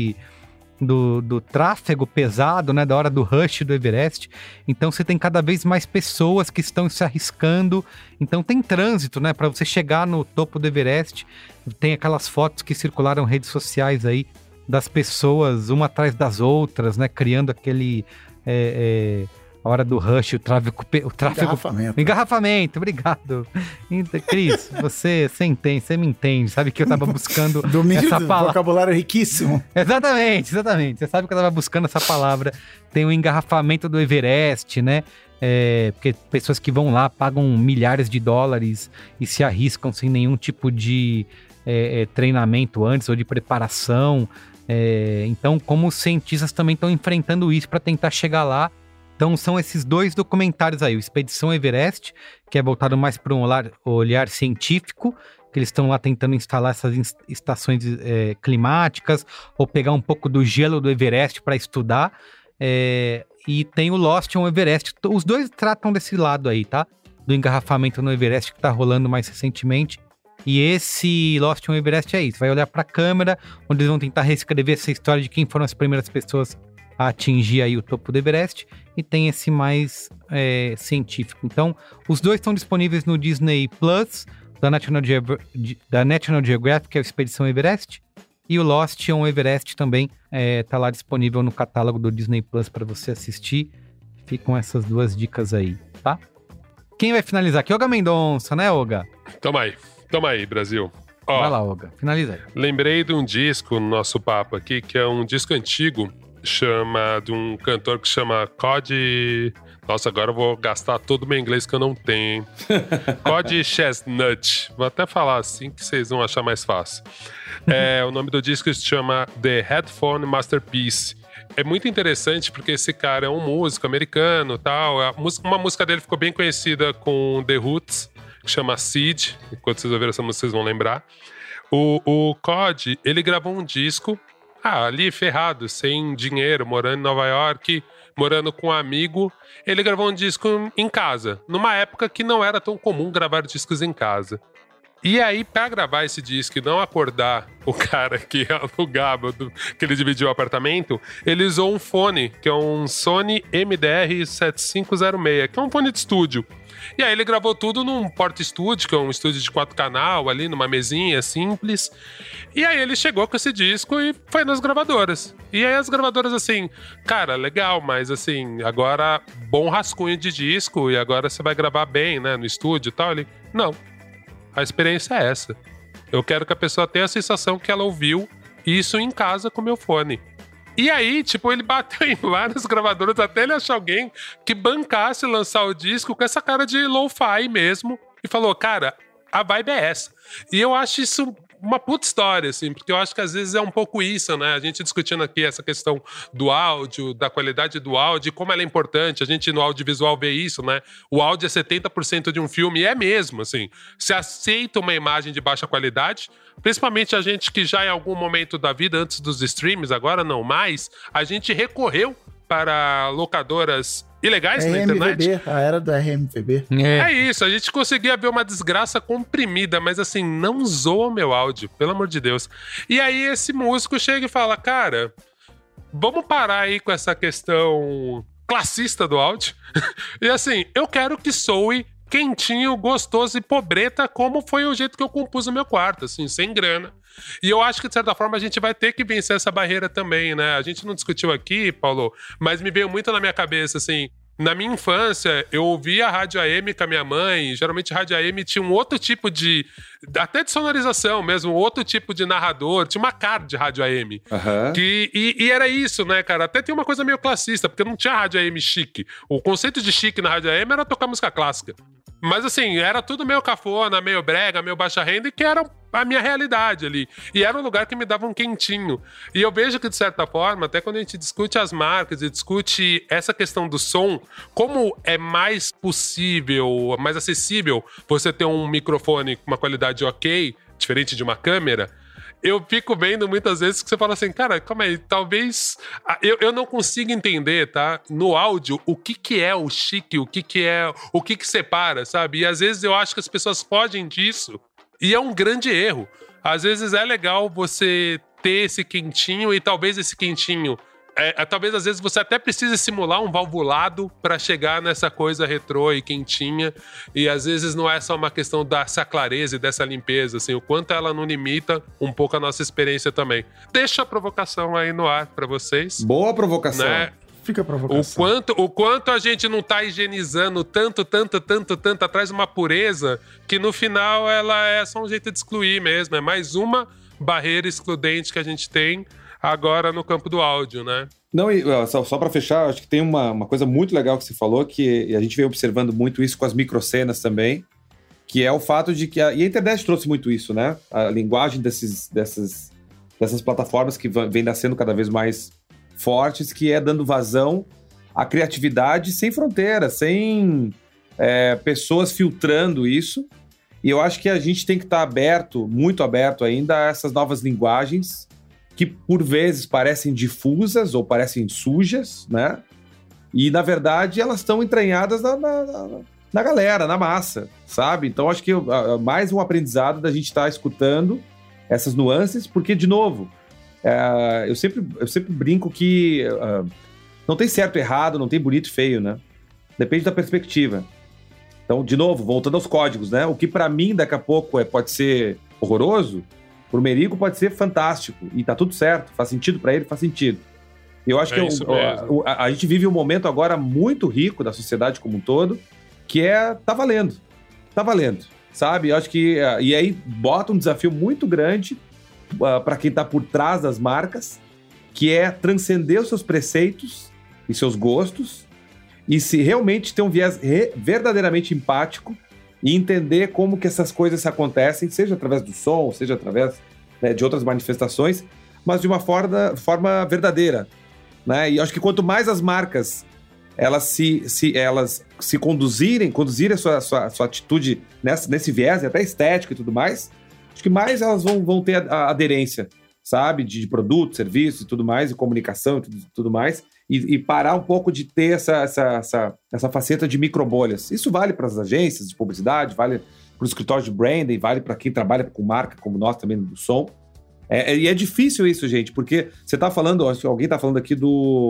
do tráfego pesado, né? Da hora do rush do Everest. Então você tem cada vez mais pessoas que estão se arriscando. Então tem trânsito, né? Para você chegar no topo do Everest. Tem aquelas fotos que circularam em redes sociais aí das pessoas uma atrás das outras, né? Criando aquele a hora do rush, o tráfego... Engarrafamento, obrigado. Cris, você me entende, sabe que eu tava buscando essa palavra. Vocabulário riquíssimo. Exatamente. Você sabe que eu tava buscando essa palavra. Tem o engarrafamento do Everest, né? Porque pessoas que vão lá pagam milhares de dólares e se arriscam sem nenhum tipo de treinamento antes ou de preparação. Então, como os cientistas também estão enfrentando isso para tentar chegar lá. Então, são esses dois documentários aí. O Expedição Everest, que é voltado mais para um olhar científico, que eles estão lá tentando instalar essas estações climáticas ou pegar um pouco do gelo do Everest para estudar. E tem o Lost on Everest. Os dois tratam desse lado aí, tá? Do engarrafamento no Everest que está rolando mais recentemente. E esse Lost on Everest é isso. Vai olhar para a câmera, onde eles vão tentar reescrever essa história de quem foram as primeiras pessoas a atingir aí o topo do Everest. E tem esse mais científico. Então, os dois estão disponíveis no Disney Plus, da National Geographic, que é a Expedição Everest. E o Lost on Everest também tá lá disponível no catálogo do Disney Plus para você assistir. Ficam essas duas dicas aí, tá? Quem vai finalizar aqui? Olga Mendonça, né, Olga? Toma aí, Brasil. Vai lá, Olga, finaliza aí. Lembrei de um disco no nosso papo aqui, que é um disco antigo, de um cantor que chama Cody... Nossa, agora eu vou gastar todo o meu inglês que eu não tenho, hein? Cody Chestnut. Vou até falar assim que vocês vão achar mais fácil. O nome do disco se chama The Headphone Masterpiece. É muito interessante porque esse cara é um músico americano e tal. Uma música dele ficou bem conhecida com The Roots, que chama Seed. Enquanto vocês ouviram essa música, vocês vão lembrar. O Cody, ele gravou um disco ali ferrado, sem dinheiro, morando em Nova York, morando com um amigo. Ele gravou um disco em casa, numa época que não era tão comum gravar discos em casa. E aí, pra gravar esse disco e não acordar o cara que alugava, que ele dividiu o apartamento, ele usou um fone, que é um Sony MDR-7506, que é um fone de estúdio. E aí ele gravou tudo num porta-estúdio, que é um estúdio de 4 canal, ali numa mesinha simples. E aí ele chegou com esse disco e foi nas gravadoras. E aí as gravadoras assim, cara, legal, mas assim, agora bom rascunho de disco e agora você vai gravar bem, né, no estúdio e tal. Ele, não, a experiência é essa. Eu quero que a pessoa tenha a sensação que ela ouviu isso em casa com meu fone. E aí, tipo, ele bateu em várias gravadoras até ele achar alguém que bancasse lançar o disco com essa cara de lo-fi mesmo. E falou, cara, a vibe é essa. E eu acho isso uma puta história, assim, porque eu acho que às vezes é um pouco isso, né? A gente discutindo aqui essa questão do áudio, da qualidade do áudio, como ela é importante. A gente no audiovisual vê isso, né? O áudio é 70% de um filme, e é mesmo, assim. Se aceita uma imagem de baixa qualidade, principalmente a gente que já em algum momento da vida, antes dos streams, agora não mais, a gente recorreu para locadoras ilegais na internet. A era do RMVB. É isso, a gente conseguia ver uma desgraça comprimida, mas assim, não zoa o meu áudio, pelo amor de Deus. E aí esse músico chega e fala, cara, vamos parar aí com essa questão classista do áudio. E assim, eu quero que soe quentinho, gostoso e pobreta, como foi o jeito que eu compus o meu quarto, assim, sem grana. E eu acho que, de certa forma, a gente vai ter que vencer essa barreira também, né? A gente não discutiu aqui, Paulo, mas me veio muito na minha cabeça, assim, na minha infância, eu ouvia a rádio AM com a minha mãe. Geralmente a rádio AM tinha um outro tipo de... até de sonorização mesmo, outro tipo de narrador. Tinha uma cara de rádio AM. Aham. E era isso, né, cara? Até tem uma coisa meio classista, porque não tinha rádio AM chique. O conceito de chique na rádio AM era tocar música clássica. Mas assim, era tudo meio cafona, meio brega, meio baixa renda, e que era a minha realidade ali. E era um lugar que me dava um quentinho. E eu vejo que, de certa forma, até quando a gente discute as marcas e discute essa questão do som, como é mais possível, mais acessível você ter um microfone com uma qualidade ok, diferente de uma câmera, eu fico vendo muitas vezes que você fala assim, cara, calma aí, talvez... Eu não consigo entender, tá? No áudio, o que é o chique, o que separa, sabe? E às vezes eu acho que as pessoas fogem disso e é um grande erro. Às vezes é legal você ter esse quentinho e talvez esse quentinho... talvez às vezes você até precise simular um valvulado para chegar nessa coisa retrô e quentinha, e às vezes não é só uma questão dessa clareza e dessa limpeza, assim, o quanto ela não limita um pouco a nossa experiência também. Deixa a provocação aí no ar para vocês. Boa provocação. Né? Fica a provocação. O quanto a gente não tá higienizando tanto, atrás de uma pureza, que no final ela é só um jeito de excluir mesmo, é mais uma barreira excludente que a gente tem agora no campo do áudio, né? Não, e só para fechar, acho que tem uma coisa muito legal que você falou, que a gente vem observando muito isso com as microcenas também, que é o fato de que... e a internet trouxe muito isso, né? A linguagem dessas plataformas que vem nascendo cada vez mais fortes, que é dando vazão à criatividade sem fronteiras, sem pessoas filtrando isso. E eu acho que a gente tem que estar aberto, muito aberto ainda, a essas novas linguagens, que por vezes parecem difusas ou parecem sujas, né? E, na verdade, elas estão entranhadas na galera, na massa, sabe? Então, acho que mais um aprendizado da gente estar escutando essas nuances, porque, de novo, eu sempre brinco que não tem certo e errado, não tem bonito e feio, né? Depende da perspectiva. Então, de novo, voltando aos códigos, né? O que para mim, daqui a pouco, pode ser horroroso, pro Merigo pode ser fantástico, e tá tudo certo, faz sentido para ele, faz sentido. Eu acho que a gente vive um momento agora muito rico da sociedade como um todo, que tá valendo, sabe? Eu acho que, e aí bota um desafio muito grande para quem tá por trás das marcas, que é transcender os seus preceitos e seus gostos, e se realmente ter um viés verdadeiramente empático, e entender como que essas coisas acontecem, seja através do som, seja através, né, de outras manifestações, mas de uma forma verdadeira, né? E acho que quanto mais as marcas elas se conduzirem a sua atitude nesse viés, até estética e tudo mais, acho que mais elas vão ter a aderência, sabe? De produto, serviço e tudo mais, e comunicação e tudo mais, e parar um pouco de ter essa faceta de microbolhas. Isso vale para as agências de publicidade, vale para os escritórios de branding, vale para quem trabalha com marca, como nós também, do som. E é difícil isso, gente, porque você está falando, alguém está falando aqui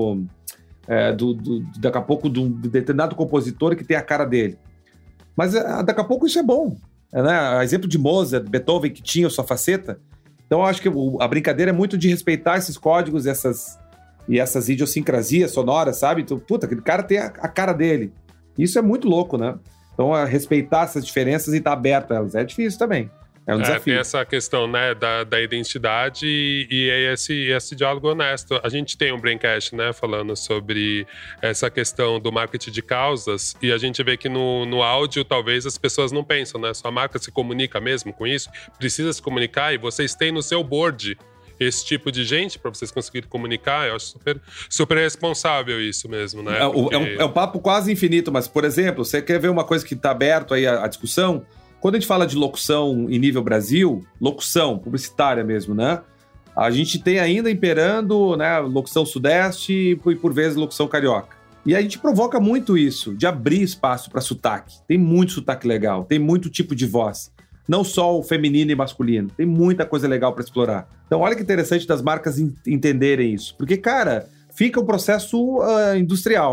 daqui a pouco, do determinado compositor que tem a cara dele. Mas daqui a pouco isso é bom, né? Exemplo de Mozart, Beethoven, que tinha a sua faceta. Então eu acho que a brincadeira é muito de respeitar esses códigos, e essas idiosincrasias sonoras, sabe? Então, aquele cara tem a cara dele. Isso é muito louco, né? Então, respeitar essas diferenças e estar aberto a elas é difícil também. É um desafio. Tem essa questão, né, da identidade e esse diálogo honesto. A gente tem um Braincast, né, falando sobre essa questão do marketing de causas, e a gente vê que no áudio talvez as pessoas não pensam, né? Sua marca se comunica mesmo com isso, precisa se comunicar, e vocês têm no seu board esse tipo de gente para vocês conseguirem comunicar. Eu acho super, super responsável isso mesmo, né? É um papo quase infinito, mas, por exemplo, você quer ver uma coisa que está aberto aí a discussão? Quando a gente fala de locução em nível Brasil, locução publicitária mesmo, né? A gente tem ainda imperando, né, locução sudeste e, por vezes, locução carioca. E a gente provoca muito isso, de abrir espaço para sotaque. Tem muito sotaque legal, tem muito tipo de voz. Não só o feminino e masculino. Tem muita coisa legal para explorar. Então, olha que interessante das marcas entenderem isso. Porque, cara, fica um processo industrial.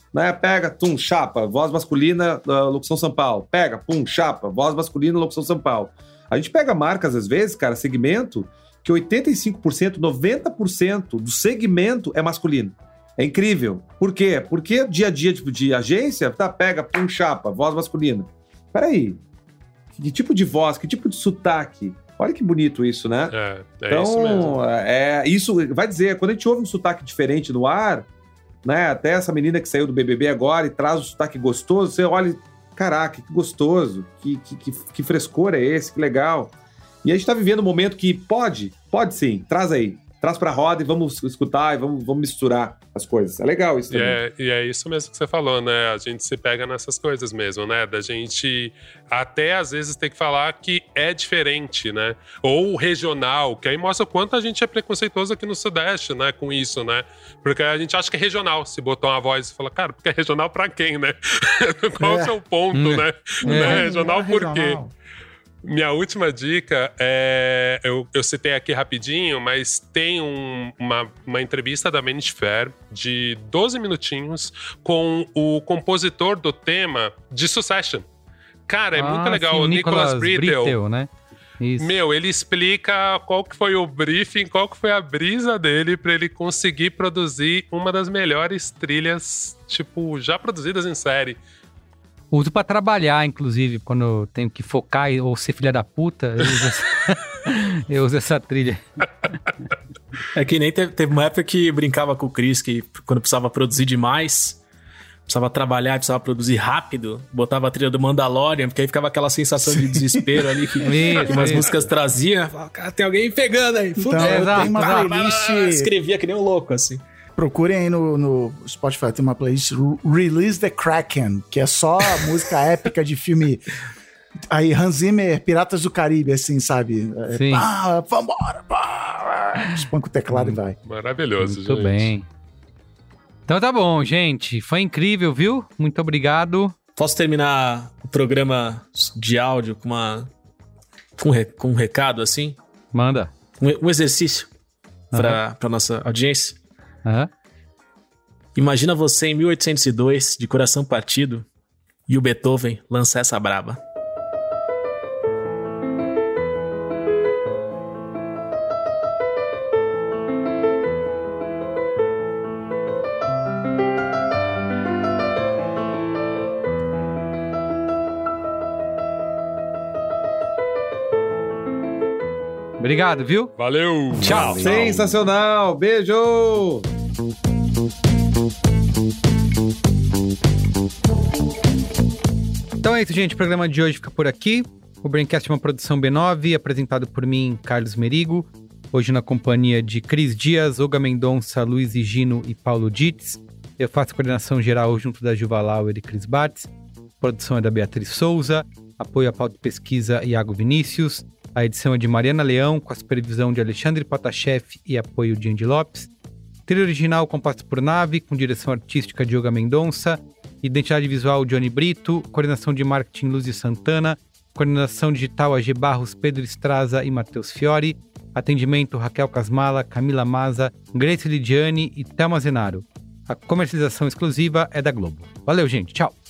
né? Pega, chapa, voz masculina, locução São Paulo. Pega, chapa, voz masculina, locução São Paulo. A gente pega marcas, às vezes, cara, segmento, que 85%, 90% do segmento é masculino. É incrível. Por quê? Porque dia a dia, tipo, de agência, pega, chapa, voz masculina. Peraí. Que tipo de voz, que tipo de sotaque? Olha que bonito isso, né? Então, isso mesmo. Isso vai dizer, quando a gente ouve um sotaque diferente no ar, né? Até essa menina que saiu do BBB agora e traz um sotaque gostoso, você olha, caraca, que gostoso, que frescor é esse, que legal. E a gente tá vivendo um momento que pode sim, traz pra roda e vamos escutar e vamos misturar as coisas. É legal isso também. E é isso mesmo que você falou, né? A gente se pega nessas coisas mesmo, né? Da gente até às vezes ter que falar que é diferente, né? Ou regional, que aí mostra o quanto a gente é preconceituoso aqui no Sudeste, né? Com isso, né? Porque a gente acha que é regional. Se botou uma voz e fala, cara, porque é regional pra quem, né? Qual o seu ponto, né? Regional por quê? Minha última dica é... Eu citei aqui rapidinho, mas tem uma entrevista da Vanity Fair de 12 minutinhos com o compositor do tema de Succession. Cara, é muito legal. Sim, o Nicholas Britell, né? Isso. Ele explica qual que foi o briefing, qual que foi a brisa dele pra ele conseguir produzir uma das melhores trilhas, tipo, já produzidas em série. Uso pra trabalhar, inclusive, quando eu tenho que focar ou ser filha da puta, eu uso essa trilha. É que nem teve uma época que brincava com o Chris, que quando precisava produzir demais, precisava trabalhar, precisava produzir rápido, botava a trilha do Mandalorian, porque aí ficava aquela sensação de desespero ali que umas músicas traziam. Falava, cara, tem alguém pegando aí. Então, eu tenho uma playlist... Escrevia que nem um louco, assim. Procurem aí no Spotify, tem uma playlist Release the Kraken, que é só música épica de filme. Aí, Hans Zimmer, Piratas do Caribe, assim, sabe? Sim. Vambora! Espanca o teclado e vai. Maravilhoso, Muito gente. bem. Então tá bom, gente. Foi incrível, viu? Muito obrigado. Posso terminar o programa de áudio com um recado, assim? Manda. Um exercício pra nossa audiência. Imagina você em 1802, de coração partido, e o Beethoven lança essa braba. Obrigado, viu? Valeu! Tchau! Sensacional! Beijo! Então é isso, gente. O programa de hoje fica por aqui. O Braincast é uma produção B9, apresentado por mim, Carlos Merigo. Hoje na companhia de Cris Dias, Olga Mendonça, Luiz Higino e Paulo Dietz. Eu faço coordenação geral junto da Juva Lauer e Cris Bartz. A produção é da Beatriz Souza. Apoio à pauta e pesquisa, Iago Vinícius. A edição é de Mariana Leão, com a supervisão de Alexandre Potashev e apoio de Andy Lopes. Trilha original composta por Nave, com direção artística de Olga Mendonça. Identidade visual Johnny Brito. Coordenação de marketing Luzia Santana. Coordenação digital AG Barros, Pedro Estraza e Matheus Fiori. Atendimento Raquel Casmala, Camila Maza, Grace Lidiane e Thelma Zenaro. A comercialização exclusiva é da Globo. Valeu, gente. Tchau.